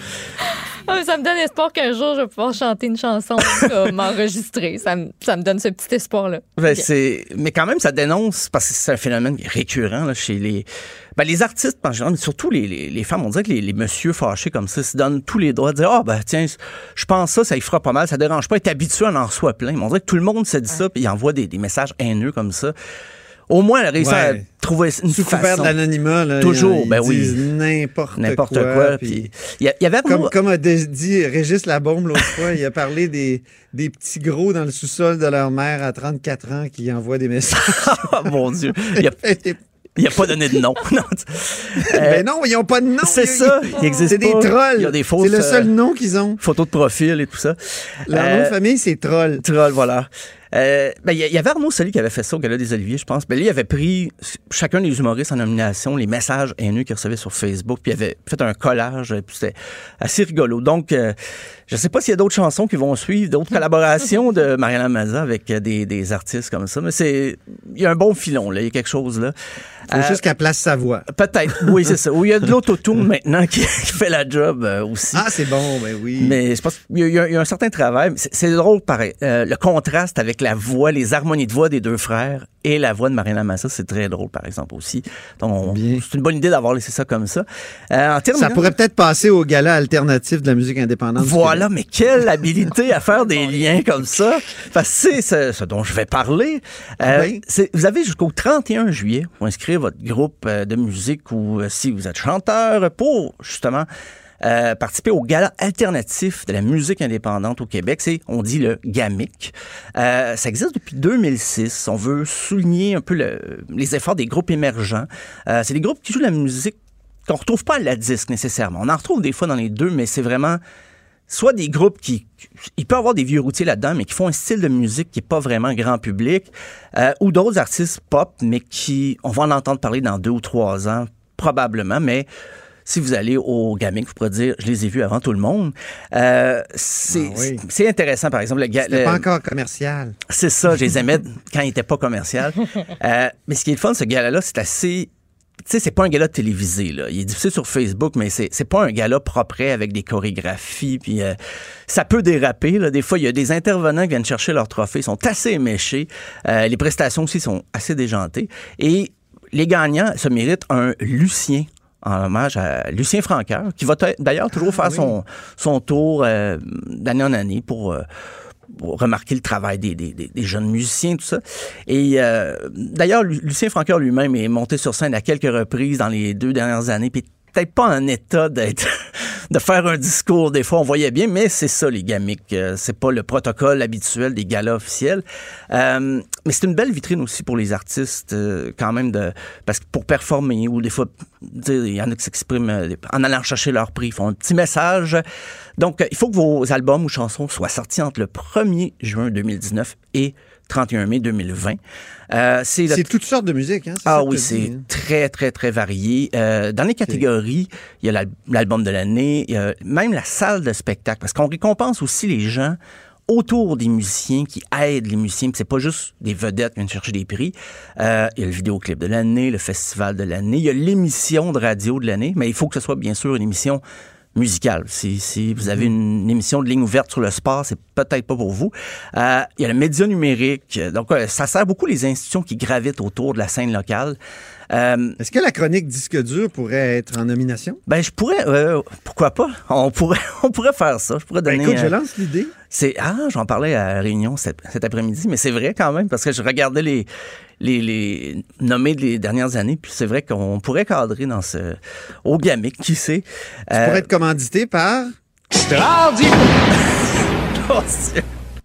Ah, ça me donne espoir qu'un jour, je vais pouvoir chanter une chanson, euh, m'enregistrer. Ça me, ça me donne ce petit espoir-là. Ben, Ok. c'est, mais quand même, ça dénonce, parce que c'est un phénomène récurrent là, chez les, ben, les artistes en général, mais surtout les, les, les femmes. On dirait que les, les messieurs fâchés comme ça se donnent tous les droits de dire « Ah, ben tiens, je pense ça, ça y fera pas mal, ça dérange pas, être habitué à en reçoit plein. » Mais on dirait que tout le monde se dit ça, puis il envoie des, des messages haineux comme ça. Au moins, elle a réussi Ouais. à trouver une Sous couvert façon. de l'anonymat, là, Toujours, ils, ben ils oui. disent n'importe, N'importe quoi. quoi, puis- puis il y, a- il y avait Comme, Arnaud- comme a dé- dit Régis Labaume l'autre fois, il a parlé des, des petits gros dans le sous-sol de leur mère à trente-quatre ans qui envoient des messages. Oh mon Dieu. Il a, il a pas donné de nom. Non, Ben non, ils n'ont pas de nom. C'est Ils- ça, il existe C'est des pas. trolls. Il y a des fausses, C'est le seul euh, nom qu'ils ont. Photos de profil et tout ça. Leur Euh, nom de famille, c'est Troll. Troll, voilà. Euh, ben, il y, y avait Arnaud Soli qui avait fait ça au Gala des Oliviers, je pense. Ben, lui, il avait pris chacun des humoristes en nomination, les messages haineux qu'il recevait sur Facebook, puis il avait fait un collage, puis c'était assez rigolo. Donc, euh, je sais pas s'il y a d'autres chansons qui vont suivre, d'autres collaborations de Mariana Mazza avec euh, des, des artistes comme ça, mais c'est, il y a un bon filon, là, il y a quelque chose, là. Faut juste qu'elle place sa voix. Peut-être, oui, c'est ça. Ou il y a de l'autotune maintenant qui, qui fait la job euh, aussi. Ah, c'est bon, ben oui. Mais je pense qu'il y, a- il y a- il y a un certain travail. C'est, c'est drôle, pareil. Euh, le contraste avec la voix, les harmonies de voix des deux frères et la voix de Mariana Mazza, c'est très drôle, par exemple, aussi. Donc, on- c'est une bonne idée d'avoir laissé ça comme ça. Euh, en terminant- Ça pourrait peut-être passer au gala alternatif de la musique indépendante. du Voilà, Québec. mais quelle habilité à faire des liens comme ça. Parce que c'est ce, ce dont je vais parler. Euh, Oui. c'est- vous avez jusqu'au trente et un juillet pour inscrire votre groupe euh, de musique ou euh, si vous êtes chanteur pour justement euh, participer au gala alternatif de la musique indépendante au Québec. C'est, on dit, le GAMIC. Euh, ça existe depuis deux mille six. On veut souligner un peu le- les efforts des groupes émergents. Euh, c'est des groupes qui jouent de la musique qu'on retrouve pas à la disque nécessairement. On en retrouve des fois dans les deux, mais c'est vraiment soit des groupes qui... Il peut y avoir des vieux routiers là-dedans, mais qui font un style de musique qui n'est pas vraiment grand public, euh, ou d'autres artistes pop, mais qui... On va en entendre parler dans deux ou trois ans, probablement, mais... Si vous allez au GAMIC, vous pourrez dire, je les ai vus avant tout le monde. Euh, c'est, Ah oui. c'est intéressant, par exemple. Le, ga- C'était le- pas encore commercial. C'est ça, je les aimais quand il n'était pas commercial. Euh, mais ce qui est le fun, ce gala-là, c'est assez... Tu sais, c'est pas un gala télévisé, là. Il est diffusé sur Facebook, mais c'est, c'est pas un gala propre avec des chorégraphies. Puis euh, ça peut déraper, là. Des fois, il y a des intervenants qui viennent chercher leur trophée, ils sont assez éméchés. Euh, les prestations aussi sont assez déjantées. Et les gagnants se méritent un Lucien, en hommage à Lucien Francoeur, qui va t- d'ailleurs toujours faire Ah oui. son, son tour euh, d'année en année pour... euh, pour remarquer le travail des, des, des, des jeunes musiciens, tout ça. Et euh, d'ailleurs, Lu- Lucien Francoeur lui-même est monté sur scène à quelques reprises dans les deux dernières années, puis peut-être pas en état d'être de faire un discours. Des fois, on voyait bien, mais c'est ça, les gamiques. Euh, c'est pas le protocole habituel des galas officiels. Euh, mais c'est une belle vitrine aussi pour les artistes, euh, quand même, de parce que pour performer, ou des fois, tu sais, il y en a qui s'expriment euh, en allant chercher leur prix, ils font un petit message. Donc, euh, il faut que vos albums ou chansons soient sortis entre le premier juin deux mille dix-neuf et trente et un mai deux mille vingt. Euh, c'est le- C'est toutes sortes de musique, hein? c'est ah ça que oui, t'as c'est dit, hein? très, très, très varié. Euh, dans les catégories, il y a l'al- l'album de l'année, il y a même la salle de spectacle, parce qu'on récompense aussi les gens autour des musiciens qui aident les musiciens. Puis c'est pas juste des vedettes qui viennent chercher des prix. Euh, il y a le vidéoclip de l'année, le festival de l'année, il y a l'émission de radio de l'année, mais il faut que ce soit bien sûr une émission musicale. Si, si vous avez une, une émission de ligne ouverte sur le sport, c'est peut-être pas pour vous. Euh, il y a le média numérique. Donc, euh, ça sert beaucoup les institutions qui gravitent autour de la scène locale. Euh, Est-ce que la chronique disque dur pourrait être en nomination? Ben, je pourrais, euh, pourquoi pas? On pourrait, on pourrait faire ça. Je pourrais donner. Ben, écoute, je euh, lance l'idée. C'est, ah, j'en parlais à la réunion cet, cet après-midi, mais c'est vrai quand même, parce que je regardais les, les, les nommés des dernières années, puis c'est vrai qu'on pourrait cadrer dans ce, au Gamic, qui sait. Tu euh, pourrais être commandité par... Radio! Oh, c'est...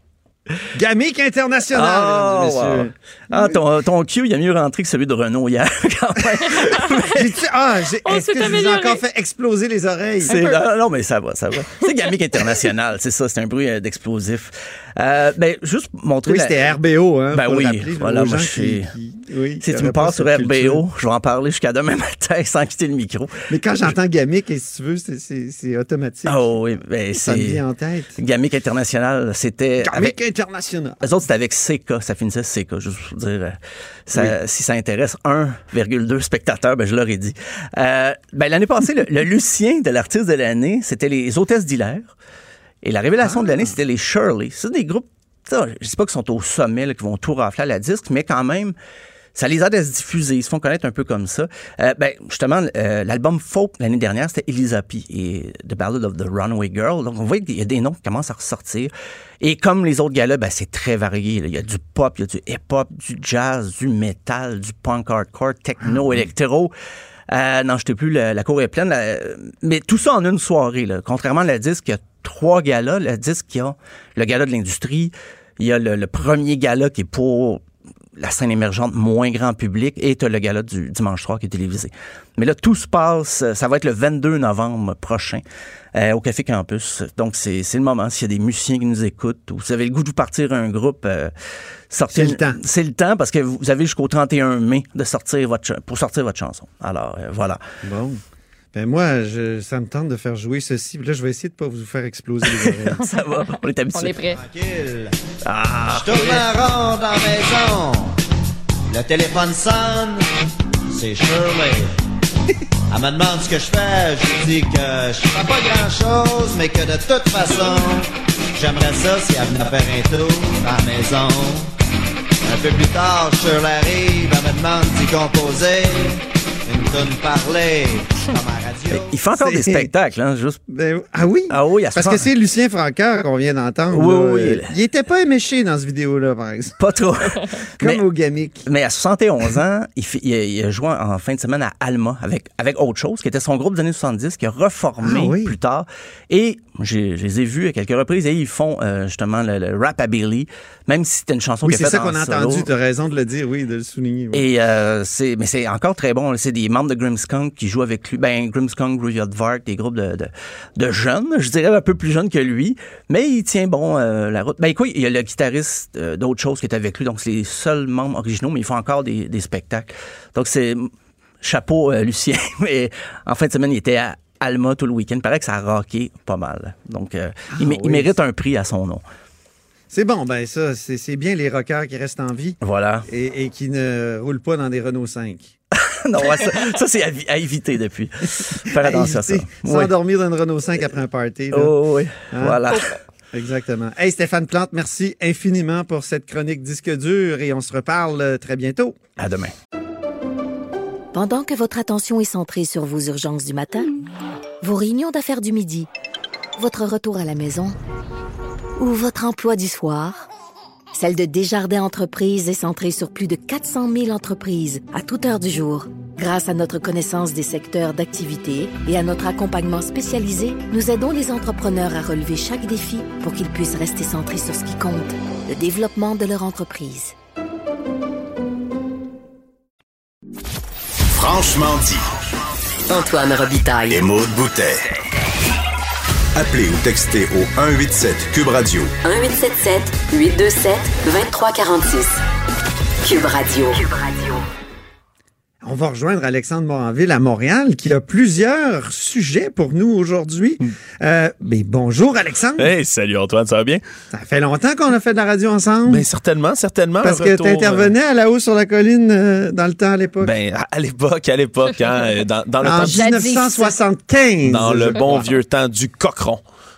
Gamic International, oh, mesdames et messieurs. Wow. Ah, ton, ton Q, il a mieux rentré que celui de Renault hier, quand même. J'ai-tu, ah, j'ai, est-ce que je vous ai encore fait exploser les oreilles? C'est, non, non, mais ça va, ça va. C'est Gamic International, c'est ça, c'est un bruit euh, d'explosif. Euh, ben, juste montrer... Oui, la... c'était R B O, hein. Ben oui, rappeler, voilà, moi, je suis... Oui, si tu me passes sur R B O, je vais en parler jusqu'à demain matin sans quitter le micro. Mais quand j'entends Gamic, si tu veux, c'est, c'est, c'est automatique. Ah oh, oui, ben ça c'est... me vient en tête. Gamic International, c'était... Gamic avec... International. Eux autres, c'était avec C K, ça finissait C K, juste pour dire... Ça, oui. Si ça intéresse un virgule deux spectateurs, ben je leur ai dit. Euh, ben l'année passée, le, le Lucien de l'artiste de l'année, c'était les Hôtesses d'Hilaire. Et la révélation ah. de l'année, c'était les Shirley. C'est des groupes, ça, je sais pas qu'ils sont au sommet, là, qui vont tout rafler à la disque, mais quand même, ça les aide à se diffuser. Ils se font connaître un peu comme ça. Euh, ben, justement, euh, l'album folk l'année dernière, c'était Elisa P. et The Ballad of the Runaway Girl. Donc, on voit qu'il y a des noms qui commencent à ressortir. Et comme les autres gars-là, ben, c'est très varié. Là. Il y a du pop, il y a du hip-hop, du jazz, du metal, du punk hardcore, techno, ah, électro. Euh, non, je t'ai plus, la, la cour est pleine. Là. Mais tout ça en une soirée. Là. Contrairement à la disque, il y a trois galas. La disque, il y a le gala de l'industrie. Il y a le, le premier gala qui est pour la scène émergente moins grand public, et t'as le gala du dimanche soir qui est télévisé. Mais là, tout se passe, ça va être le vingt-deux novembre prochain euh, au Café Campus. Donc, c'est, c'est le moment. S'il y a des musiciens qui nous écoutent ou vous avez le goût de vous partir un groupe, euh, sortez, c'est le temps. C'est le temps parce que vous avez jusqu'au trente et un mai de sortir votre, pour sortir votre chanson. Alors, euh, voilà. Bon. Ben moi, je, ça me tente de faire jouer ceci. Là, je vais essayer de pas vous faire exploser les oreilles. Ça va, on est habitué. On est prêt. Tranquille. Ah, je tourne ma ronde dans la maison. Le téléphone sonne. C'est Shirley. Elle me demande ce que je fais. Je lui dis que je fais pas grand-chose, mais que de toute façon, j'aimerais ça si elle venait faire un tour à la maison. Un peu plus tard, Shirley arrive. Elle me demande d'y composer. Une toune parler dans ma radio. Il fait encore c'est... des spectacles, hein, juste. Ben, ah oui? Ah oui, parce que c'est Lucien Francoeur qu'on vient d'entendre. Oui, là. oui. Il était pas éméché dans cette vidéo-là, par exemple. Pas trop. Comme mais, au Gamic. Mais à soixante et onze ans, il, fait, il, a, il a joué en fin de semaine à Alma avec, avec Autre Chose, qui était son groupe des années soixante-dix, qui a reformé ah, oui. plus tard. Et j'ai, je les ai vus à quelques reprises, et ils font euh, justement le, le Rap-A-Billy, même si c'était une chanson oui, qui a fait c'est ça qu'on a solo. entendu, tu as raison de le dire, oui, de le souligner. Oui. Et euh, c'est, mais c'est encore très bon. C'est des membres de Grimmskunk qui jouent avec lui. Ben, Grimmskunk, Graveyard Vark, des groupes de, de, de jeunes, je dirais un peu plus jeunes que lui, mais il tient bon euh, la route. Ben écoute, il y a le guitariste euh, d'Autre Chose qui est avec lui, donc c'est les seuls membres originaux, mais ils font encore des, des spectacles. Donc c'est chapeau euh, Lucien, mais en fin de semaine, il était à Alma tout le week-end. Il paraît que ça a rocké pas mal. Donc euh, ah, il, oui, il mérite un prix à son nom. C'est bon, ben ça, c'est, c'est bien les rockers qui restent en vie. Voilà. Et, et qui ne roulent pas dans des Renault cinq. Non, ça, ça c'est à, à éviter depuis. Faire attention à, à ça. S'endormir oui. dans une Renault cinq après un party. Là. Oh oui, hein? Voilà. Exactement. Hey Stéphane Plante, merci infiniment pour cette chronique disque dur et on se reparle très bientôt. À demain. Pendant que votre attention est centrée sur vos urgences du matin, vos réunions d'affaires du midi, votre retour à la maison ou votre emploi du soir, celle de Desjardins Entreprises est centrée sur plus de quatre cent mille entreprises à toute heure du jour. Grâce à notre connaissance des secteurs d'activité et à notre accompagnement spécialisé, nous aidons les entrepreneurs à relever chaque défi pour qu'ils puissent rester centrés sur ce qui compte, le développement de leur entreprise. Franchement dit. Antoine Robitaille et Maude Boutet. Appelez ou textez au un huit sept Cube Radio. un huit sept sept huit deux sept deux trois quatre six. Cube Radio. Cube Radio. On va rejoindre Alexandre Moranville à Montréal qui a plusieurs sujets pour nous aujourd'hui. Euh, mais bonjour Alexandre. Hey, salut Antoine, ça va bien? Ça fait longtemps qu'on a fait de la radio ensemble. Ben certainement, certainement. Parce que tu intervenais à La Haut sur la colline euh, dans le temps à l'époque. Ben à l'époque, à l'époque, hein, dans, dans le en temps dix-neuf cent soixante-quinze. Dans le bon crois. vieux temps du cochon.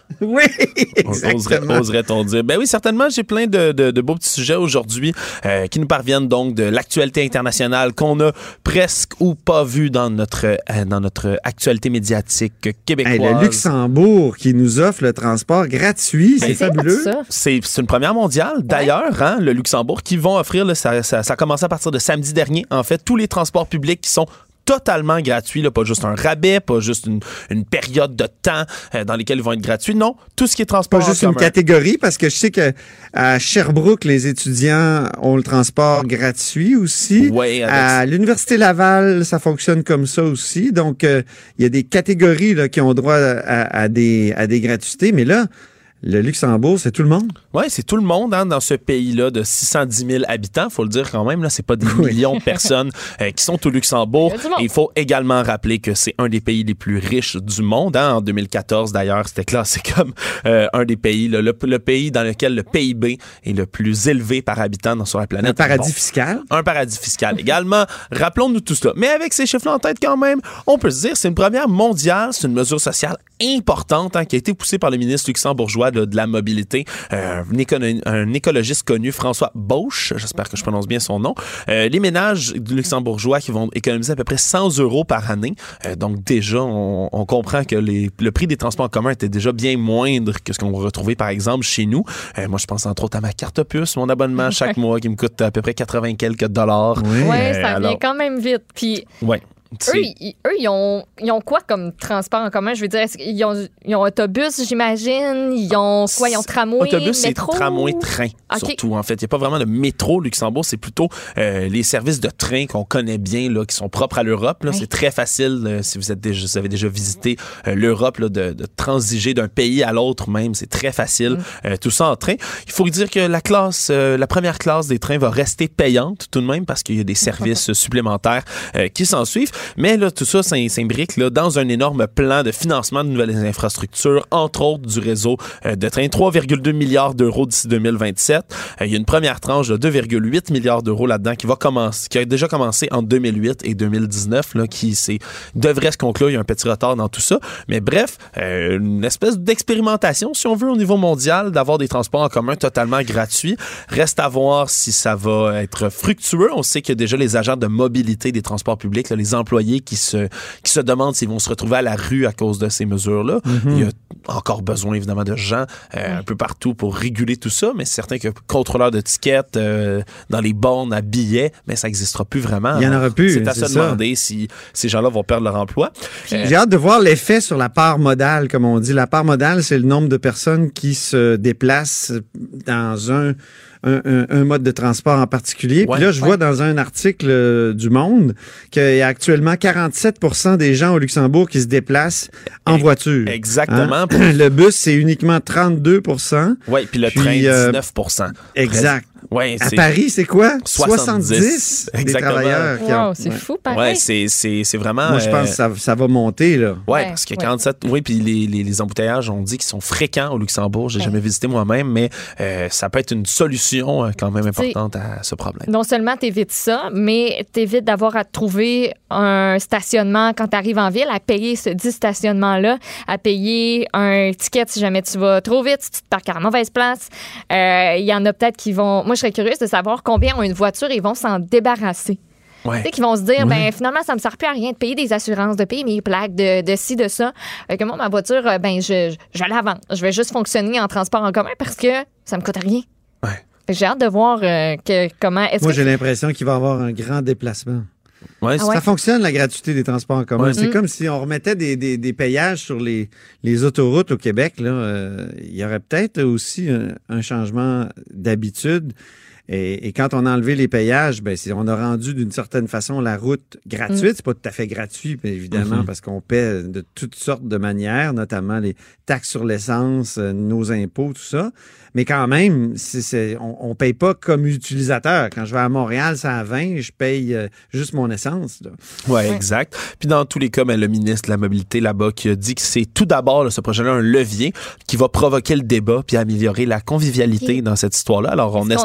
Oui, exactement. Oserait, oserait-on dire. Ben oui, certainement, j'ai plein de, de, de beaux petits sujets aujourd'hui euh, qui nous parviennent donc de l'actualité internationale qu'on a presque ou pas vu dans notre, euh, dans notre actualité médiatique québécoise. Hey, le Luxembourg qui nous offre le transport gratuit, c'est, c'est fabuleux. C'est, c'est une première mondiale. D'ailleurs, hein, le Luxembourg qui vont offrir, là, ça, ça, ça a commencé à partir de samedi dernier, en fait, tous les transports publics qui sont totalement gratuit, là, pas juste un rabais, pas juste une, une période de temps euh, dans lesquelles ils vont être gratuits. Non, tout ce qui est transport pas juste en une commun. catégorie, parce que je sais que à Sherbrooke, les étudiants ont le transport gratuit aussi. Oui, avec... À l'Université Laval, ça fonctionne comme ça aussi. Donc, il euh, y a des catégories là, qui ont droit à, à, des, à des gratuités, mais là, le Luxembourg, c'est tout le monde? Oui, c'est tout le monde hein, dans ce pays-là de six cent dix mille habitants. Il faut le dire quand même, là, c'est pas des oui. millions de personnes euh, qui sont au Luxembourg. Il faut également rappeler que c'est un des pays les plus riches du monde. Hein. En deux mille quatorze, d'ailleurs, c'était classé comme euh, un des pays, là, le, le pays dans lequel le P I B est le plus élevé par habitant sur la planète. Un paradis bon, fiscal. Un paradis fiscal également. Rappelons-nous tout cela. Mais avec ces chiffres-là en tête quand même, on peut se dire que c'est une première mondiale, c'est une mesure sociale importante hein, qui a été poussée par le ministre luxembourgeois de, de la mobilité, euh, un, écolo- un écologiste connu, François Bauch, j'espère que je prononce bien son nom. Euh, les ménages luxembourgeois qui vont économiser à peu près cent euros par année. Euh, donc déjà, on, on comprend que les, le prix des transports en commun était déjà bien moindre que ce qu'on va retrouver par exemple chez nous. Euh, moi, je pense entre autres à ma carte puce, mon abonnement chaque mois qui me coûte à peu près quatre-vingts quelques dollars. Oui, euh, ouais, ça alors, vient quand même vite. Puis ouais. Eux, ils, eux ils, ont, ils ont quoi comme transport en commun? Je veux dire, est-ce qu'ils ont, ils ont autobus, j'imagine? Ils ont quoi? Ils ont tramway, autobus, métro? C'est tramway, train, okay. surtout. En fait, il n'y a pas vraiment de métro au Luxembourg. C'est plutôt euh, les services de train qu'on connaît bien, là, qui sont propres à l'Europe. Là. Oui. C'est très facile, euh, si vous, êtes déjà, vous avez déjà visité euh, l'Europe, là, de, de transiger d'un pays à l'autre même. C'est très facile. Mm. Euh, tout ça en train. Il faut dire que la classe, euh, la première classe des trains va rester payante tout de même parce qu'il y a des services supplémentaires euh, qui s'en suivent. Mais là, tout ça s'imbrique là, dans un énorme plan de financement de nouvelles infrastructures, entre autres du réseau euh, de train. trois virgule deux milliards d'euros d'ici deux mille vingt-sept. Euh, il y a une première tranche de deux virgule huit milliards d'euros là-dedans qui va commencer, qui a déjà commencé en deux mille huit et deux mille dix-neuf, là, qui c'est, devrait se conclure. Il y a un petit retard dans tout ça. Mais bref, euh, une espèce d'expérimentation, si on veut, au niveau mondial, d'avoir des transports en commun totalement gratuits. Reste à voir si ça va être fructueux. On sait qu'il y a déjà les agents de mobilité des transports publics, là, les employés qui se, qui se demandent s'ils vont se retrouver à la rue à cause de ces mesures-là. Mm-hmm. Il y a encore besoin, évidemment, de gens euh, un peu partout pour réguler tout ça, mais c'est certain que contrôleurs de tickets euh, dans les bornes à billets, mais ça n'existera plus vraiment. Il n'y en aura plus. C'est à c'est se ça. demander si ces gens-là vont perdre leur emploi. Euh, J'ai hâte de voir l'effet sur la part modale, comme on dit. La part modale, c'est le nombre de personnes qui se déplacent dans un Un, un, un mode de transport en particulier. Ouais, Puis là, je ouais. vois dans un article euh, du Monde qu'il y a actuellement quarante-sept pour cent des gens au Luxembourg qui se déplacent en Et, voiture. Exactement. Hein? Le bus, c'est uniquement trente-deux pour cent. Oui, puis le puis, train, euh, dix-neuf pour cent. Exact. Ouais, à c'est Paris, c'est quoi? soixante-dix soixante-dix des Exactement. travailleurs. Qui wow, ont... c'est ouais. fou, pareil. Ouais, c'est, c'est, c'est vraiment... Moi, je pense euh, que ça, ça va monter, là. Oui, Ouais, parce que ouais. quarante-sept... Oui, puis les, les, les embouteillages, on dit qu'ils sont fréquents au Luxembourg. J'ai Ouais. jamais visité moi-même, mais euh, ça peut être une solution euh, quand même importante à ce problème. Non seulement t'évites ça, mais t'évites d'avoir à trouver un stationnement quand t'arrives en ville, à payer ce dit stationnement-là, à payer un ticket si jamais tu vas trop vite, si tu te parques à la mauvaise place. Euh, Il y en a peut-être qui vont... Moi, je serais curieuse de savoir combien ont une voiture et vont s'en débarrasser. Ouais. Tu sais, qui vont se dire, Ouais. ben finalement, ça me sert plus à rien de payer des assurances, de payer mes plaques, de, de ci, de ça. Fait que moi, ma voiture, euh, ben je, je, je la vends. Je vais juste fonctionner en transport en commun parce que ça me coûte rien. Ouais. Fait que j'ai hâte de voir euh, que, comment... Est-ce Moi, que j'ai l'impression qu'il va y avoir un grand déplacement. Ouais, Ah ouais? Ça fonctionne, la gratuité des transports en commun. Ouais. C'est Mm. comme si on remettait des, des, des payages sur les, les autoroutes au Québec. Là. Euh, il y aurait peut-être aussi un, un changement d'habitude. Et, et quand on a enlevé les payages, ben, c'est, on a rendu d'une certaine façon la route gratuite. Mm. C'est pas tout à fait gratuit, bien évidemment, Mm-hmm. parce qu'on paie de toutes sortes de manières, notamment les taxes sur l'essence, euh, nos impôts, tout ça. Mais quand même, c'est, c'est, on ne paye pas comme utilisateur. Quand je vais à Montréal, c'est à vingt, je paye euh, juste mon essence. Là. Oui, exact. Puis dans tous les cas, ben, le ministre de la Mobilité là-bas qui a dit que c'est tout d'abord là, ce projet-là un levier qui va provoquer le débat puis améliorer la convivialité Okay. dans cette histoire-là. Alors on Est-ce qu'on- espère que ça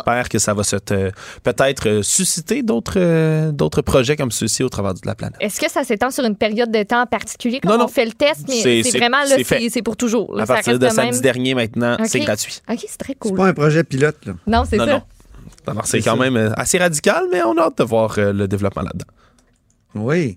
ça va se te, peut-être euh, susciter d'autres, euh, d'autres projets comme ceux-ci au travers de la planète. Est-ce que ça s'étend sur une période de temps particulière quand non, non. on fait le test? Mais c'est, c'est, c'est vraiment, là, c'est, c'est, c'est pour toujours. Là, à partir de samedi même... dernier, maintenant, okay. c'est gratuit. OK, c'est très cool. C'est pas un projet pilote, là. Non, c'est non, ça. Non. Alors, c'est, c'est quand ça. même assez radical, mais on a hâte de voir euh, le développement là-dedans. Oui.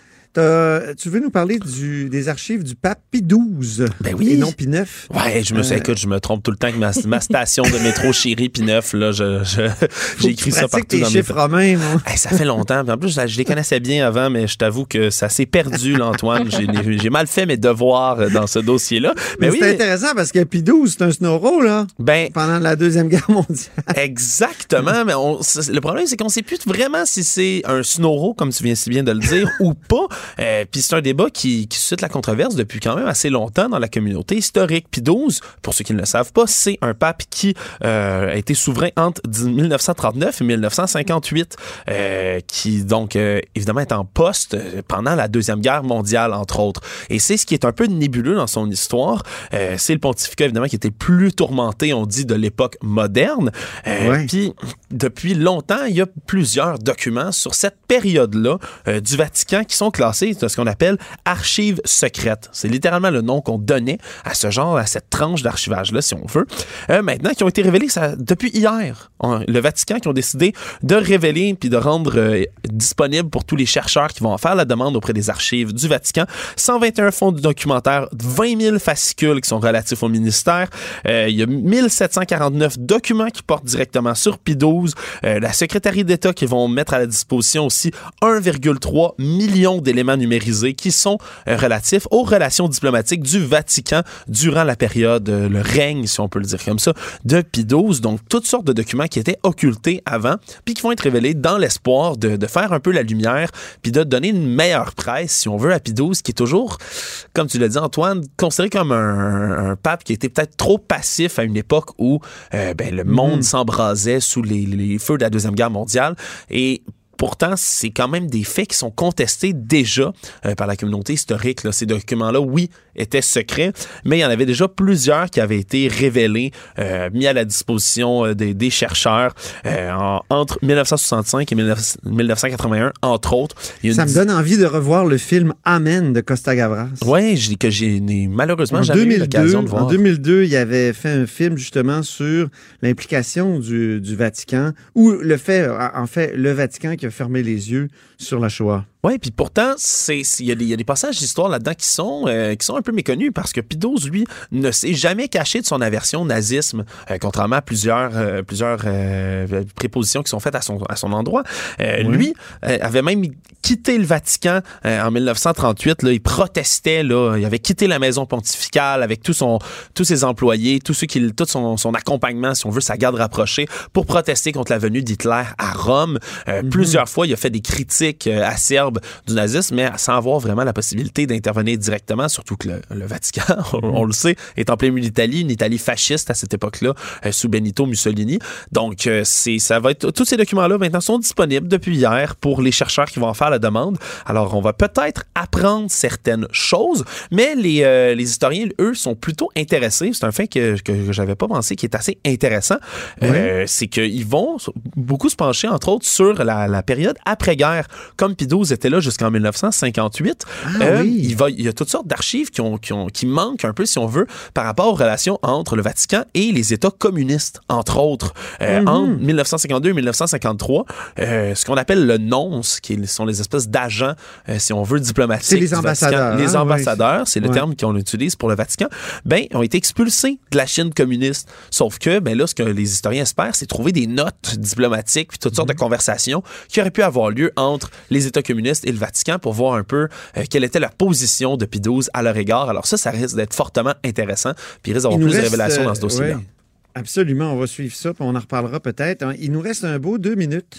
T'as, tu veux nous parler du, des archives du pape Pie douze ben oui. et non Pie neuf? Ouais, je me sais, euh... écoute, je me trompe tout le temps avec ma, ma station de métro chérie Pie neuf, là, je, je, j'ai écrit ça partout tes dans chiffres mes... romains, moi. Hey, ça fait longtemps. En plus, je, je les connaissais bien avant, mais je t'avoue que ça s'est perdu, là, Antoine. J'ai, j'ai mal fait mes devoirs dans ce dossier-là. Mais, mais oui, c'est intéressant parce que Pie douze, c'est un snoro, là, ben, pendant la Deuxième Guerre mondiale. Exactement, mais on, le problème, c'est qu'on ne sait plus vraiment si c'est un snoro, comme tu viens si bien de le dire, ou pas. Euh, Puis c'est un débat qui, qui suscite la controverse depuis quand même assez longtemps dans la communauté historique. Pie douze, pour ceux qui ne le savent pas, c'est un pape qui euh, a été souverain entre dix-neuf cent trente-neuf et dix-neuf cent cinquante-huit, euh, qui donc euh, évidemment est en poste pendant la Deuxième Guerre mondiale, entre autres. Et c'est ce qui est un peu nébuleux dans son histoire. Euh, c'est le pontificat, évidemment, qui était plus tourmenté, on dit, de l'époque moderne. Euh, ouais. Puis, depuis longtemps, il y a plusieurs documents sur cette période-là euh, du Vatican qui sont classés dans ce qu'on appelle archives secrètes. C'est littéralement le nom qu'on donnait à ce genre, à cette tranche d'archivage-là, si on veut. Euh, maintenant, qui ont été révélés ça, depuis hier. On, le Vatican qui ont décidé de révéler puis de rendre euh, disponible pour tous les chercheurs qui vont en faire la demande auprès des archives du Vatican cent vingt et un fonds documentaires, vingt mille fascicules qui sont relatifs au ministère. Euh, il y a mille sept cent quarante-neuf documents qui portent directement sur Pie douze. Euh, la secrétaire d'État qui vont mettre à la disposition aussi un virgule trois million d'éléments numérisés qui sont euh, relatifs aux relations diplomatiques du Vatican durant la période, euh, le règne, si on peut le dire comme ça, de Pie douze. Donc, toutes sortes de documents qui étaient occultés avant, puis qui vont être révélés dans l'espoir de, de faire un peu la lumière, puis de donner une meilleure presse, si on veut, à Pie douze, qui est toujours, comme tu l'as dit, Antoine, considéré comme un, un pape qui était peut-être trop passif à une époque où euh, ben, le monde mmh. s'embrasait sous les, les feux de la Deuxième Guerre mondiale. Et pourtant, c'est quand même des faits qui sont contestés déjà euh, par la communauté historique. Là. Ces documents-là, oui, étaient secrets, mais il y en avait déjà plusieurs qui avaient été révélés, euh, mis à la disposition euh, des, des chercheurs euh, en, entre dix-neuf cent soixante-cinq et dix-neuf cent quatre-vingt-un, entre autres. Ça me donne envie de revoir le film Amen de Costa Gavras. Oui, que j'ai malheureusement en jamais deux mille deux, eu l'occasion de voir. En deux mille deux, il avait fait un film justement sur l'implication du, du Vatican, ou le fait, en fait, le Vatican qui a fermé les yeux sur la Shoah. Oui, puis pourtant, il y, y a des passages d'histoire là-dedans qui sont, euh, qui sont un peu méconnus parce que Pie douze, lui, ne s'est jamais caché de son aversion au nazisme, euh, contrairement à plusieurs, euh, plusieurs euh, prépositions qui sont faites à son, à son endroit. Euh, oui. Lui euh, avait même quitté le Vatican euh, en dix-neuf cent trente-huit. Là, il protestait, là, il avait quitté la maison pontificale avec tout son, tous ses employés, tout, ceux qui, tout son, son accompagnement, si on veut, sa garde rapprochée, pour protester contre la venue d'Hitler à Rome. Euh, mm-hmm. Plusieurs fois, il a fait des critiques euh, acerbes du nazisme, mais sans avoir vraiment la possibilité d'intervenir directement, surtout que le, le Vatican, on, on le sait, est en plein milieu d'Italie, une Italie fasciste à cette époque-là, euh, sous Benito Mussolini. Donc, euh, c'est, ça va être, tous ces documents-là maintenant sont disponibles depuis hier pour les chercheurs qui vont en faire la demande. Alors, on va peut-être apprendre certaines choses, mais les, euh, les historiens, eux, sont plutôt intéressés. C'est un fait que, que j'avais pas pensé, qui est assez intéressant. Oui. Euh, c'est qu'ils vont beaucoup se pencher, entre autres, sur la, la période après-guerre. Comme Pie douze était là jusqu'en dix-neuf cent cinquante-huit, ah, euh, oui. il, va, il y a toutes sortes d'archives qui, ont, qui, ont, qui manquent un peu, si on veut, par rapport aux relations entre le Vatican et les États communistes, entre autres. Euh, mm-hmm. En dix-neuf cent cinquante-deux et dix-neuf cent cinquante-trois, euh, ce qu'on appelle le nonce, qui sont les espèces d'agents, euh, si on veut, diplomatiques. C'est les ambassadeurs. Vatican, les hein, ambassadeurs, oui. c'est le ouais. terme qu'on utilise pour le Vatican, ben, ont été expulsés de la Chine communiste. Sauf que, ben là, ce que les historiens espèrent, c'est trouver des notes diplomatiques puis toutes mm-hmm. sortes de conversations qui auraient pu avoir lieu entre les États communistes et le Vatican pour voir un peu euh, quelle était la position de Pie douze à leur égard. Alors ça, ça risque d'être fortement intéressant, puis il risque d'avoir plus reste, de révélations dans ce dossier-là. Euh, oui, absolument, on va suivre ça, puis on en reparlera peut-être. Il nous reste un beau deux minutes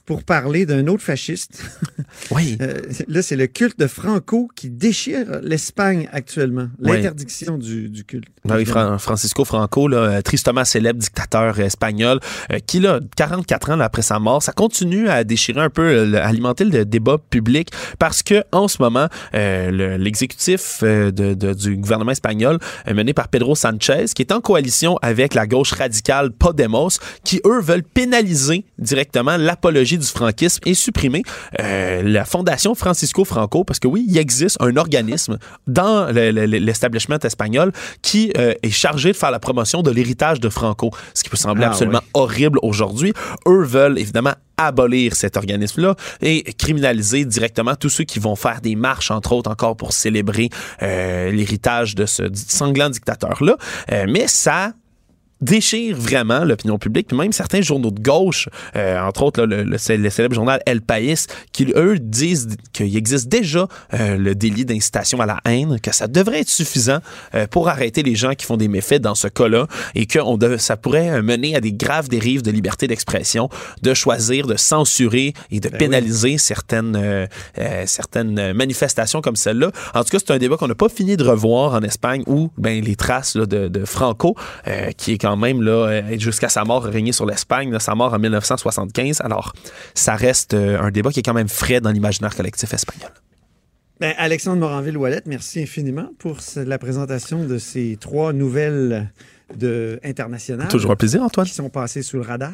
pour parler d'un autre fasciste. Oui. Euh, là, c'est le culte de Franco qui déchire l'Espagne actuellement. L'interdiction oui. du, du culte. Ben oui, Fra- Francisco Franco, là, tristement célèbre dictateur espagnol, euh, qui, là, quarante-quatre ans là, après sa mort, ça continue à déchirer un peu, euh, à alimenter le débat public parce que en ce moment, euh, le, l'exécutif euh, de, de, du gouvernement espagnol, euh, mené par Pedro Sanchez, qui est en coalition avec la gauche radicale Podemos, qui, eux, veulent pénaliser directement l'apologie du franquisme et supprimer euh, la fondation Francisco Franco, parce que oui, il existe un organisme dans le, le, l'establishment espagnol qui euh, est chargé de faire la promotion de l'héritage de Franco, ce qui peut sembler ah, absolument oui. horrible aujourd'hui. Eux veulent évidemment abolir cet organisme-là et criminaliser directement tous ceux qui vont faire des marches, entre autres, encore pour célébrer euh, l'héritage de ce sanglant dictateur-là. Euh, mais ça déchire vraiment l'opinion publique, puis même certains journaux de gauche, euh, entre autres là, le, le, le célèbre journal El País, qui eux disent qu'il existe déjà euh, le délit d'incitation à la haine, que ça devrait être suffisant euh, pour arrêter les gens qui font des méfaits dans ce cas-là, et que on dev- ça pourrait mener à des graves dérives de liberté d'expression, de choisir de censurer et de ben pénaliser oui. certaines, euh, euh, certaines manifestations comme celle-là. En tout cas, c'est un débat qu'on n'a pas fini de revoir en Espagne, où ben, les traces là, de, de Franco, euh, qui est quand même là, jusqu'à sa mort régné sur l'Espagne, là, sa mort en dix-neuf cent soixante-quinze. Alors, ça reste euh, un débat qui est quand même frais dans l'imaginaire collectif espagnol. Ben, Alexandre Moranville-Ouellette, merci infiniment pour la présentation de ces trois nouvelles de, internationales. Toujours un plaisir, Antoine. Qui sont passées sous le radar.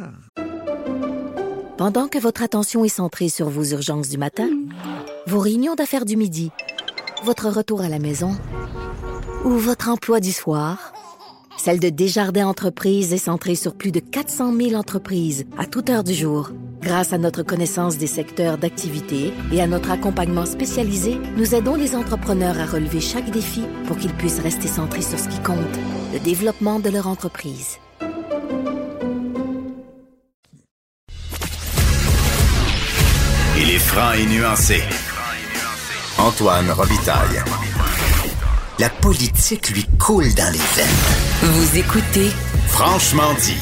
Pendant que votre attention est centrée sur vos urgences du matin, vos réunions d'affaires du midi, votre retour à la maison ou votre emploi du soir, celle de Desjardins Entreprises est centrée sur plus de quatre cent mille entreprises à toute heure du jour. Grâce à notre connaissance des secteurs d'activité et à notre accompagnement spécialisé, nous aidons les entrepreneurs à relever chaque défi pour qu'ils puissent rester centrés sur ce qui compte, le développement de leur entreprise. Il est franc et nuancé. Antoine Robitaille. La politique lui coule dans les veines. Vous écoutez Franchement dit.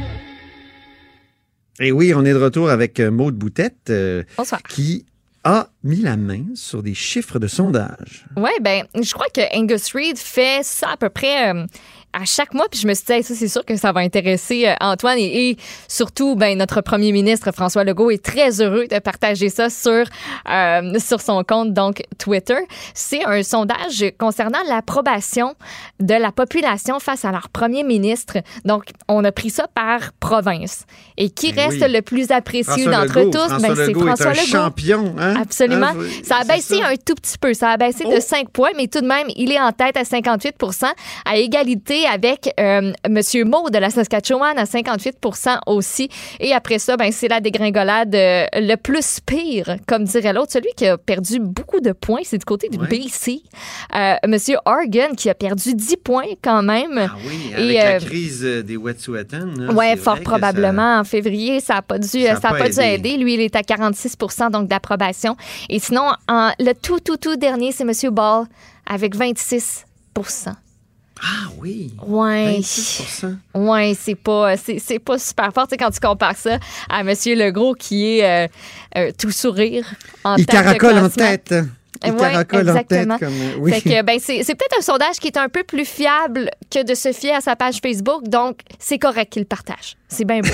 Et oui, on est de retour avec Maude Boutette, euh, Bonsoir. qui a mis la main sur des chiffres de sondage. Oui, ben, je crois que Angus Reid fait ça à peu près euh, à chaque mois, puis je me suis dit, hey, ça, c'est sûr que ça va intéresser euh, Antoine et, et surtout, ben, notre premier ministre François Legault est très heureux de partager ça sur, euh, sur son compte, donc Twitter. C'est un sondage concernant l'approbation de la population face à leur premier ministre. Donc, on a pris ça par province. Et qui ben reste oui. le plus apprécié François d'entre Legault. tous? François Ben, c'est Legault François est un Legault. champion. Hein? Absolument. Hein? Ça a baissé ça. un tout petit peu. Ça a baissé oh. de cinq points, mais tout de même, il est en tête à cinquante-huit pour cent, à égalité avec euh, M. Maud de la Saskatchewan à cinquante-huit pour cent aussi. Et après ça, ben, c'est la dégringolade euh, le plus pire, comme dirait l'autre. Celui qui a perdu beaucoup de points, c'est du côté du ouais. B C. Euh, M. Horgan qui a perdu dix points quand même. Ah oui, avec Et, la euh, crise des Wet'suwet'en. Oui, fort probablement. Ça... En février, ça n'a pas dû, ça ça a pas dû aider. aider. Lui, il est à quarante-six pour cent donc d'approbation. Et sinon, en, le tout, tout, tout dernier, c'est M. Ball avec vingt-six pour cent. Ah oui! Ouais. vingt-six pour cent. Ouais, c'est pas, c'est, c'est pas super fort. Tu sais, quand tu compares ça à M. Legault qui est euh, euh, tout sourire en il tête. Il caracole en tête. Il ouais, caracole exactement. en tête. Comme, oui. Fait que, ben, c'est, c'est peut-être un sondage qui est un peu plus fiable que de se fier à sa page Facebook. Donc, c'est correct qu'il le partage. C'est bien beau.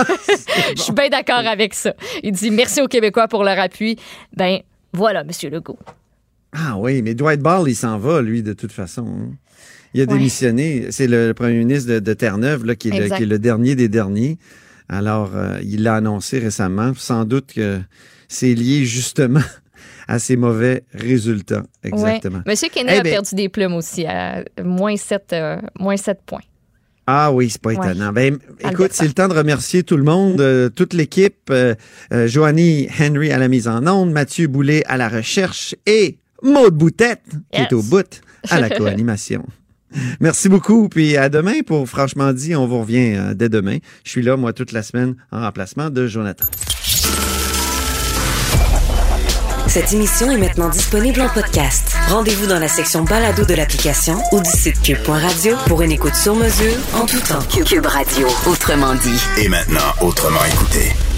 Je suis bien d'accord avec ça. Il dit merci aux Québécois pour leur appui. Ben, voilà, M. Legault. Ah oui, mais Dwight Ball, il s'en va, lui, de toute façon. Hein. Il a démissionné. Ouais. C'est le premier ministre de, de Terre-Neuve là, qui, est le, qui est le dernier des derniers. Alors, euh, il l'a annoncé récemment. Sans doute que c'est lié justement à ses mauvais résultats. Exactement. Ouais. Monsieur Kenney eh a ben, perdu des plumes aussi, à moins sept, euh, moins sept points. Ah oui, c'est pas étonnant. Ouais. Ben, écoute, c'est le temps de remercier tout le monde, euh, toute l'équipe. Euh, euh, Joanie Henry à la mise en onde, Mathieu Boulet à la recherche et Maude Boutette, qui yes. est au bout, à la co-animation. Merci beaucoup, puis à demain pour Franchement dit. On vous revient euh, dès demain. Je suis là, moi, toute la semaine en remplacement de Jonathan. Cette émission est maintenant disponible en podcast. Rendez-vous dans la section balado de l'application ou du site cube point radio pour une écoute sur mesure en tout temps. Cube Radio, autrement dit. Et maintenant, autrement écouté.